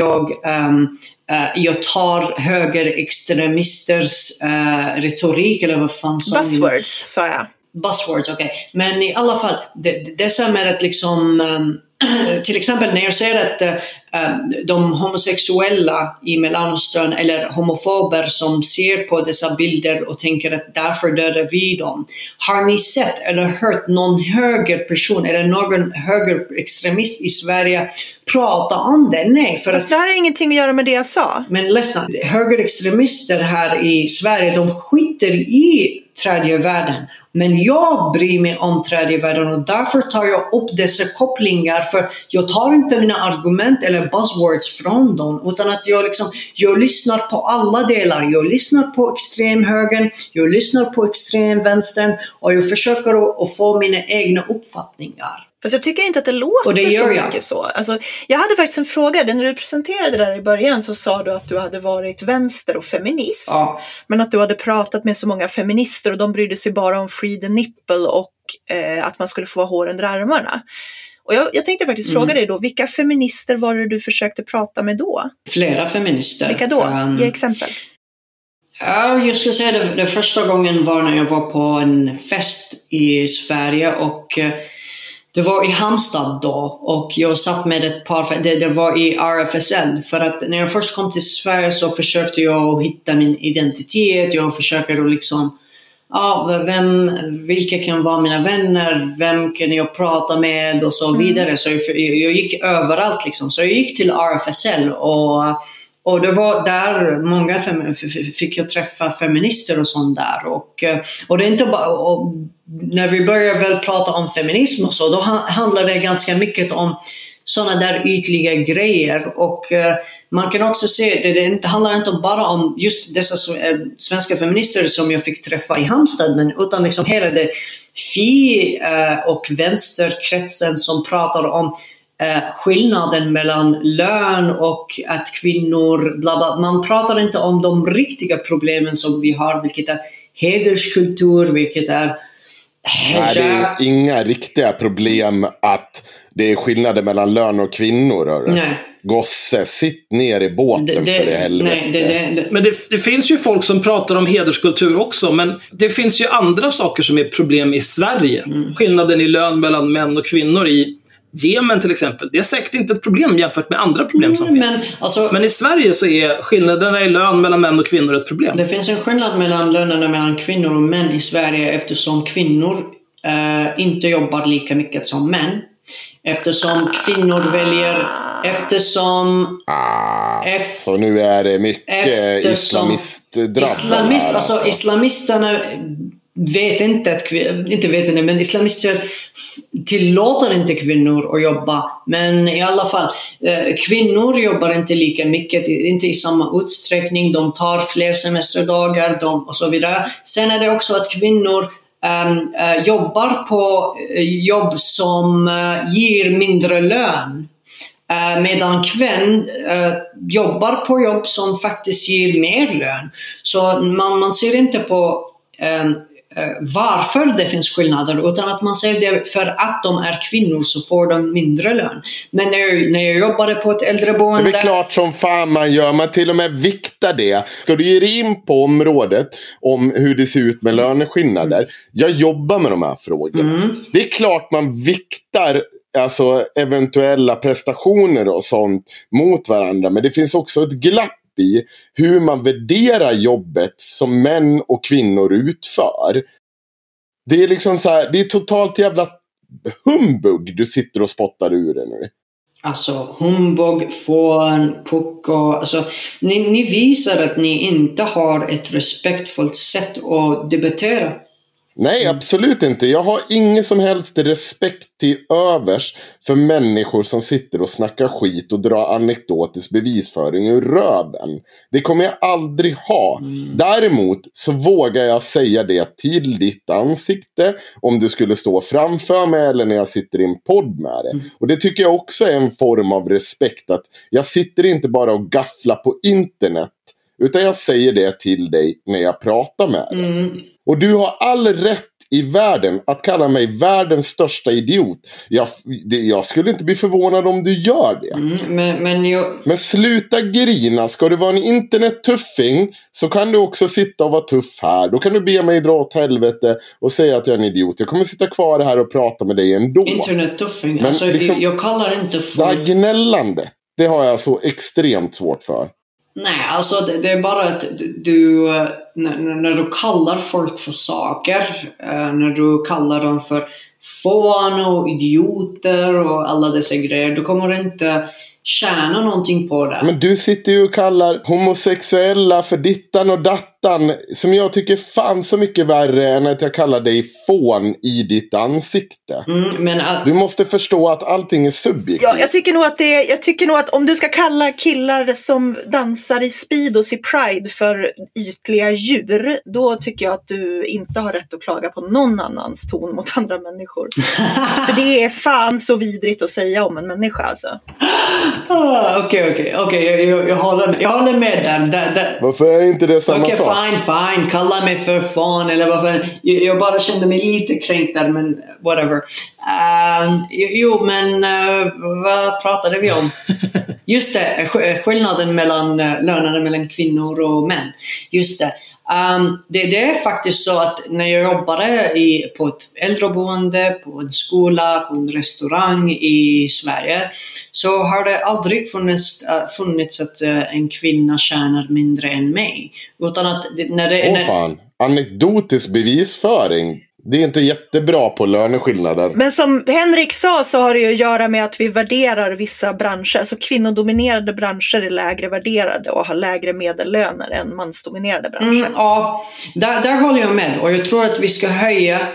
jag tar högerextremisters retorik eller vad fan sa ni? Buzzwords, sa jag. Buzzwords, okej. Men i alla fall, dessa med att liksom... till exempel när jag säger att de homosexuella i Mellanöstern eller homofober som ser på dessa bilder och tänker att därför dödar vi dem. Har ni sett eller hört någon högerperson eller någon högerextremist i Sverige prata om det? Nej. Fast det här har ingenting att göra med det jag sa. Men lyssna, högerextremister här i Sverige, de skiter i tredje världen. Men jag bryr mig om tredje världen och därför tar jag upp dessa kopplingar, för jag tar inte mina argument eller buzzwords från dem, utan att jag lyssnar på alla delar. Jag lyssnar på extremhögern, jag lyssnar på extremvänstern och jag försöker att få mina egna uppfattningar. Fast jag tycker inte att det låter så mycket så. Alltså, jag hade faktiskt en fråga. När du presenterade det där i början så sa du att du hade varit vänster och feminist. Ja. Men att du hade pratat med så många feminister och de brydde sig bara om free the nipple och att man skulle få hår under armarna. Och jag tänkte faktiskt fråga dig då, vilka feminister var det du försökte prata med då? Flera feminister. Vilka då? Ge exempel. Ja, jag skulle säga det första gången var när jag var på en fest i Sverige och Det var i Halmstad då, och jag satt med ett par, det var i RFSL, för att när jag först kom till Sverige så försökte jag hitta min identitet, jag försöker då liksom, vilka kan vara mina vänner, vem kan jag prata med och så vidare. Så jag gick överallt liksom, så jag gick till RFSL och det var där många fick jag träffa feminister och sånt där. Och det är inte bara, när vi börjar väl prata om feminism och så, då handlar det ganska mycket om sådana där ytliga grejer. Och man kan också se, det handlar inte bara om just dessa svenska feminister som jag fick träffa i Halmstad, men utan liksom hela det och vänsterkretsen som pratar om skillnaden mellan lön och att kvinnor bla bla. Man pratar inte om de riktiga problemen som vi har, vilket är hederskultur, vilket är nej, det är inga riktiga problem att det är skillnader mellan lön och kvinnor. Nej. Gosse, sitt ner i båten för det helvete. Men det finns ju folk som pratar om hederskultur också, men det finns ju andra saker som är problem i Sverige. Skillnaden i lön mellan män och kvinnor i Jemen till exempel, det är säkert inte ett problem jämfört med andra problem som finns. Men i Sverige så är skillnaderna i lön mellan män och kvinnor ett problem. Det finns en skillnad mellan lönerna mellan kvinnor och män i Sverige, eftersom kvinnor inte jobbar lika mycket som män. Eftersom kvinnor väljer, så nu är det mycket islamistdrabbade. Islamisterna vet inte men islamister tillåter inte kvinnor att jobba, men i alla fall kvinnor jobbar inte lika mycket, inte i samma utsträckning, de tar fler semesterdagar och så vidare. Sen är det också att kvinnor jobbar på jobb som ger mindre lön, medan kvinnor jobbar på jobb som faktiskt ger mer lön. Så man ser inte på varför det finns skillnader, utan att man säger det för att de är kvinnor så får de mindre lön. Men när jag jobbade på ett äldreboende... Det är klart som fan man gör, man till och med viktar det. Ska du ge dig in på området om hur det ser ut med löneskillnader? Jag jobbar med de här frågorna. Det är klart man viktar alltså eventuella prestationer och sånt mot varandra, men det finns också ett glapp i hur man värderar jobbet som män och kvinnor utför. Det är liksom så här, det är totalt jävla humbug du sitter och spottar ur det nu. Alltså humbug, fån, pucko, alltså ni visar att ni inte har ett respektfullt sätt att debattera. Nej, absolut inte. Jag har ingen som helst respekt till övers för människor som sitter och snackar skit och drar anekdotisk bevisföring ur röven. Det kommer jag aldrig ha. Däremot så vågar jag säga det till ditt ansikte om du skulle stå framför mig eller när jag sitter i en podd med det. Och det tycker jag också är en form av respekt, att jag sitter inte bara och gafflar på internet, utan jag säger det till dig när jag pratar med dig. Och du har all rätt i världen att kalla mig världens största idiot. Jag skulle inte bli förvånad om du gör det. Men sluta grina. Ska du vara en internettuffing så kan du också sitta och vara tuff här. Då kan du be mig dra åt helvete och säga att jag är en idiot. Jag kommer sitta kvar här och prata med dig ändå. Internettuffing? Men alltså, liksom, jag kallar inte för... Det här gnällandet, det har jag så extremt svårt för. Nej, alltså det är bara att du när du kallar folk för saker, när du kallar dem för fån och idioter och alla dessa grejer, du kommer inte tjäna någonting på det. Men du sitter ju och kallar homosexuella för dittan och dattan, som jag tycker fan så mycket värre än att jag kallar dig fån i ditt ansikte. Du måste förstå att allting är subjektivt. Ja, jag tycker nog att om du ska kalla killar som dansar i Speedos i Pride för ytliga djur, då tycker jag att du inte har rätt att klaga på någon annans ton mot andra människor. För det är fan så vidrigt att säga om en människa alltså. Okej, jag håller med där. Varför är inte det samma sak? Fine, kalla mig för fan eller varför. Jag bara kände mig lite kränkt där, men whatever. Vad pratade vi om? Just det, skillnaden mellan lönerna mellan kvinnor och män. Just det. Det är faktiskt så att när jag jobbade på ett äldreboende, på en skola, på en restaurang i Sverige, så har det aldrig funnits att en kvinna tjänar mindre än mig. Utan att fan. Anekdotisk bevisföring. Det är inte jättebra på löneskillnader. Men som Henrik sa så har det ju att göra med att vi värderar vissa branscher. Alltså kvinnodominerade branscher är lägre värderade och har lägre medellöner än mansdominerade branscher. Ja, där håller jag med. Och jag tror att vi ska höja...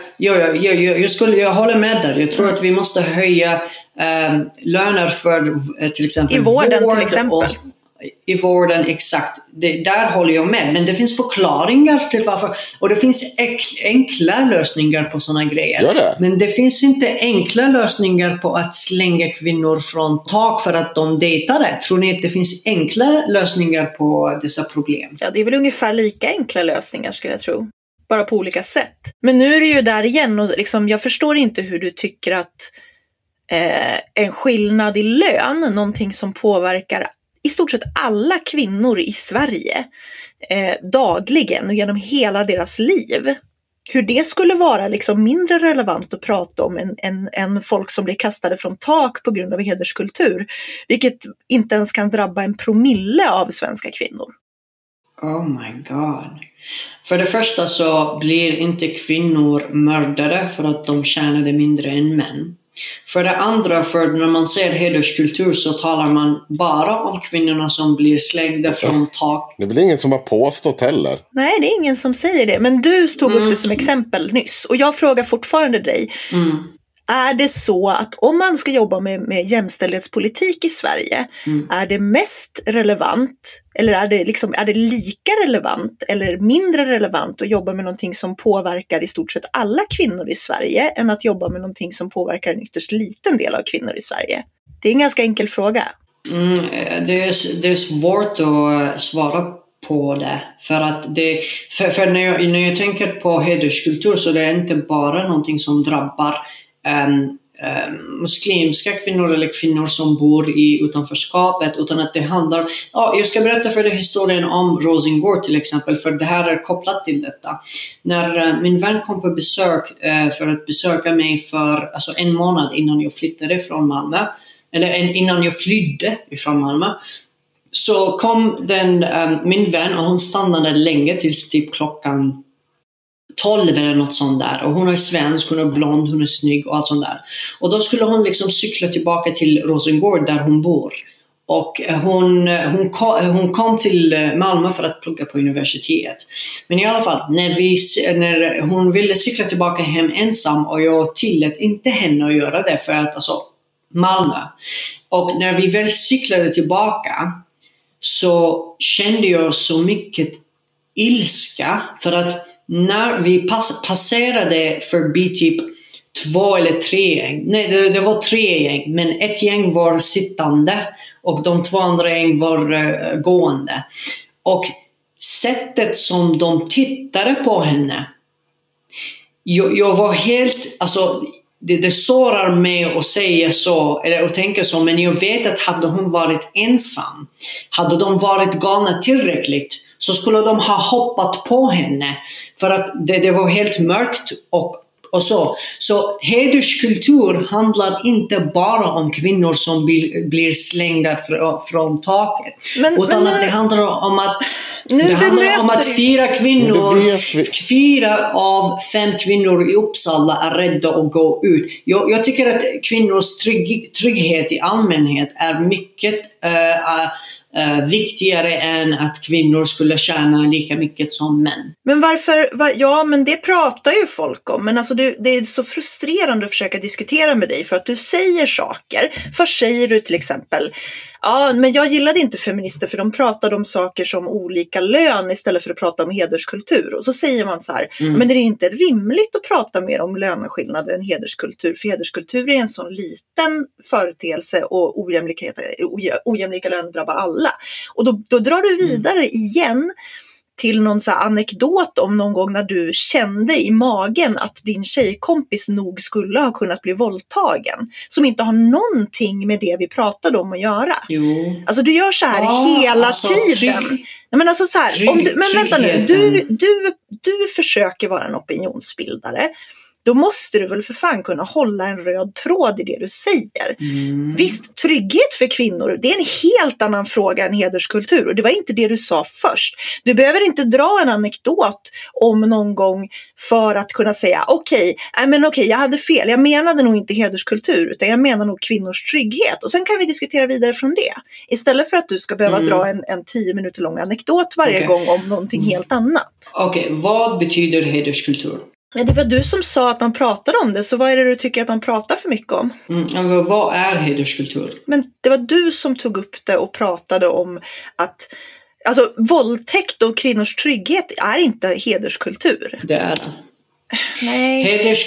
Jag håller med där. Jag tror att vi måste höja löner för till exempel i vården till exempel. I vården, exakt. Där håller jag med. Men det finns förklaringar till varför. Och det finns enkla lösningar på sådana grejer. Men det finns inte enkla lösningar på att slänga kvinnor från tak för att de dejtade. Tror ni att det finns enkla lösningar på dessa problem? Ja, det är väl ungefär lika enkla lösningar skulle jag tro. Bara på olika sätt. Men nu är det ju där igen. Och liksom, jag förstår inte hur du tycker att en skillnad i lön, någonting som påverkar i stort sett alla kvinnor i Sverige dagligen och genom hela deras liv. Hur det skulle vara liksom mindre relevant att prata om än folk som blir kastade från tak på grund av hederskultur. Vilket inte ens kan drabba en promille av svenska kvinnor. Oh my god. För det första så blir inte kvinnor mördade för att de tjänade mindre än män. För det andra, för när man säger hederskultur så talar man bara om kvinnorna som blir slängda från tak. Det är väl ingen som har påstått heller? Nej, det är ingen som säger det. Men du tog upp det som exempel nyss. Och jag frågar fortfarande dig. Är det så att om man ska jobba med jämställdhetspolitik i Sverige, är det mest relevant eller är det lika relevant eller mindre relevant att jobba med någonting som påverkar i stort sett alla kvinnor i Sverige än att jobba med någonting som påverkar en ytterst liten del av kvinnor i Sverige? Det är en ganska enkel fråga. Det är svårt att svara på det. För att för när jag tänker på hederskultur så det är inte bara någonting som drabbar muslimska kvinnor eller kvinnor som bor i utanförskapet, utan att det handlar... jag ska berätta för dig historien om Rosengård till exempel, för det här är kopplat till detta. När min vän kom på besök för att besöka mig för en månad innan jag flyttade från Malmö, eller innan jag flydde ifrån Malmö, så kom min vän och hon stannade länge tills typ klockan 12 eller något sånt där. Och hon är svensk, hon är blond, hon är snygg och allt sånt där. Och då skulle hon liksom cykla tillbaka till Rosengård där hon bor. Och hon kom till Malmö för att plugga på universitet. Men i alla fall, när hon ville cykla tillbaka hem ensam och jag tillät inte henne att göra det för att Malmö. Och när vi väl cyklade tillbaka så kände jag så mycket ilska för att när vi passerade förbi typ 2 eller 3 gäng. Nej, det var 3 gäng. Men ett gäng var sittande och de 2 andra gäng var gående. Och sättet som de tittade på henne. Jag var helt... Det sårar mig att säga så eller att tänka så, men jag vet att hade hon varit ensam, hade de varit galna tillräckligt, så skulle de ha hoppat på henne för att det var helt mörkt och så. Så hederskultur handlar inte bara om kvinnor som blir slängda från taket, utan att det handlar om att 4 av 5 kvinnor i Uppsala är rädda att gå ut. Jag tycker att kvinnors trygghet i allmänhet är mycket viktigare än att kvinnor skulle tjäna lika mycket som män. Men varför? Ja, men det pratar ju folk om. Men det är så frustrerande att försöka diskutera med dig för att du säger saker. Först säger du till exempel, men jag gillade inte feminister för de pratade om saker som olika lön istället för att prata om hederskultur. Och så säger man så här, men det är inte rimligt att prata mer om löneskillnader än hederskultur. För hederskultur är en sån liten företeelse och ojämlika löner drabbar alla. Och då drar du vidare igen till någon så här anekdot om någon gång när du kände i magen att din tjejkompis nog skulle ha kunnat bli våldtagen. Som inte har någonting med det vi pratade om att göra. Jo. Alltså du gör så här hela tiden. Nej, men alltså så här, men vänta nu, du försöker vara en opinionsbildare. Då måste du väl för fan kunna hålla en röd tråd i det du säger. Visst, trygghet för kvinnor, det är en helt annan fråga än hederskultur. Och det var inte det du sa först. Du behöver inte dra en anekdot om någon gång för att kunna säga okej, jag hade fel. Jag menade nog inte hederskultur, utan jag menar nog kvinnors trygghet. Och sen kan vi diskutera vidare från det. Istället för att du ska behöva dra en 10 minuter lång anekdot varje gång om någonting helt annat. Okej, vad betyder hederskultur? Men det var du som sa att man pratade om det, så vad är det du tycker att man pratar för mycket om? Vad är hederskultur? Men det var du som tog upp det och pratade om att alltså, våldtäkt och kvinnors trygghet är inte hederskultur. Det är det. Nej.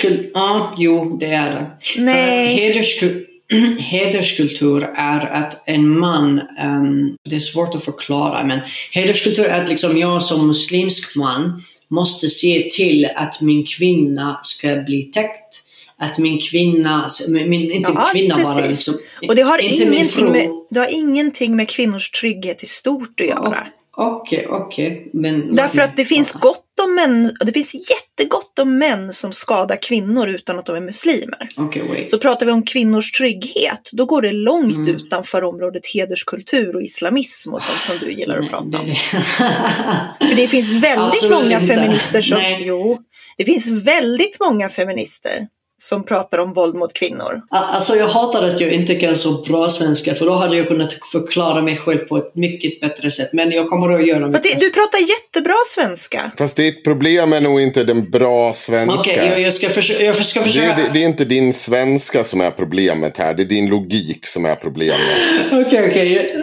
Det är det. Nej. Hederskultur är att en man, det är svårt att förklara, men hederskultur är att liksom jag som muslimsk man måste se till att min kvinna ska bli täckt. Att min kvinna, bara liksom, och det har ingenting med kvinnors trygghet i stort att göra. Okej. Men därför att det finns gott om män, och det finns jättegott om män som skadar kvinnor utan att de är muslimer. Så pratar vi om kvinnors trygghet, då går det långt utanför området hederskultur och islamism och sånt som du gillar att prata om. För det finns väldigt många feminister som... det finns väldigt många feminister som pratar om våld mot kvinnor. Alltså jag hatar att jag inte kan så bra svenska, för då hade jag kunnat förklara mig själv på ett mycket bättre sätt. Men jag kommer att göra mitt bästa. Du pratar jättebra svenska. Fast ditt problem är nog inte den bra svenska. Okej, jag ska försöka. Det är inte din svenska som är problemet här. Det är din logik som är problemet. Okej.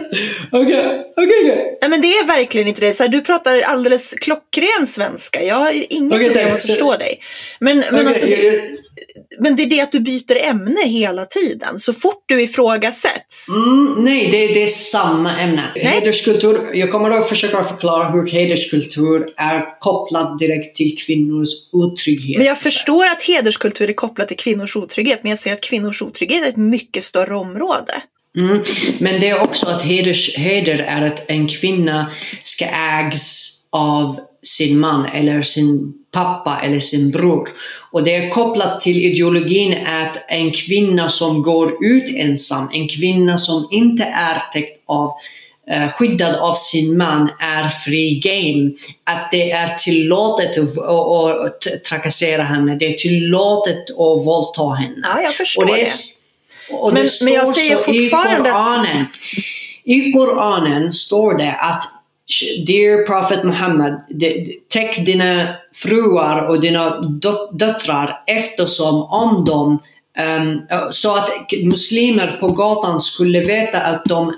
Nej, men det är verkligen inte det. Så här, du pratar alldeles klockren svenska. Jag har inget problem att förstå dig. Men alltså... Men det är det att du byter ämne hela tiden. Så fort du ifrågasätts. Nej, det är samma ämne. Hederskultur, jag kommer att försöka förklara hur hederskultur är kopplad direkt till kvinnors otrygghet. Men jag förstår att hederskultur är kopplad till kvinnors otrygghet. Men jag ser att kvinnors otrygghet är ett mycket större område. Men det är också att heder är att en kvinna ska ägas av sin man eller sin pappa eller sin bror. Och det är kopplat till ideologin att en kvinna som går ut ensam, en kvinna som inte är täckt av skyddad av sin man är free game. Att det är tillåtet att trakassera henne, det är tillåtet att våldta henne. Ja, jag förstår det. Och men jag säger fortfarande i Koranen står det att Dear Prophet Muhammad, täck dina fruar och dina döttrar eftersom om dem så att muslimer på gatan skulle veta att de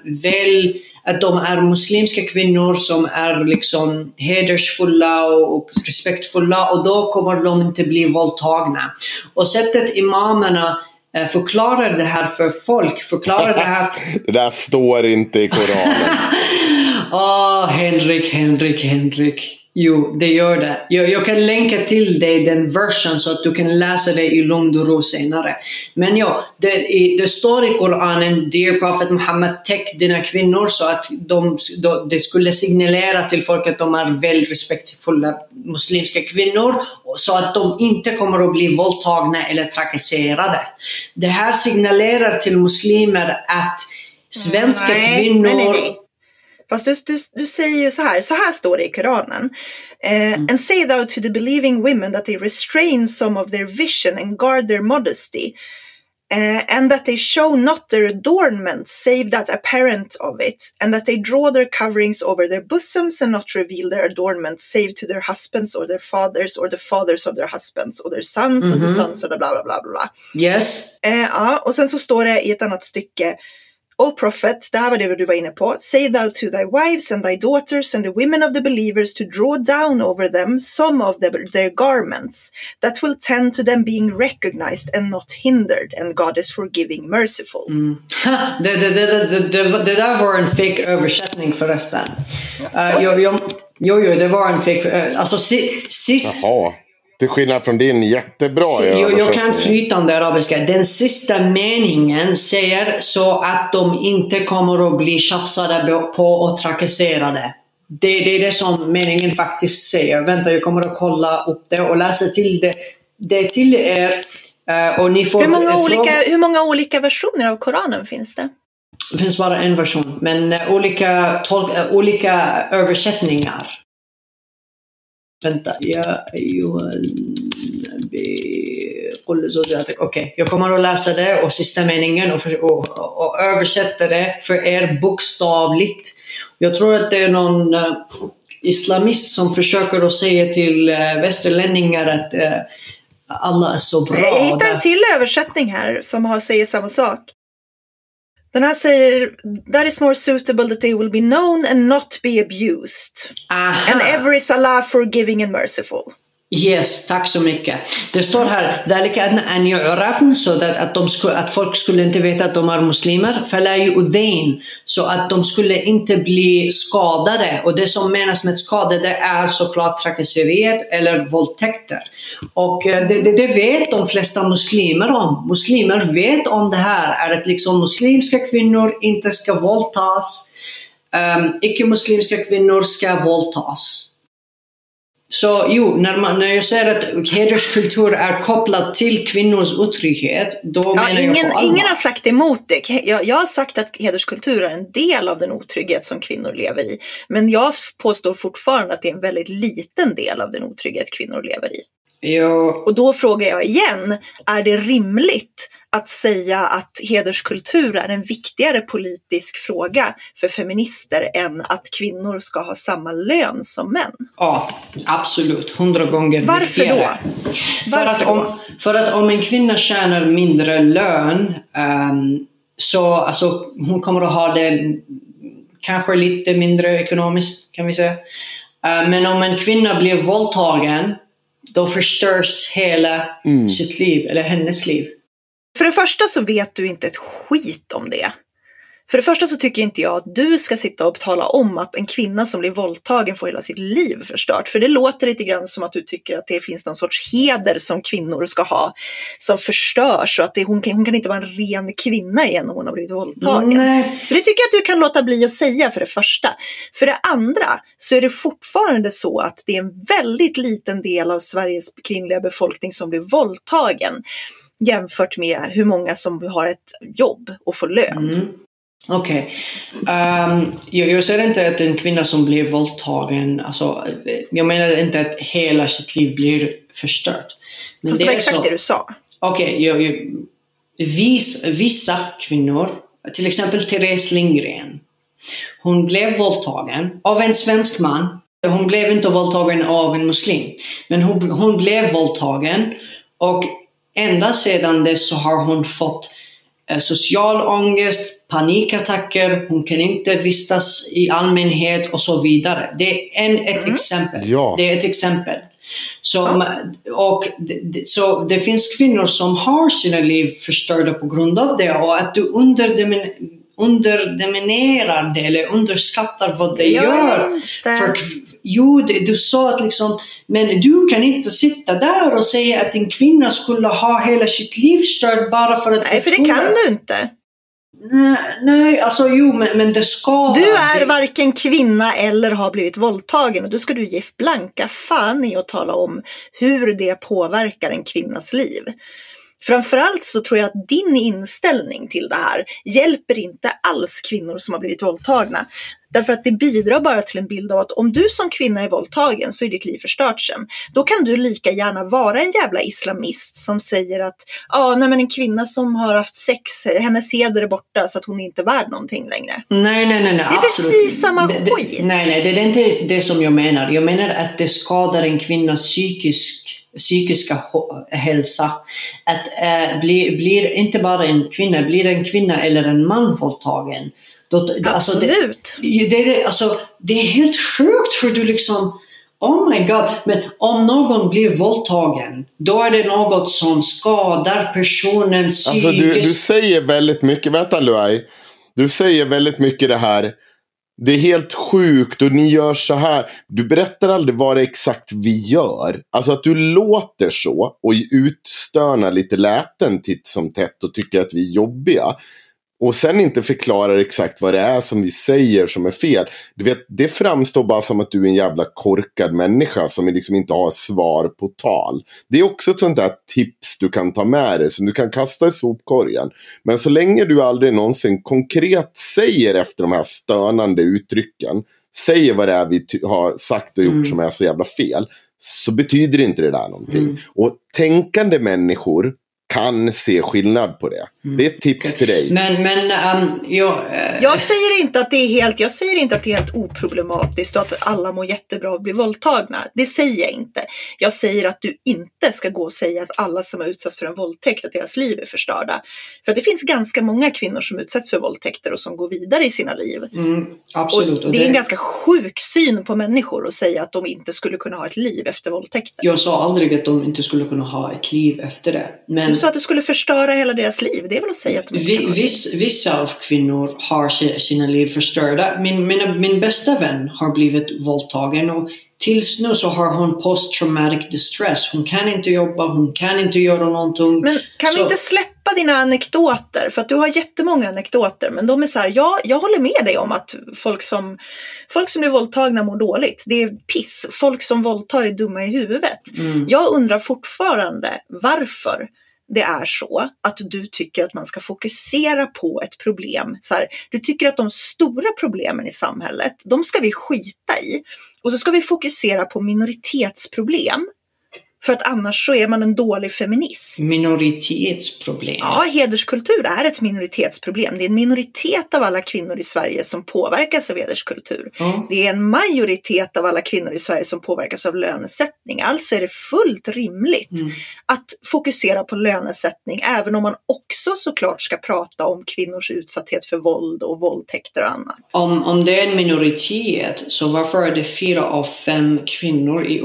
är muslimska kvinnor som är liksom hedersfulla och respektfulla, och då kommer de inte bli våldtagna. Och sättet imamerna förklarar det här för folk, förklarar det här. Det där står inte i Koranen. Henrik. Jo, det gör det. Jag kan länka till dig den versen så att du kan läsa det i lugn och ro senare. Men det står i Koranen, Dear Prophet Muhammad, täck dina kvinnor, så att det skulle signalera till folk att de är väl respektfulla muslimska kvinnor, så att de inte kommer att bli våldtagna eller trakasserade. Det här signalerar till muslimer att svenska kvinnor... Nej. Fast du säger ju så här står det i Koranen. And say thou to the believing women that they restrain some of their vision and guard their modesty. And that they show not their adornments, save that apparent of it. And that they draw their coverings over their bosoms and not reveal their adornments, save to their husbands or their fathers or the fathers of their husbands or their sons or the sons of the bla bla bla bla. Yes. Och sen så står det i ett annat stycke: O prophet, det här var det du var inne på. Say thou to thy wives and thy daughters and the women of the believers to draw down over them some of their garments, that will tend to them being recognized and not hindered, and God is forgiving, merciful. Det där var en fake översättning förresten. Jo, det var en fake... Alltså sist... Jaha. Till skillnad från din jättebra jag kan flytande arabiska. Den sista meningen säger så att de inte kommer att bli tjafsade på och trakasserade. Det är det som meningen faktiskt säger. Vänta, jag kommer att kolla upp det och läsa till det. Det till er. Och ni får hur många olika versioner av Koranen finns det? Det finns bara en version. Men olika översättningar. Vänta, Okej, jag kommer att läsa det och sista meningen och översätta det för er bokstavligt. Jag tror att det är någon islamist som försöker att säga till västerlänningar att alla är så bra. Jag hittar en till översättning här som säger samma sak. Den här säger, that is more suitable that they will be known and not be abused. Aha. And ever is Allah forgiving and merciful. Yes, tack så mycket. Det står här, så att folk skulle inte veta att de är muslimer, så att de skulle inte bli skadade. Och det som menas med skadade är såklart trakasserier eller våldtäkter. Och det vet de flesta muslimer om. Muslimer vet om det här, är att liksom muslimska kvinnor inte ska våldtas. Icke-muslimska kvinnor ska våldtas. Så när jag säger att hederskultur är kopplad till kvinnors otrygghet, då menar jag på allvar. Ingen har sagt emot det. Jag har sagt att hederskultur är en del av den otrygghet som kvinnor lever i. Men jag påstår fortfarande att det är en väldigt liten del av den otrygghet kvinnor lever i. Ja. Och då frågar jag igen, är det rimligt att säga att hederskultur är en viktigare politisk fråga för feminister än att kvinnor ska ha samma lön som män? Ja, absolut. 100 gånger Varför viktigare. Då? För att om en kvinna tjänar mindre lön så alltså, hon kommer att ha det kanske lite mindre ekonomiskt, kan vi säga. Men om en kvinna blir våldtagen, då förstörs hela sitt liv, eller hennes liv. För det första så vet du inte ett skit om det. För det första så tycker inte jag att du ska sitta och tala om att en kvinna som blir våldtagen får hela sitt liv förstört. För det låter lite grann som att du tycker att det finns någon sorts heder som kvinnor ska ha som förstörs. Och att hon kan inte vara en ren kvinna igen om hon har blivit våldtagen. Nej. Så det tycker jag att du kan låta bli att säga för det första. För det andra så är det fortfarande så att det är en väldigt liten del av Sveriges kvinnliga befolkning som blir våldtagen. Jämfört med hur många som har ett jobb och får lön. Okej. Jag säger inte att en kvinna som blir våldtagen, alltså, jag menar inte att hela sitt liv blir förstört. Men fast det var exakt det du sa. Okej, vissa kvinnor, till exempel Therese Lindgren, hon blev våldtagen av en svensk man. Hon blev inte våldtagen av en muslim, men hon blev våldtagen, och ända sedan dess så har hon fått social ångest, panikattacker, hon kan inte vistas i allmänhet och så vidare. Det är ett exempel. Ja. Det är ett exempel. Så det finns kvinnor som har sina liv förstörda på grund av det, och att du underdeminerar det eller underskattar vad det gör. Du sa att liksom, men du kan inte sitta där och säga att en kvinna skulle ha hela sitt liv stört bara för att... Nej, för det kan du inte. Nej, alltså men det ska... Du är varken kvinna eller har blivit våldtagen, och då ska du ge blanka fan i att tala om hur det påverkar en kvinnas liv. Framförallt så tror jag att din inställning till det här hjälper inte alls kvinnor som har blivit våldtagna. Därför att det bidrar bara till en bild av att om du som kvinna är våldtagen så är ditt liv förstört sen. Då kan du lika gärna vara en jävla islamist som säger att men en kvinna som har haft sex, hennes heder är borta så att hon inte är värd någonting längre. Nej. Det är absolut. Precis samma skit. Nej, det är inte det som jag menar. Jag menar att det skadar en kvinnas psykiska hälsa. Att blir inte bara en kvinna, blir en kvinna eller en man våldtagen. Absolut. Det är helt sjukt hur du liksom, oh my god, men om någon blir våldtagen, då är det något som skadar personen psykiskt. Alltså du säger väldigt mycket, vänta Luai, du säger väldigt mycket det här, Det är helt sjukt och ni gör så här. Du berättar aldrig vad det exakt vi gör. Alltså att du låter så och utstönar lite läten titt som tätt och tycker att vi är jobbiga. Och sen inte förklarar exakt vad det är som vi säger som är fel. Du vet, det framstår bara som att du är en jävla korkad människa som liksom inte har svar på tal. Det är också ett sånt där tips du kan ta med dig som du kan kasta i sopkorgen. Men så länge du aldrig någonsin konkret säger efter de här stönande uttrycken, säger vad det är vi har sagt och gjort som är så jävla fel, så betyder inte det där någonting. Och tänkande människor kan se skillnad på det. Det är ett tips till dig. Jag säger inte att det är helt oproblematiskt och att alla mår jättebra och blir våldtagna. Det säger jag inte. Jag säger att du inte ska gå och säga att alla som har utsatts för en våldtäkt, att deras liv är förstörda. För att det finns ganska många kvinnor som utsätts för våldtäkter och som går vidare i sina liv. Absolut. Och det är en ganska sjuk syn på människor att säga att de inte skulle kunna ha ett liv efter våldtäkter. Jag sa aldrig att de inte skulle kunna ha ett liv efter det. Men du sa att det skulle förstöra hela deras liv. Det är väl att säga att de inte kan. Vissa av kvinnor har sina liv förstörda. Min bästa vän har blivit våldtagen och tills nu så har hon post-traumatic distress. Hon kan inte jobba, hon kan inte göra någonting. Men kan vi inte släppa dina anekdoter? För att du har jättemånga anekdoter. Men de är så här, jag håller med dig om att folk som är våldtagna mår dåligt. Det är piss. Folk som våldtar är dumma i huvudet. Jag undrar fortfarande varför det är så att du tycker att man ska fokusera på ett problem. Så här, du tycker att de stora problemen i samhället, de ska vi skita i. Och så ska vi fokusera på minoritetsproblem. För att annars så är man en dålig feminist. Minoritetsproblem? Ja, hederskultur är ett minoritetsproblem. Det är en minoritet av alla kvinnor i Sverige som påverkas av hederskultur. Det är en majoritet av alla kvinnor i Sverige som påverkas av lönesättning. Alltså är det fullt rimligt att fokusera på lönesättning. Även om man också såklart ska prata om kvinnors utsatthet för våld och våldtäkter och annat. Om det är en minoritet, så varför är det 4 av 5 kvinnor i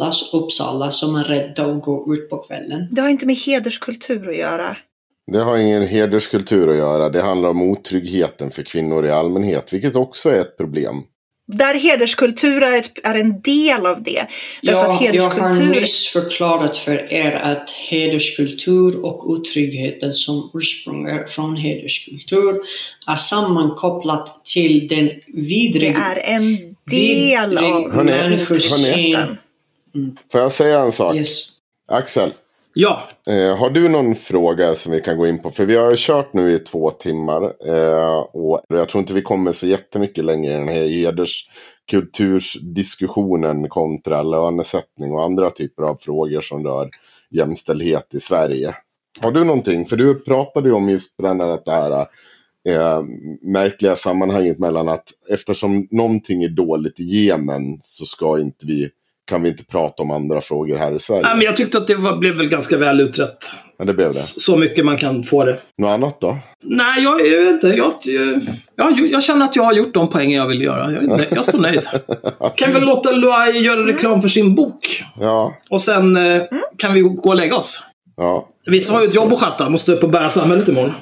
Uppsala som är rädda att gå ut på kvällen? Det har inte med hederskultur att göra. Det har ingen hederskultur att göra. Det handlar om otryggheten för kvinnor i allmänhet, vilket också är ett problem. Där hederskultur är en del av det. Jag har nyss förklarat för er att hederskultur och otryggheten som ursprungar från hederskultur är sammankopplat till den vidriga... Det är en del av människosyn. Får jag säga en sak? Yes. Axel? Ja. Har du någon fråga som vi kan gå in på? För vi har kört nu i 2 timmar. Och jag tror inte vi kommer så jättemycket längre i den här hederskultursdiskussionen kontra lönesättning och andra typer av frågor som rör jämställdhet i Sverige. Har du någonting? För du pratade ju om just det här märkliga sammanhanget mellan att eftersom någonting är dåligt i Jemen så kan vi inte prata om andra frågor här i Sverige. Men jag tyckte att det blev väl ganska väl utrett. Ja, det blev det. Så mycket man kan få det. Något annat då? Nej, jag vet inte. Jag känner att jag har gjort de poängen jag vill göra. Jag står nöjd. Kan vi låta Luai göra reklam för sin bok? Ja. Och sen kan vi gå och lägga oss. Ja. Vissa har ju ett jobb att sköta. Måste upp och bära samhället imorgon.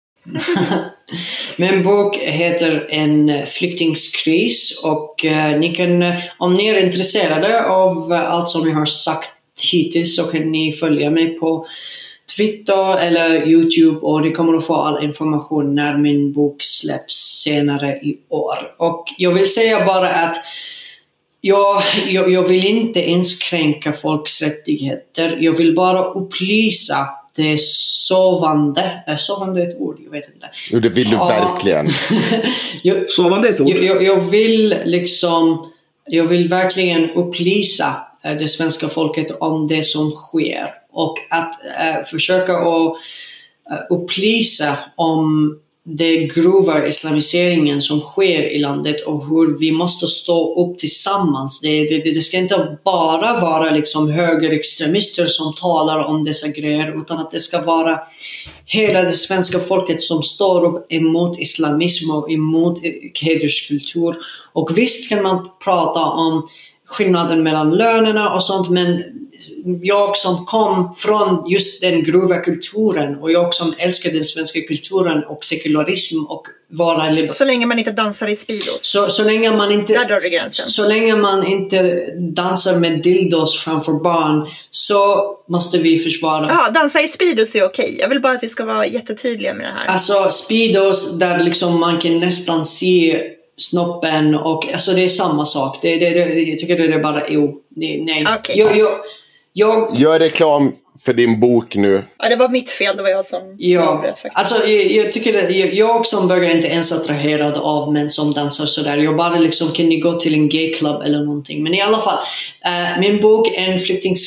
Min bok heter En flyktingskris och ni kan, om ni är intresserade av allt som jag har sagt hittills, så kan ni följa mig på Twitter eller YouTube och ni kommer att få all information när min bok släpps senare i år. Och jag vill säga bara att jag vill inte inskränka folks rättigheter. Jag vill bara upplysa det är sovande. Är sovande ett ord? Jag vet inte. Jo, det vill du verkligen. Sovande är ett ord. Jag vill verkligen upplysa det svenska folket om det som sker. Och att försöka att upplysa om det grova islamiseringen som sker i landet och hur vi måste stå upp tillsammans. Det ska inte bara vara liksom högerextremister som talar om dessa grejer, utan att det ska vara hela det svenska folket som står upp emot islamism och emot hederskultur. Och visst kan man prata om skillnaden mellan lönerna och sånt, men jag som kom från just den grova kulturen och jag som älskar den svenska kulturen och sekularism och vara så länge man inte dansar i speedos. Så länge man inte, där drar du gränsen. Så länge man inte dansar med dildos framför barn så måste vi försvara. Ja, dansa i speedos är okej. Jag vill bara att vi ska vara jättetydliga med det här. Alltså speedos där liksom man kan nästan se snoppen och alltså det är samma sak. Jag tycker det är bara nej. Okay. Jag gör reklam för din bok nu. Ja, det var mitt fel. Det var jag som avbröt faktiskt. Alltså jag tycker jag som börjar inte ens attraherad av män som dansar sådär. Jag bara liksom, kan ni gå till en gayklubb eller någonting. Men i alla fall, min bok En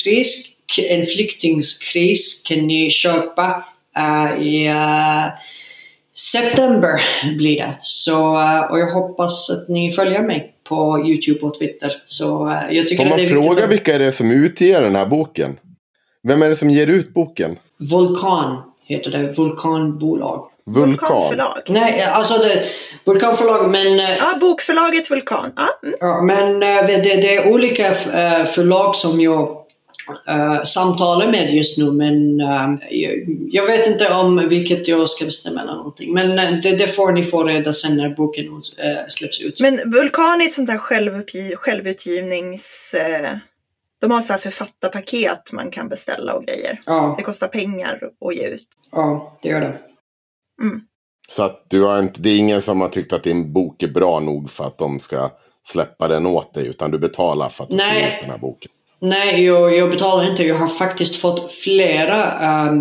flyktingskris kan ni köpa i september blir det. Så, och jag hoppas att ni följer mig på YouTube och Twitter. Så jag tycker får man det är fråga vilka är det som utger den här boken? Vem är det som ger ut boken? Vulkan heter det. Vulkanbolag. Vulkanförlag? Nej, alltså det Vulkanförlag, men... Ja, bokförlaget Vulkan. Ja, men det är olika förlag som jag samtalar med just nu, men jag vet inte om vilket jag ska bestämma eller någonting, men det får ni få reda sen när boken släpps ut. Men Vulkan är ett sånt här självutgivnings... De har så här författarpaket man kan beställa och grejer. Ja. Det kostar pengar att ge ut. Ja, det gör det. Så att det är ingen som har tyckt att din bok är bra nog för att de ska släppa den åt dig, utan du betalar för att du ska ge ut den här boken. Nej, jag betalar inte. Jag har faktiskt fått flera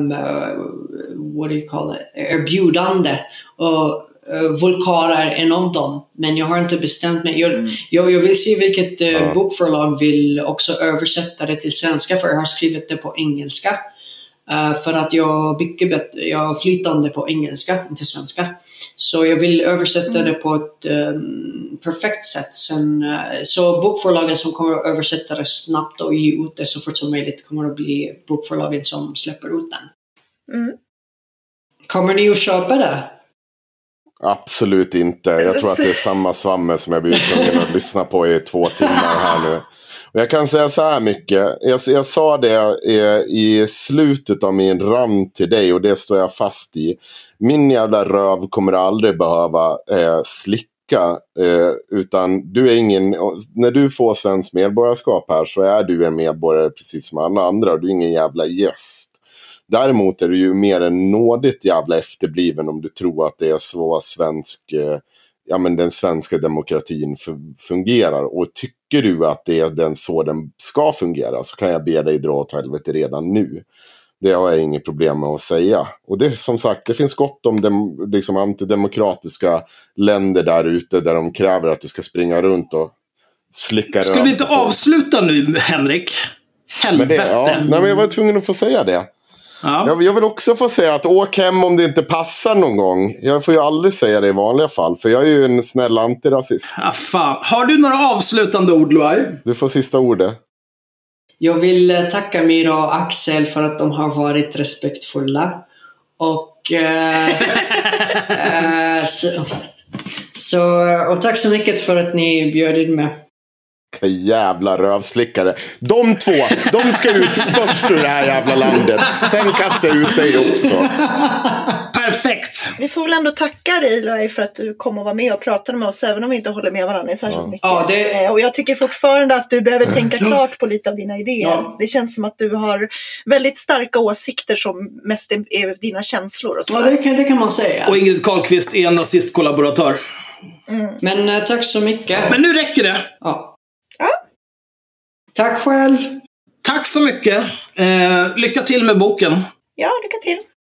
erbjudande och Vulkan är en av dem, men jag har inte bestämt mig. Jag vill se vilket bokförlag vill också översätta det till svenska, för jag har skrivit det på engelska. För att jag är flytande på engelska, inte svenska. Så jag vill översätta det på ett perfekt sätt. Så bokförlagen som kommer att översätta det snabbt och ge ut det så fort som möjligt kommer att bli bokförlagen som släpper ut den. Kommer ni att köpa det? Absolut inte. Jag tror att det är samma svamme som jag blir tvungen att lyssna på i 2 timmar här nu. Och jag kan säga så här mycket. Jag sa det i slutet av min rant till dig, och det står jag fast i. Min jävla röv kommer aldrig behöva slicka. Utan du är ingen... När du får svensk medborgarskap här så är du en medborgare precis som alla andra. Och du är ingen jävla gäst. Däremot är du ju mer än nådigt jävla efterbliven om du tror att det är så den svenska demokratin fungerar. Och tycker du att det är så den ska fungera, så kan jag be dig dra åt helvete redan nu. Det har jag inget problem med att säga. Och det, som sagt, det finns gott om antidemokratiska länder där ute där de kräver att du ska springa runt och slicka. Skulle vi inte avsluta nu, Henrik? Helvete. Men jag var tvungen att få säga det. Ja. Jag vill också få säga att åk hem om det inte passar någon gång. Jag får ju aldrig säga det i vanliga fall, för jag är ju en snäll antirasist. Ja, fan. Har du några avslutande ord, Loai? Du får sista ordet. Jag vill tacka Mira och Axel för att de har varit respektfulla. Och och tack så mycket för att ni bjöd in mig. Jävla rövslickare. De två, de ska ut först ur det här jävla landet. Sen kastar jag ut dig också. Perfekt. Vi får väl ändå tacka dig, Loai, för att du kom och var med och pratade med oss, även om vi inte håller med varandra särskilt mycket. Ja, och jag tycker fortfarande att du behöver tänka klart på lite av dina idéer. Ja. Det känns som att du har väldigt starka åsikter som mest är dina känslor. Och ja, det kan man säga. Och Ingrid Carlqvist är en nazistkollaboratör. Men tack så mycket. Men nu räcker det. Ja. Tack själv. Tack så mycket. Lycka till med boken. Ja, lycka till.